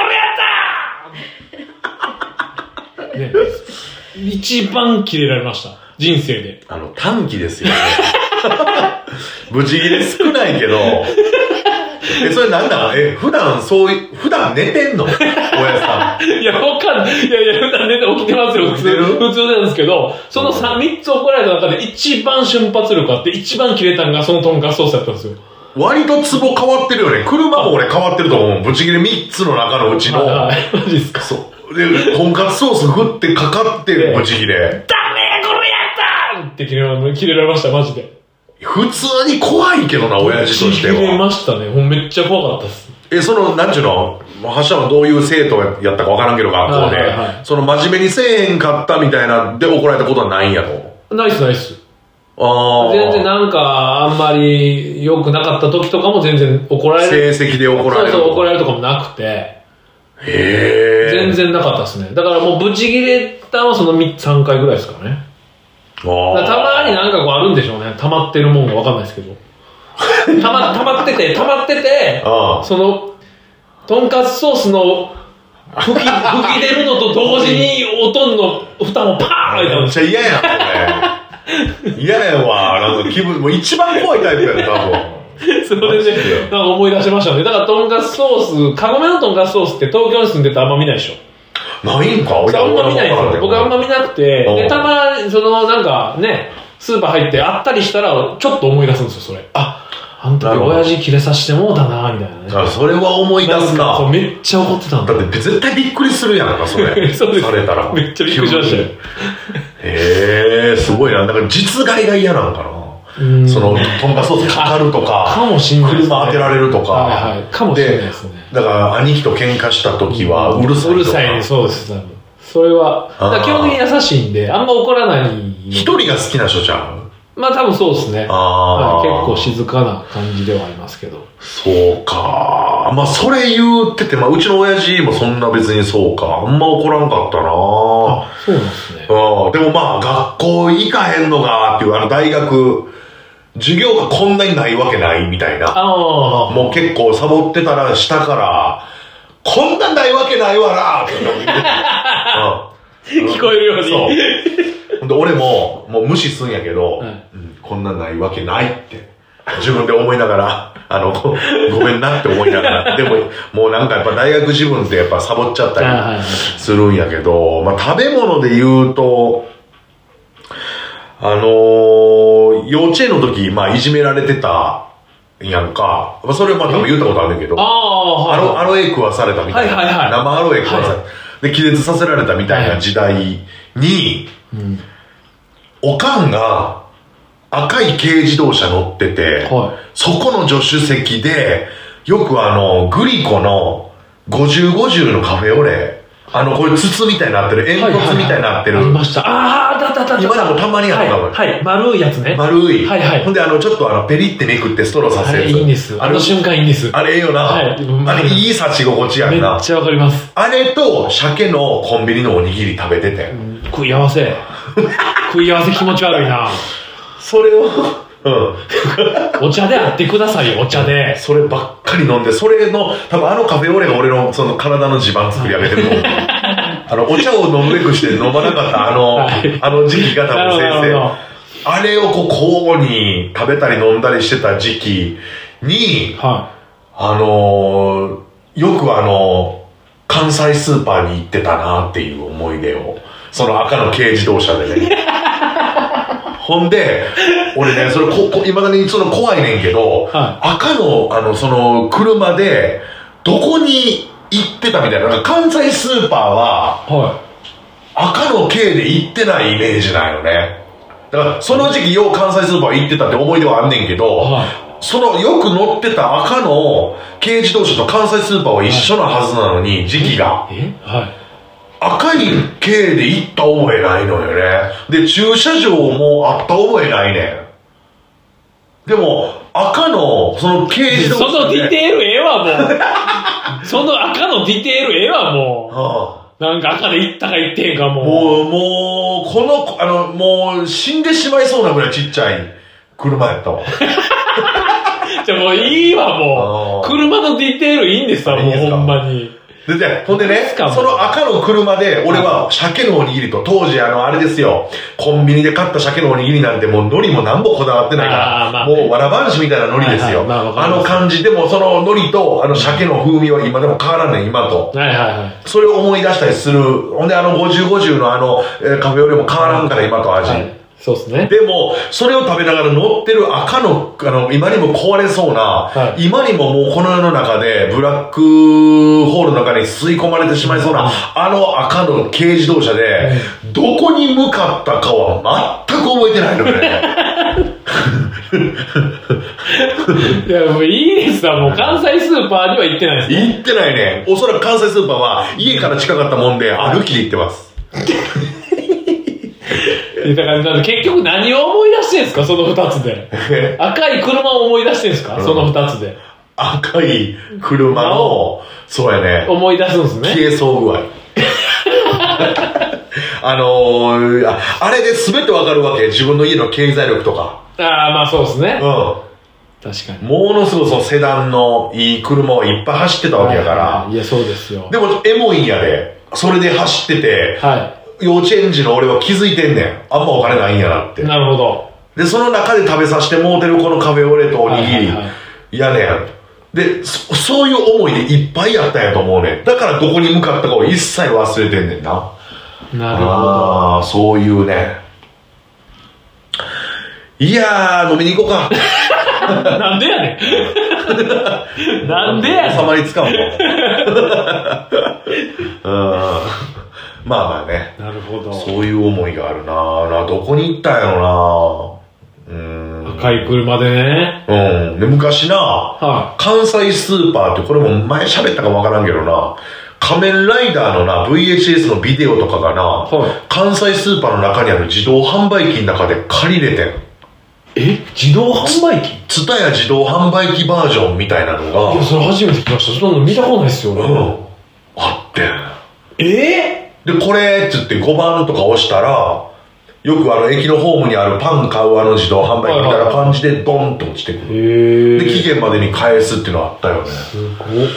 Speaker 2: メだこれやったー、ね、一番キレられました。人生で。
Speaker 1: あの、短期ですよね。ブチギレ少ないけど、え、それなんだえ、普段そういう、普段寝てんの親さん。
Speaker 2: いや、わかんない。いやいや、普段寝て起きてますよ、普通。普通なんですけど、その 3, 3つ怒られた中で一番瞬発力あって、一番切れたのがそのとんかつソースだったんですよ。
Speaker 1: 割とツボ変わってるよね。車も俺変わってると思う。ブチギレみっつの中のうちの。
Speaker 2: はい、マジですか。
Speaker 1: そう。で、とんかつソース振ってかかってるブチギレ。ダメ
Speaker 2: これやったーって切れ、切れられました、マジで。
Speaker 1: 普通に怖いけどな、親父としては。
Speaker 2: 切れましたね。もうめっちゃ怖かったです。
Speaker 1: え、その、なんちゅうの、発射はどういう生徒やったかわからんけど、学校で、はいはいはい。その、真面目にせえへんかったみたいな、で怒られたことはないんやろ？
Speaker 2: ないっす、ないっす。
Speaker 1: ああ。
Speaker 2: 全然なんか、あんまり良くなかった時とかも全然怒られる。
Speaker 1: 成績で怒られる。
Speaker 2: そうそう、怒られるとかもなくて。
Speaker 1: へえ。
Speaker 2: 全然なかったっすね。だからもう、ブチギレたのはそのさんかいぐらいですからね。あたまになんかこうあるんでしょうね。溜まってるもんがわかんないですけど。溜ま、溜まってて、溜まってて、その、とんかつソースの吹き、吹き出るのと同時に、おとんの蓋もパーン開いたんです
Speaker 1: よ。めっちゃ嫌やん、これ。嫌やわ。なんか気分、もう一番怖いタイプやね、多分。
Speaker 2: それでね、なんか思い出しましたね。だからとんかつソース、カゴメのとんかつソースって東京に住んでてあんま見ないでしょ。
Speaker 1: ないんか
Speaker 2: 俺あんま見ないんですよ。僕あんま見なくて、で、たまに、その、なんかね、スーパー入ってあったりしたら、ちょっと思い出すんですよ、それ。あ、あの時親父切れさせてもうたな、みたいなね。
Speaker 1: あ、それは思い出すな。
Speaker 2: そう、めっちゃ怒ってたんだ。
Speaker 1: だって絶対びっくりするやんか、それ。
Speaker 2: そうです。
Speaker 1: されたら。
Speaker 2: めっちゃびっくりしましたよ。
Speaker 1: へえ、すごいな。だから実害が嫌なんかな。その、とんかつソースかかるとか、
Speaker 2: かもしんないですね。
Speaker 1: 車当てられるとか。
Speaker 2: はいはい。かもしれないですね。
Speaker 1: だから、兄貴と喧嘩した時は、うるさいとか。
Speaker 2: うるさいね、そうです、多分。それは、基本的に優しいんで、あんま怒らない。
Speaker 1: 一人が好きな人ちゃう？
Speaker 2: まあ多分そうですね。
Speaker 1: あ、
Speaker 2: はい、結構静かな感じではありますけど。
Speaker 1: そうか。まあそれ言ってて、まあうちの親父もそんな別にそうか。あんま怒らんかったな。
Speaker 2: あ、そうなんですね。
Speaker 1: うん。でもまあ学校行かへんのがっていう、あの大学、授業がこんなにないわけないみたいな。
Speaker 2: ああ。
Speaker 1: もう結構サボってたら下から、こんなんないわけないわなって言って、
Speaker 2: うん、聞こえるように。
Speaker 1: そう。で、俺も、もう無視すんやけど、はい、うん、こんなんないわけないって、自分で思いながら、あの、ご, ごめんなって思いながら、でも、もうなんかやっぱ大学自分ってやっぱサボっちゃったりするんやけど、まあ食べ物で言うと、あのー、幼稚園の時、まあいじめられてた、やんか。それまあ多分言ったことあるんだけど。
Speaker 2: ああ、はい。
Speaker 1: アロ、アロエ食わされたみたいな。
Speaker 2: はいはいはい。
Speaker 1: 生アロエ食わされた。はい、で、気絶させられたみたいな時代に、はいうん、おかんが赤い軽自動車乗ってて、はい、そこの助手席で、よくあの、グリコのごじゅうごじゅうのカフェオレ、あの、これ筒みたいになってる、煙突みたいになってる。
Speaker 2: はいはいはい、ありました。ああ、だだだだ。
Speaker 1: 今でもたまにあるかも。
Speaker 2: はい、はい。丸いやつね。
Speaker 1: 丸い。
Speaker 2: はいはい。
Speaker 1: ほんで、あの、ちょっとあの、ペリってめくってストローさせるやつ。
Speaker 2: あれいいんです。あの瞬間いいんです。
Speaker 1: あれいいよな。はい。あれいい立ち心地やんな。
Speaker 2: めっちゃわかります。
Speaker 1: あれと、鮭のコンビニのおにぎり食べてて。うん、
Speaker 2: 食い合わせ。食い合わせ気持ち悪いな。
Speaker 1: それを、うん。
Speaker 2: お茶であってくださいよ、お茶で。
Speaker 1: そればっかり飲んで、それの、多分あのカフェオレが俺のその体の地盤作り上げてると思う。あの、お茶を飲むべくして飲まなかったあの、はい、あの時期が多分先生。あれをこう交互に食べたり飲んだりしてた時期に、はい、あのー、よくあの、関西スーパーに行ってたなっていう思い出を、その赤の軽自動車でね。ほんで、俺ね、それこ、こ、未だにその怖いねんけど、はい、赤の、あの、その、車で、どこに行ってたみたいな、なんか関西スーパーは、はい、赤の軽で行ってないイメージなんよね。 だからその時期よう関西スーパー行ってたって思い出はあんねんけど、はい、そのよく乗ってた赤の軽自動車と関西スーパーは一緒なはずなのに、はい、時期が
Speaker 2: えはい、
Speaker 1: 赤い軽で行った覚えないのよね。で駐車場もあった覚えないねん。でも赤のその軽自動車、
Speaker 2: そのディテールええわもうその赤のディテールええわもう、はあ、なんか赤で行ったか行ってへんかもう
Speaker 1: もうもうこのあのもう死んでしまいそうなぐらいちっちゃい車やったわ
Speaker 2: じゃあもういいわもう車のディテールいいんですわもうほんまに。
Speaker 1: ででほんでね、その赤の車で俺は鮭のおにぎりと、当時あのあれですよ、コンビニで買った鮭のおにぎりなんてもう海苔もなんぼこだわってないから、まあね、もうわらばんしみたいな海苔ですよ、はいはい、まあ、あの感じでもその海苔とあの鮭の風味は今でも変わらない今と、はいはいはい、それを思い出したりする。ほんであのごじゅうごじゅうのあの、えー、カフェオレも変わらんから今と味、はい、
Speaker 2: そうですね。
Speaker 1: でもそれを食べながら乗ってる赤の、あの今にも壊れそうな、はい、今にももうこの世の中でブラックホールの中に吸い込まれてしまいそうな、うん、あの赤の軽自動車で、うん、どこに向かったかは全く覚えてないのね
Speaker 2: いやもういいですわ。もう関西スーパーには行ってないです
Speaker 1: ね。行ってないね。おそらく関西スーパーは家から近かったもんで歩きで行ってます
Speaker 2: だから結局何を思い出してんすかその二つで赤い車を思い出してんすか、うん、その二つで
Speaker 1: 赤い車のそうやね
Speaker 2: 思い出すんですね、
Speaker 1: 消えそう具合あのー、あ, あれで全てわかるわけ。自分の家の経済力とか。
Speaker 2: ああまあそうですね、
Speaker 1: うん、
Speaker 2: 確かに
Speaker 1: ものすごいそのセダンのいい車をいっぱい走ってたわけやから、
Speaker 2: はいはい、いやそうですよ。
Speaker 1: でもエモいんやでそれで走ってて、はい、幼稚園児の俺は気づいてんねん。あんまお金ないんやなって。
Speaker 2: なるほど。
Speaker 1: でその中で食べさせてもうてるこのカフェオレとおにぎり、はいはいはい、やねん。で そ, そういう思いでいっぱいやったんやと思うねん。だからどこに向かったかを一切忘れてんねんな。
Speaker 2: なるほど。
Speaker 1: ああそういうね。いやー飲みに行こうか
Speaker 2: なんでやねんなんでやねん
Speaker 1: 収まりつかんもんうんまあまあね。
Speaker 2: なるほど。
Speaker 1: そういう思いがあるな。などこに行ったんやろな。うーん。
Speaker 2: 赤い車でね。
Speaker 1: うん。で昔な、はい、関西スーパーってこれも前喋ったかもわからんけどな。仮面ライダーのな ブイエイチエス のビデオとかがな、はい、関西スーパーの中にある自動販売機の中で借りれてん。
Speaker 2: え自動販売機？
Speaker 1: ツタヤ自動販売機バージョンみたいなのが。
Speaker 2: いやそれ初めて聞きました。そんなの見たことないですよね。うん。
Speaker 1: あってん。
Speaker 2: えー
Speaker 1: で、これっつってごばんとか押したら、よくあの駅のホームにあるパン買うあの自動販売機みたいな感じでドンと落ちてくる。へで、期限までに返すっていうのはあったよね。
Speaker 2: すごい。う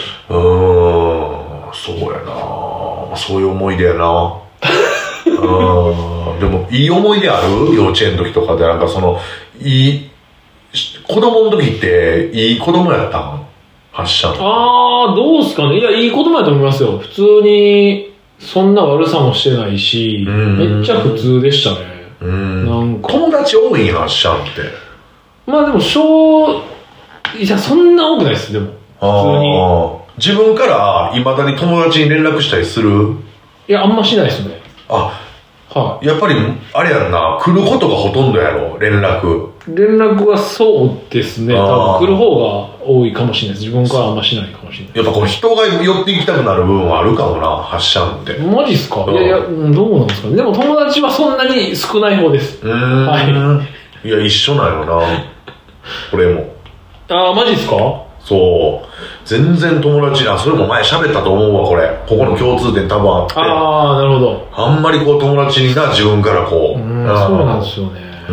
Speaker 1: ーん、そうやな。そういう思い出やな。うん。でも、いい思い出ある？幼稚園の時とかでなんかその、いい、子供の時っていい子供やったん？発射の。
Speaker 2: あー、どうすかね。いや、いい子供やと思いますよ。普通に、そんな悪さもしてないし、めっちゃ普通でしたね。
Speaker 1: うん。なんか友達多いんや、シャンって。
Speaker 2: まあでも、小、いや、そんな多くないです、でも。普通に。
Speaker 1: 自分から未だに友達に連絡したりする？
Speaker 2: いや、あんましないですね。
Speaker 1: あ、はい。やっぱり、あれやんな、来ることがほとんどやろ、連絡。
Speaker 2: 連絡はそうですね。多分来る方が多いかもしれないです。自分からあんましないかもしれない。
Speaker 1: やっぱこの人が寄っていきたくなる部分はあるかもな、発射って。
Speaker 2: マジっすか？いやいや、どうなんですかね。でも友達はそんなに少ない方です。
Speaker 1: うーん。はい。いや、一緒なんよな。これも。
Speaker 2: ああ、マジっすか？
Speaker 1: そう。全然友達、あ、それも前喋ったと思うわ、これ。ここの共通点多分あって。
Speaker 2: ああ、なるほど。
Speaker 1: あんまりこう友達にな、自分からこう。
Speaker 2: うん、そうなんですよね。
Speaker 1: うん。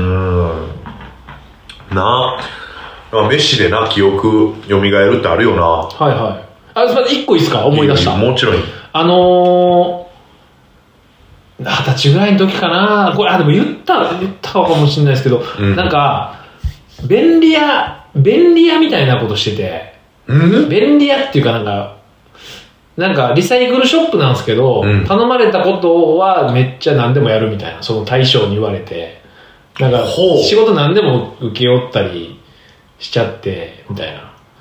Speaker 1: なあ。メッシでな、記憶蘇るってあるよな。
Speaker 2: はいはい。あ、すみません、一個いいですか？思い出した。
Speaker 1: もちろんいい。
Speaker 2: あのー、二十歳ぐらいの時かな。これ、あ、でも言った、言ったかもしれないですけど、うん、なんか、便利屋、便利屋みたいなことしてて、
Speaker 1: うん、
Speaker 2: 便利屋っていうかなんか、なんかリサイクルショップなんですけど、うん、頼まれたことはめっちゃ何でもやるみたいな、その大将に言われて、なんか仕事何でも請け負ったりしちゃってみたいな。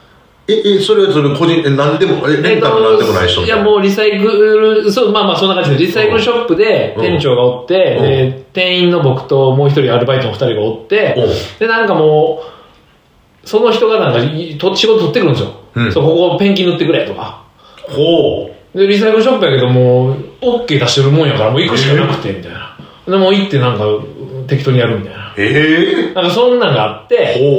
Speaker 1: え、え、それはそれ個人、え、なんでも、え、レンタルなんでもない人みたいな。
Speaker 2: いや、もうリサイクル、そう、まあまあそんな感じで、リサイクルショップで店長がおって、で、店員の僕ともう一人アルバイトの二人がおって、で、なんかもう、その人がなんかと仕事取ってくるんですよ。うん、そう、ここペンキ塗ってくれとか。
Speaker 1: ほう。
Speaker 2: で、リサイクルショップやけども、OK 出してるもんやから、もう行くしかなくて、みたいな。で、もう行ってなんか適当にやるみたいな。
Speaker 1: ええー、
Speaker 2: なんかそんなんがあって、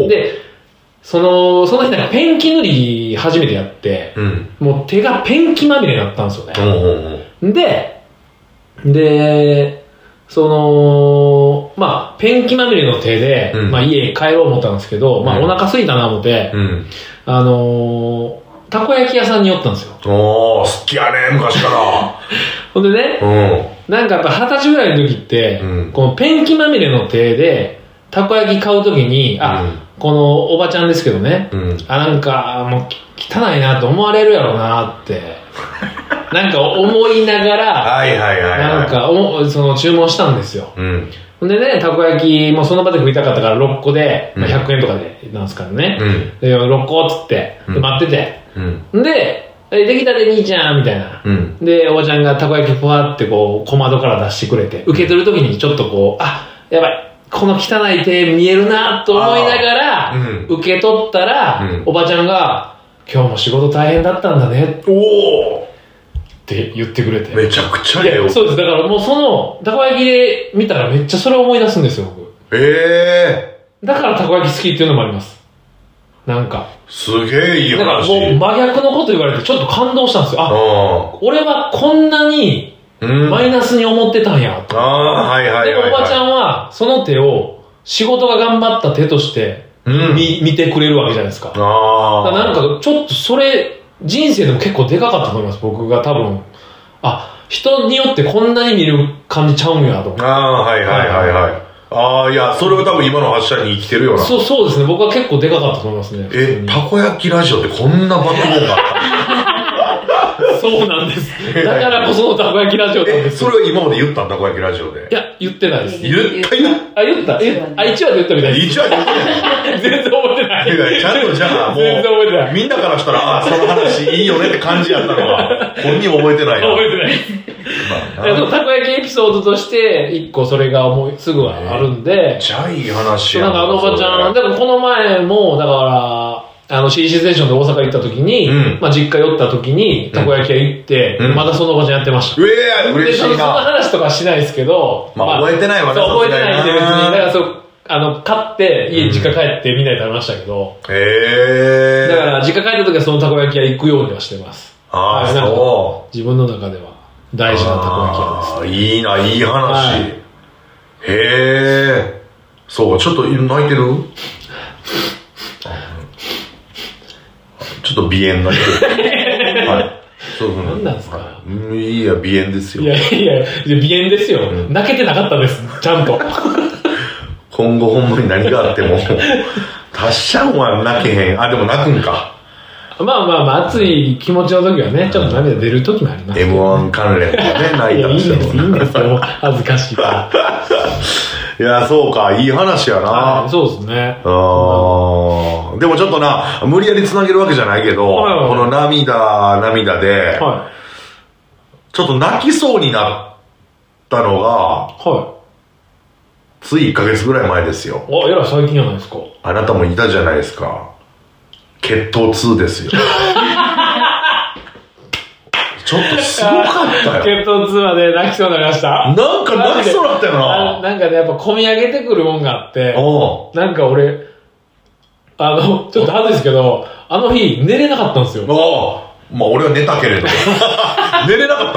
Speaker 2: で、その、その日なんかペンキ塗り初めてやって、うん、もう手がペンキまみれになったんですよね。うんうんうん、で、で、その、まあ、ペンキまみれの手で、うん、まあ家帰ろう思ったんですけど、うん、まあお腹空いたな思って、うん、あのー、たこ焼き屋さんに寄ったんですよ。
Speaker 1: おー、好きやね、昔から。
Speaker 2: ほんでね、うん、なんかやっぱ二十歳ぐらいの時って、うん、このペンキまみれの手で、たこ焼き買うときに、あ、うん、このおばちゃんですけどね、うん、あ、なんかもう汚いなと思われるやろうなって、なんか思いながら、
Speaker 1: はいはいはい、はい、
Speaker 2: なんかおその注文したんですよ。うん、ほんでね、たこ焼きもその場で食いたかったからろっこで、まあ、ひゃくえんとかでなんですからね、うん、でろっこっつってで待ってて、うん、で、できたで兄ちゃんみたいな、うん、でおばちゃんがたこ焼きふわってこう小窓から出してくれて、受け取るときにちょっとこう、あ、やばい、この汚い手見えるなと思いながら、うん、受け取ったら、うん、おばちゃんが今日も仕事大変だったんだねおって言ってくれて、
Speaker 1: めちゃくちゃええよ。
Speaker 2: そうです。だからもうそのたこ焼きで見たらめっちゃそれを思い出すんですよ僕。
Speaker 1: ええー、
Speaker 2: だからたこ焼き好きっていうのもあります。なんか
Speaker 1: すげえいい話。
Speaker 2: だからもう真逆のこと言われてちょっと感動したんですよ。あ、俺はこんなにマイナスに思ってたんやと。
Speaker 1: あ、はいはいはい、はい。
Speaker 2: でもおばちゃんはその手を仕事が頑張った手として見、うん、見てくれるわけじゃないですか。ああ。なんかちょっとそれ人生でも結構でかかったと思います。僕が多分、あ、人によってこんなに見る感じちゃうんやと思って。
Speaker 1: ああ、はいはいはいはい。ああ、いや、それは多分今の発射に生きてるよな。
Speaker 2: そう、そうですね。僕は結構でかかったと思いますね。
Speaker 1: え、たこ焼きラジオってこんな番組があった
Speaker 2: そうなんです。だからこそのたこ焼きラジオなんです。
Speaker 1: それは今まで言ったんたこ焼きラジオで。
Speaker 2: いや、言ってないです。
Speaker 1: 言ったよ。
Speaker 2: あ、言ったえ、あ、いちわで言ったみたいです。
Speaker 1: いちわで言ってない。
Speaker 2: 全然覚えてない。
Speaker 1: ちゃんとじゃあ、もう、
Speaker 2: 全然覚えてない。
Speaker 1: みんなからしたら、あ、その話いいよねって感じやったのが、本人覚えてないな。
Speaker 2: 覚えてない。まあ、でもたこ焼きエピソードとして一個それが思いすぐあるんで、め
Speaker 1: っちゃいい話や
Speaker 2: なんかあのおばちゃん、だからこの前もだからあの シーシー ステーションで大阪行った時に、うん、まあ実家寄った時にたこ焼き屋行って、うん、まだそのおばちゃんやってました。
Speaker 1: うえー、嬉しいな。
Speaker 2: その話とかしないですけど、
Speaker 1: まあ、まあ、覚えてないわね。
Speaker 2: そう覚えてないんで別にだからそうあの買って家実家帰ってみんなで食べましたけど、
Speaker 1: へ、うん、えー。
Speaker 2: だから実家帰った時はそのたこ焼き屋行くようにはしてます。
Speaker 1: ああ、そ
Speaker 2: う。自分の中では。大事なたこ焼き屋です、
Speaker 1: ね。いいな、いい話。はい、へえ。そう、ちょっと泣いてるちょっと鼻炎泣いてる。はい。そういうふう
Speaker 2: 何なんですか、はい、
Speaker 1: いや、鼻炎ですよ。
Speaker 2: いやいや、鼻炎ですよ、うん。泣けてなかったです、ちゃんと。
Speaker 1: 今後ほんまに何があっても、たっしゃんは泣けへん。あ、でも泣くんか。
Speaker 2: まあまあまあ、熱い気持ちの時はね、ちょっと涙出る時もありますけど、ね。エムワン 関連でね、泣いたんですよ。いいんです、いいんですよ。恥ずかしいから。
Speaker 1: いや、そうか、いい話やな。
Speaker 2: はい、そうですね。
Speaker 1: あー、でもちょっとな、無理やり繋げるわけじゃないけど、はいはいはい、この涙、涙で、はい、ちょっと泣きそうになったのが、はい、ついいっかげつぐらい前ですよ。
Speaker 2: あ、えらい最近じゃないですか。
Speaker 1: あなたもいたじゃないですか。決闘ツーですよ。ちょっとすごかったよ。
Speaker 2: 決闘ツーまで泣きそうになりました。
Speaker 1: なんか泣きそうだったよな。
Speaker 2: なんかね、やっぱ込み上げてくるもんがあって、なんか俺、あの、ちょっと恥ずいですけど、あの日寝れなかったんですよ。
Speaker 1: ああ。まあ俺は寝たけれど。寝れなかった。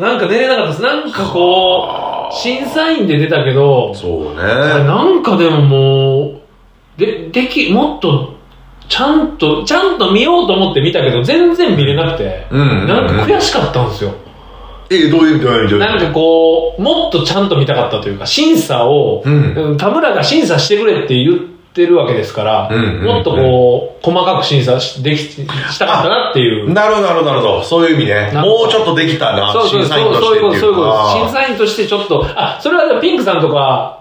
Speaker 2: なんか寝れなかったです。なんかこう、審査員で出たけど、
Speaker 1: そうね。
Speaker 2: なんかでももう、で、でき、もっと、ちゃんと、ちゃんと見ようと思って見たけど、全然見れなくて、うんうんうん、なんか悔しかったんですよ。
Speaker 1: え、どういう、どういう、どういう。
Speaker 2: なんかこう、もっとちゃんと見たかったというか、審査を、うん、田村が審査してくれって言ってるわけですから、うんうんうん、もっとこう、細かく審査しできしたかったなっていう。
Speaker 1: なるほど、なるほど、なるほど。そういう意味ね。もうちょっとできたな、
Speaker 2: そうそうそう、そういうこと、そういうこと。審査員としてちょっと、あ、それはピンクさんとか、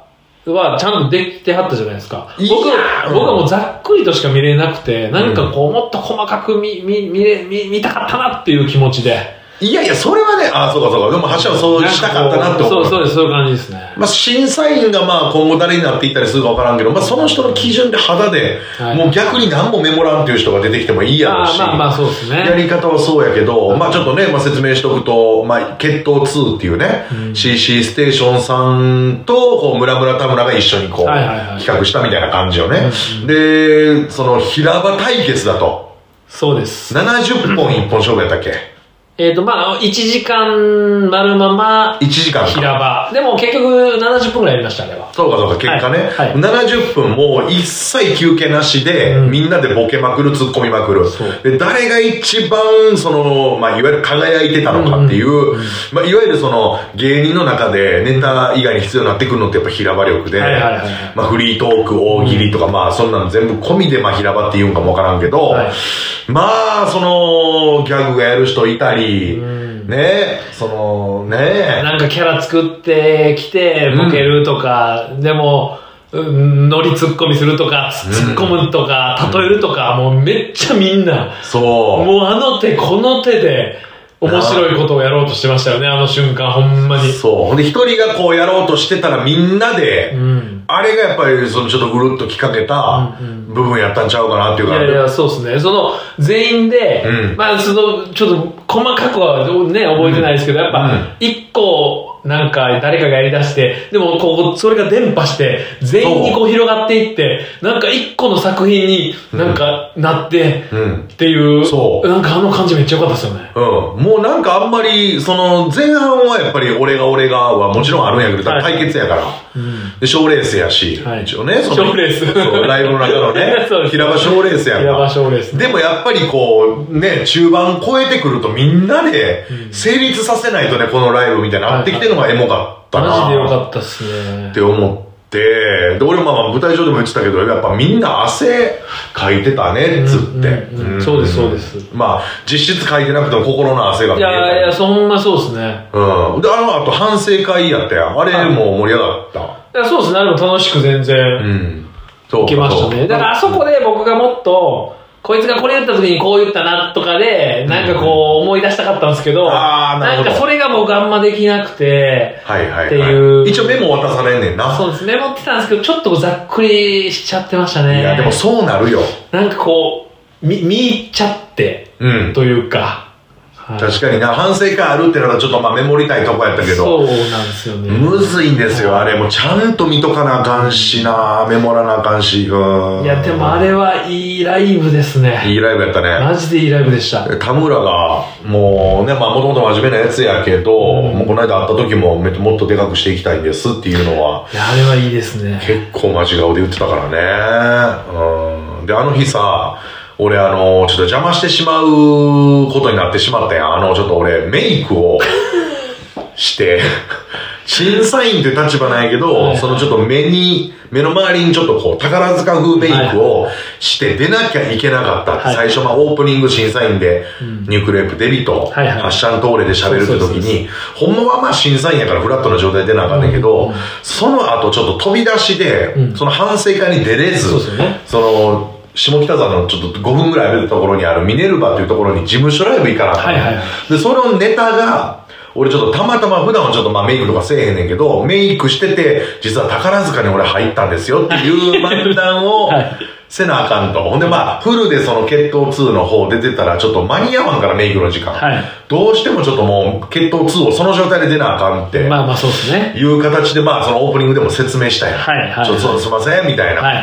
Speaker 2: はちゃんとできてはったじゃないですか。僕、
Speaker 1: うん、
Speaker 2: 僕はもうざっくりとしか見れなくて、何かこう、もっと細かく見、見、見れ、見、見たかったなっていう気持ちで。
Speaker 1: いやいや、それはね、ああ、そうかそうか。でも、橋はそうしたかったなって思う。
Speaker 2: そうそうです、そういう感じですね。
Speaker 1: まあ、審査員がまあ、今後誰になっていったりするかわからんけど、まあ、その人の基準で肌で、はい、もう逆に何もメモらんっていう人が出てきてもいいやろうし。
Speaker 2: まあまあまあ、そうですね。
Speaker 1: やり方はそうやけど、まあちょっとね、まあ説明しとくと、まあ、血統ツーっていうね、うん、シーシー ステーションさんと、こう、村村田村が一緒にこう、はいはいはい、企画したみたいな感じよね。うんうん、で、その、平場対決だと。
Speaker 2: そうです。
Speaker 1: ななじゅっぽん一本勝負やったっけ？
Speaker 2: えっと、まあ、いちじかん丸まま、
Speaker 1: いちじかん
Speaker 2: 平場。でも結局ななじゅっぷんぐらいやりました、あれは。
Speaker 1: そうかそうか、結果ね。はいはい、ななじゅっぷんもう一切休憩なしで、うん、みんなでボケまくる、突っ込みまくる。で、誰が一番、その、まあ、いわゆる輝いてたのかっていう、うんうん、まあ、いわゆるその、芸人の中でネタ以外に必要になってくるのってやっぱ平場力で、はいはいはいはい、まあ、フリートーク、大喜利とか、うん、まあ、そんなの全部込みで、まあ、平場って言うんかもわからんけど、はい、まあ、その、ギャグがやる人いたり、うん、ねそのね
Speaker 2: なんかキャラ作ってきてボケるとか、うん、でもノリツッコミするとか突っ込むとか、うん、例えるとか、もうめっちゃみんな
Speaker 1: そう
Speaker 2: もうあの手この手で面白いことをやろうとしてましたよね、あの瞬間ほんまに。
Speaker 1: そうほんで一人がこうやろうとしてたらみんなで、うん、あれがやっぱりそのちょっとぐるっときかけた部分やったんちゃうかなっていうか、
Speaker 2: いやいやそうですね、その全員で、うん、まあそのちょっと細かくはね覚えてないですけど、やっぱ一個なんか誰かがやり出して、でもこうそれが伝播して全員にこう広がっていって、なんか一個の作品になんかなってっていう、そうなんかあの感じめっちゃ良かったですよね。
Speaker 1: うん、もうなんかあんまりその前半はやっぱり俺が俺がはもちろんあるんやけど、はい、対決やから、うん、で賞レースやし、はい、一応ねその
Speaker 2: 賞レース
Speaker 1: そうライブの中のね平場賞レースやんか。
Speaker 2: 平場賞レース、ね、
Speaker 1: でもやっぱりこうね中盤超えてくるとみんなで成立させないとねこのライブみたいなのあってきてるのがエモかったな、
Speaker 2: マジでよかったっすね
Speaker 1: って思って、で俺もまあ舞台上でも言ってたけどやっぱみんな汗かいてたねっつって、
Speaker 2: うんうんうん、そうですそうです。
Speaker 1: まあ実質かいてなくても心の汗が見えた。
Speaker 2: いやいやそんなそうですね。
Speaker 1: うんであのあと反省会やったやん、あれも盛り上がった。
Speaker 2: いやそうですね、あれも楽しく全然、うん、そういけましたね。だからあそこで僕がもっとこいつがこれ言った時にこう言ったなとかでなんかこう思い出したかったんですけど、うん、あなるほど、なんかそれが僕あんまできなくて、
Speaker 1: はいはいはい、
Speaker 2: っていう
Speaker 1: 一応メモ渡されんねんな。
Speaker 2: そうです、メモってたんですけどちょっとざっくりしちゃってましたね。
Speaker 1: いやでもそうなるよ、
Speaker 2: なんかこう見入っちゃって、うん、というか
Speaker 1: 確かにな、反省会あるってのがちょっとまあメモりたいとこやったけど、
Speaker 2: そうなんですよね、
Speaker 1: むずいんですよ、あれもちゃんと見とかなあかんしな、メモらなあかんし。うん、
Speaker 2: いやでもあれはいいライブですね。
Speaker 1: いいライブやったね、
Speaker 2: マジでいいライブでした。
Speaker 1: 田村がもうね、まあもともと真面目なやつやけど、うん、もうこの間会った時ももっとでかくしていきたいんですっていうのは、
Speaker 2: いやあれはいいですね、
Speaker 1: 結構マジ顔で言ってたからね。うんであの日さ俺あのちょっと邪魔してしまうことになってしまったやん。あのちょっと俺メイクをして審査員って立場なんやけど、はいはい、そのちょっと目に目の周りにちょっとこう宝塚風メイクをして出なきゃいけなかったって、はいはい、最初まあオープニング審査員で、うん、ニュークレープデビと、はいはい、ハッシャントーレで喋るって時にほんまはまあ審査員やからフラットな状態で出なあかんねんけど、うん、その後ちょっと飛び出しで、うん、その反省会に出れず、そうですよね、その下北沢のちょっとごふんぐらい歩いたところにあるミネルヴァっていうところに事務所ライブ行かなかった、はいはいはい、でそのネタが俺ちょっとたまたま普段はちょっとまあメイクとかせえへんねんけど、メイクしてて実は宝塚に俺入ったんですよっていう漫談をせなあかんと。ほんでまあフルでその血統ツーの方出てたらちょっと間に合わんからメイクの時間、はい、どうしてもちょっともう血統ツーをその状態で出なあかんって
Speaker 2: まあまあそうですね
Speaker 1: いう形でまあそのオープニングでも説明したやん、はいはいはい、ちょっとすいませんみたいな、はい、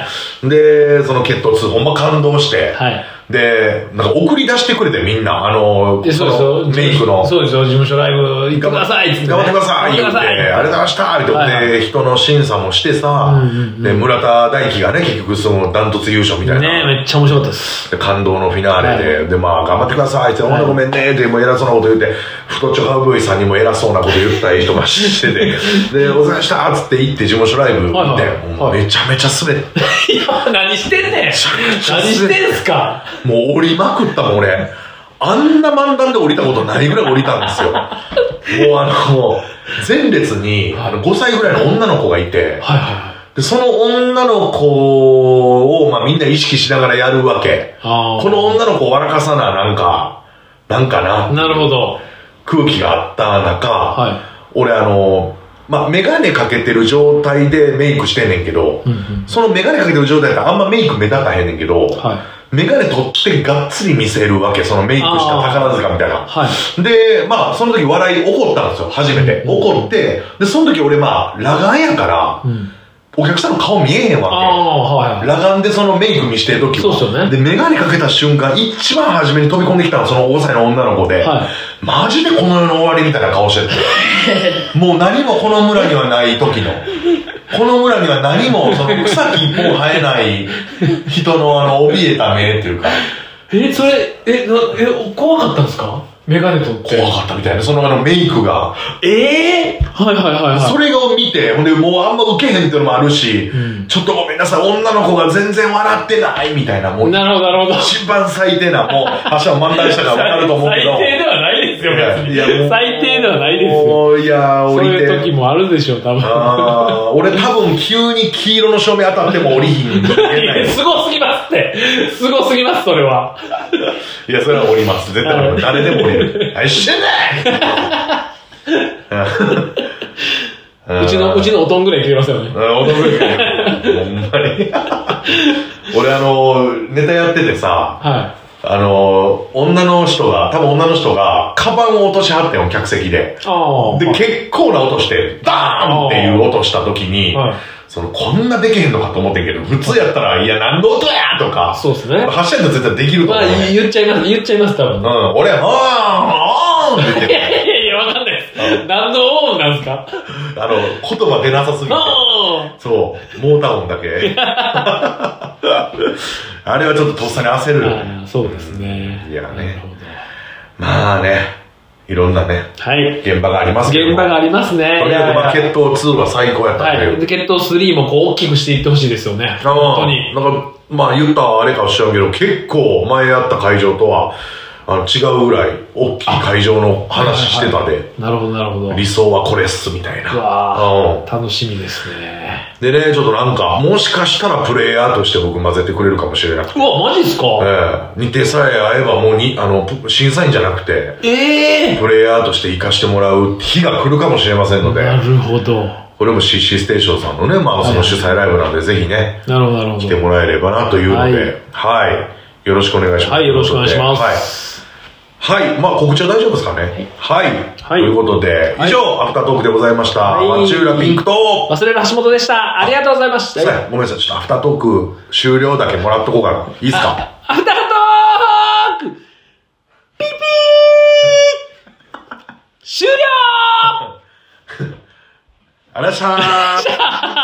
Speaker 1: でその血統ツーほんま感動して、はい、でなんか送り出してくれてみんなあの
Speaker 2: その
Speaker 1: メイクの
Speaker 2: そうですよ、事務所ライブ行ってくださいって、ね、
Speaker 1: 頑張ってください言って、ありがとうございましたって言って、はいはい、人の審査もしてさ、うんうんうん、で村田大樹がね結局そのダントツ優勝みたいな
Speaker 2: ね、めっちゃ面白かったです。
Speaker 1: で感動のフィナーレで、はい、でまあ頑張ってくださいって、はい、ごめんねってもう偉そうなこと言って、太っちょカウボーイさんにも偉そうなこと言った人がしててでお疲れ様でしたっつって行って事務所ライブ行って、はいはい、めちゃめちゃ滑って
Speaker 2: いや何してんねん何してんすか。
Speaker 1: もう降りまくったもん俺。あんな漫談で降りたことないぐらい降りたんですよ。もうあの前列にあのごさいぐらいの女の子がいて、はいはいはい、 で、その女の子を、まあみんな意識しながらやるわけ。この女の子を笑かさな、なんか、なんかな。
Speaker 2: なるほど。
Speaker 1: 空気があった中、
Speaker 2: はい、
Speaker 1: 俺あの、まあメガネかけてる状態でメイクしてんねんけど、うんうん、そのメガネかけてる状態だったらあんまメイク目立たへんねんけど、はい、メガネ取ってがっつり見せるわけ、そのメイクした宝塚みたいな。はい、で、まあその時笑い起こったんですよ、初めて。うん、怒って、で、その時俺まあ裸眼やから、うんお客さんの顔見えへんわけ。はい、裸眼でそのメイク見してるときは。そうですよね。で、メガネかけた瞬間、一番初めに飛び込んできたのはそのごさいの女の子で、はい、マジでこの世の終わりみたいな顔してて。もう何もこの村にはない時の、この村には何もその草木一本生えない人のあの怯えた目っていうか。
Speaker 2: え、それ、え、なえ、怖かったんですかメガネ取って。
Speaker 1: 怖かったみたいな、そのあのメイクが。
Speaker 2: ええー、はいはいはい、はい。
Speaker 1: それを見て、ほんでもうあんま受けへんっていうのもあるし、うん、ちょっとごめんなさい、女の子が全然笑ってないみたいな、もう。
Speaker 2: なるほどなるほど。
Speaker 1: 一番最低な、もう、足は満タンしたから分かると思うけど。
Speaker 2: 最低ではないですよ、別に。いや、いや最低ではないですよ。も
Speaker 1: う、いや、降りて。
Speaker 2: そういう時もあるでしょ、多分。
Speaker 1: あ俺多分急に黄色の照明当たっても降りひん。
Speaker 2: すごすぎますって。すごすぎます、それは。
Speaker 1: いや、それは降ります。絶対誰でも降りる。何してんね
Speaker 2: んうちの、うちのおとんぐらい切れますよね。
Speaker 1: おとんぐらい。ほんまに。俺あの、ネタやっててさ、はい、あの、女の人が、多分女の人が、カバンを落としはってん、客席で。で、結構な音して、ダーンっていう音した時に、はいその、こんなできへんのかと思ってんけど、普通やったら、いや、何の音やとか。
Speaker 2: そうですね。
Speaker 1: 発射の絶対できると思う、ね。
Speaker 2: まあ、言っちゃいます、言っちゃいます、多分。
Speaker 1: うん。俺は、あーんあーんって言ってる。
Speaker 2: いやいやいや、わかんないです。何の音なんですか
Speaker 1: あの、言葉出なさすぎて。そう。モーター音だけ。あれはちょっととっさに焦る。
Speaker 2: そうですね。
Speaker 1: いやね。まあね。いろんなね、はい、現場がありますけど
Speaker 2: 現場がありますね。
Speaker 1: とにかくまあ決闘ツーは最高やったんで、はい、
Speaker 2: で決闘スリーもこう大きくしていってほしいですよね。本当に。
Speaker 1: なんかまあ言ったらあれかもしれんけど、結構前やった会場とはあの違うぐらい大きい会場の話してたで、はいはいはい、
Speaker 2: なるほどなるほど。
Speaker 1: 理想はこれっすみたいな。
Speaker 2: うわー、楽しみですね。
Speaker 1: でね、ちょっとなんかもしかしたらプレイヤーとして僕混ぜてくれるかもしれなくて。
Speaker 2: うわ、マジっすか。
Speaker 1: ええー、似てさえ合えばもうにあの審査員じゃなくて、ええー、プレイヤーとして生かしてもらう日が来るかもしれませんので。
Speaker 2: なるほど。
Speaker 1: これも シーシー ステーションさんのね、まあその主催ライブなんで、ぜひね、
Speaker 2: なるほどなるほど、
Speaker 1: 来てもらえればなというので、はい、はい、よろしくお願いします。
Speaker 2: はい、よろしくお願いします。
Speaker 1: はい、はい、まあ告知は大丈夫ですかね。はい、はい、ということで、以上、はい、アフタートークでございました。はい、町浦ピンクと
Speaker 2: 忘れる橋本でした。ありがとうございました。
Speaker 1: ごめんなさい、ちょっとアフタートーク終了だけもらっとこうかな。いいですか。
Speaker 2: アフタートークピピー終了
Speaker 1: あらっしゃー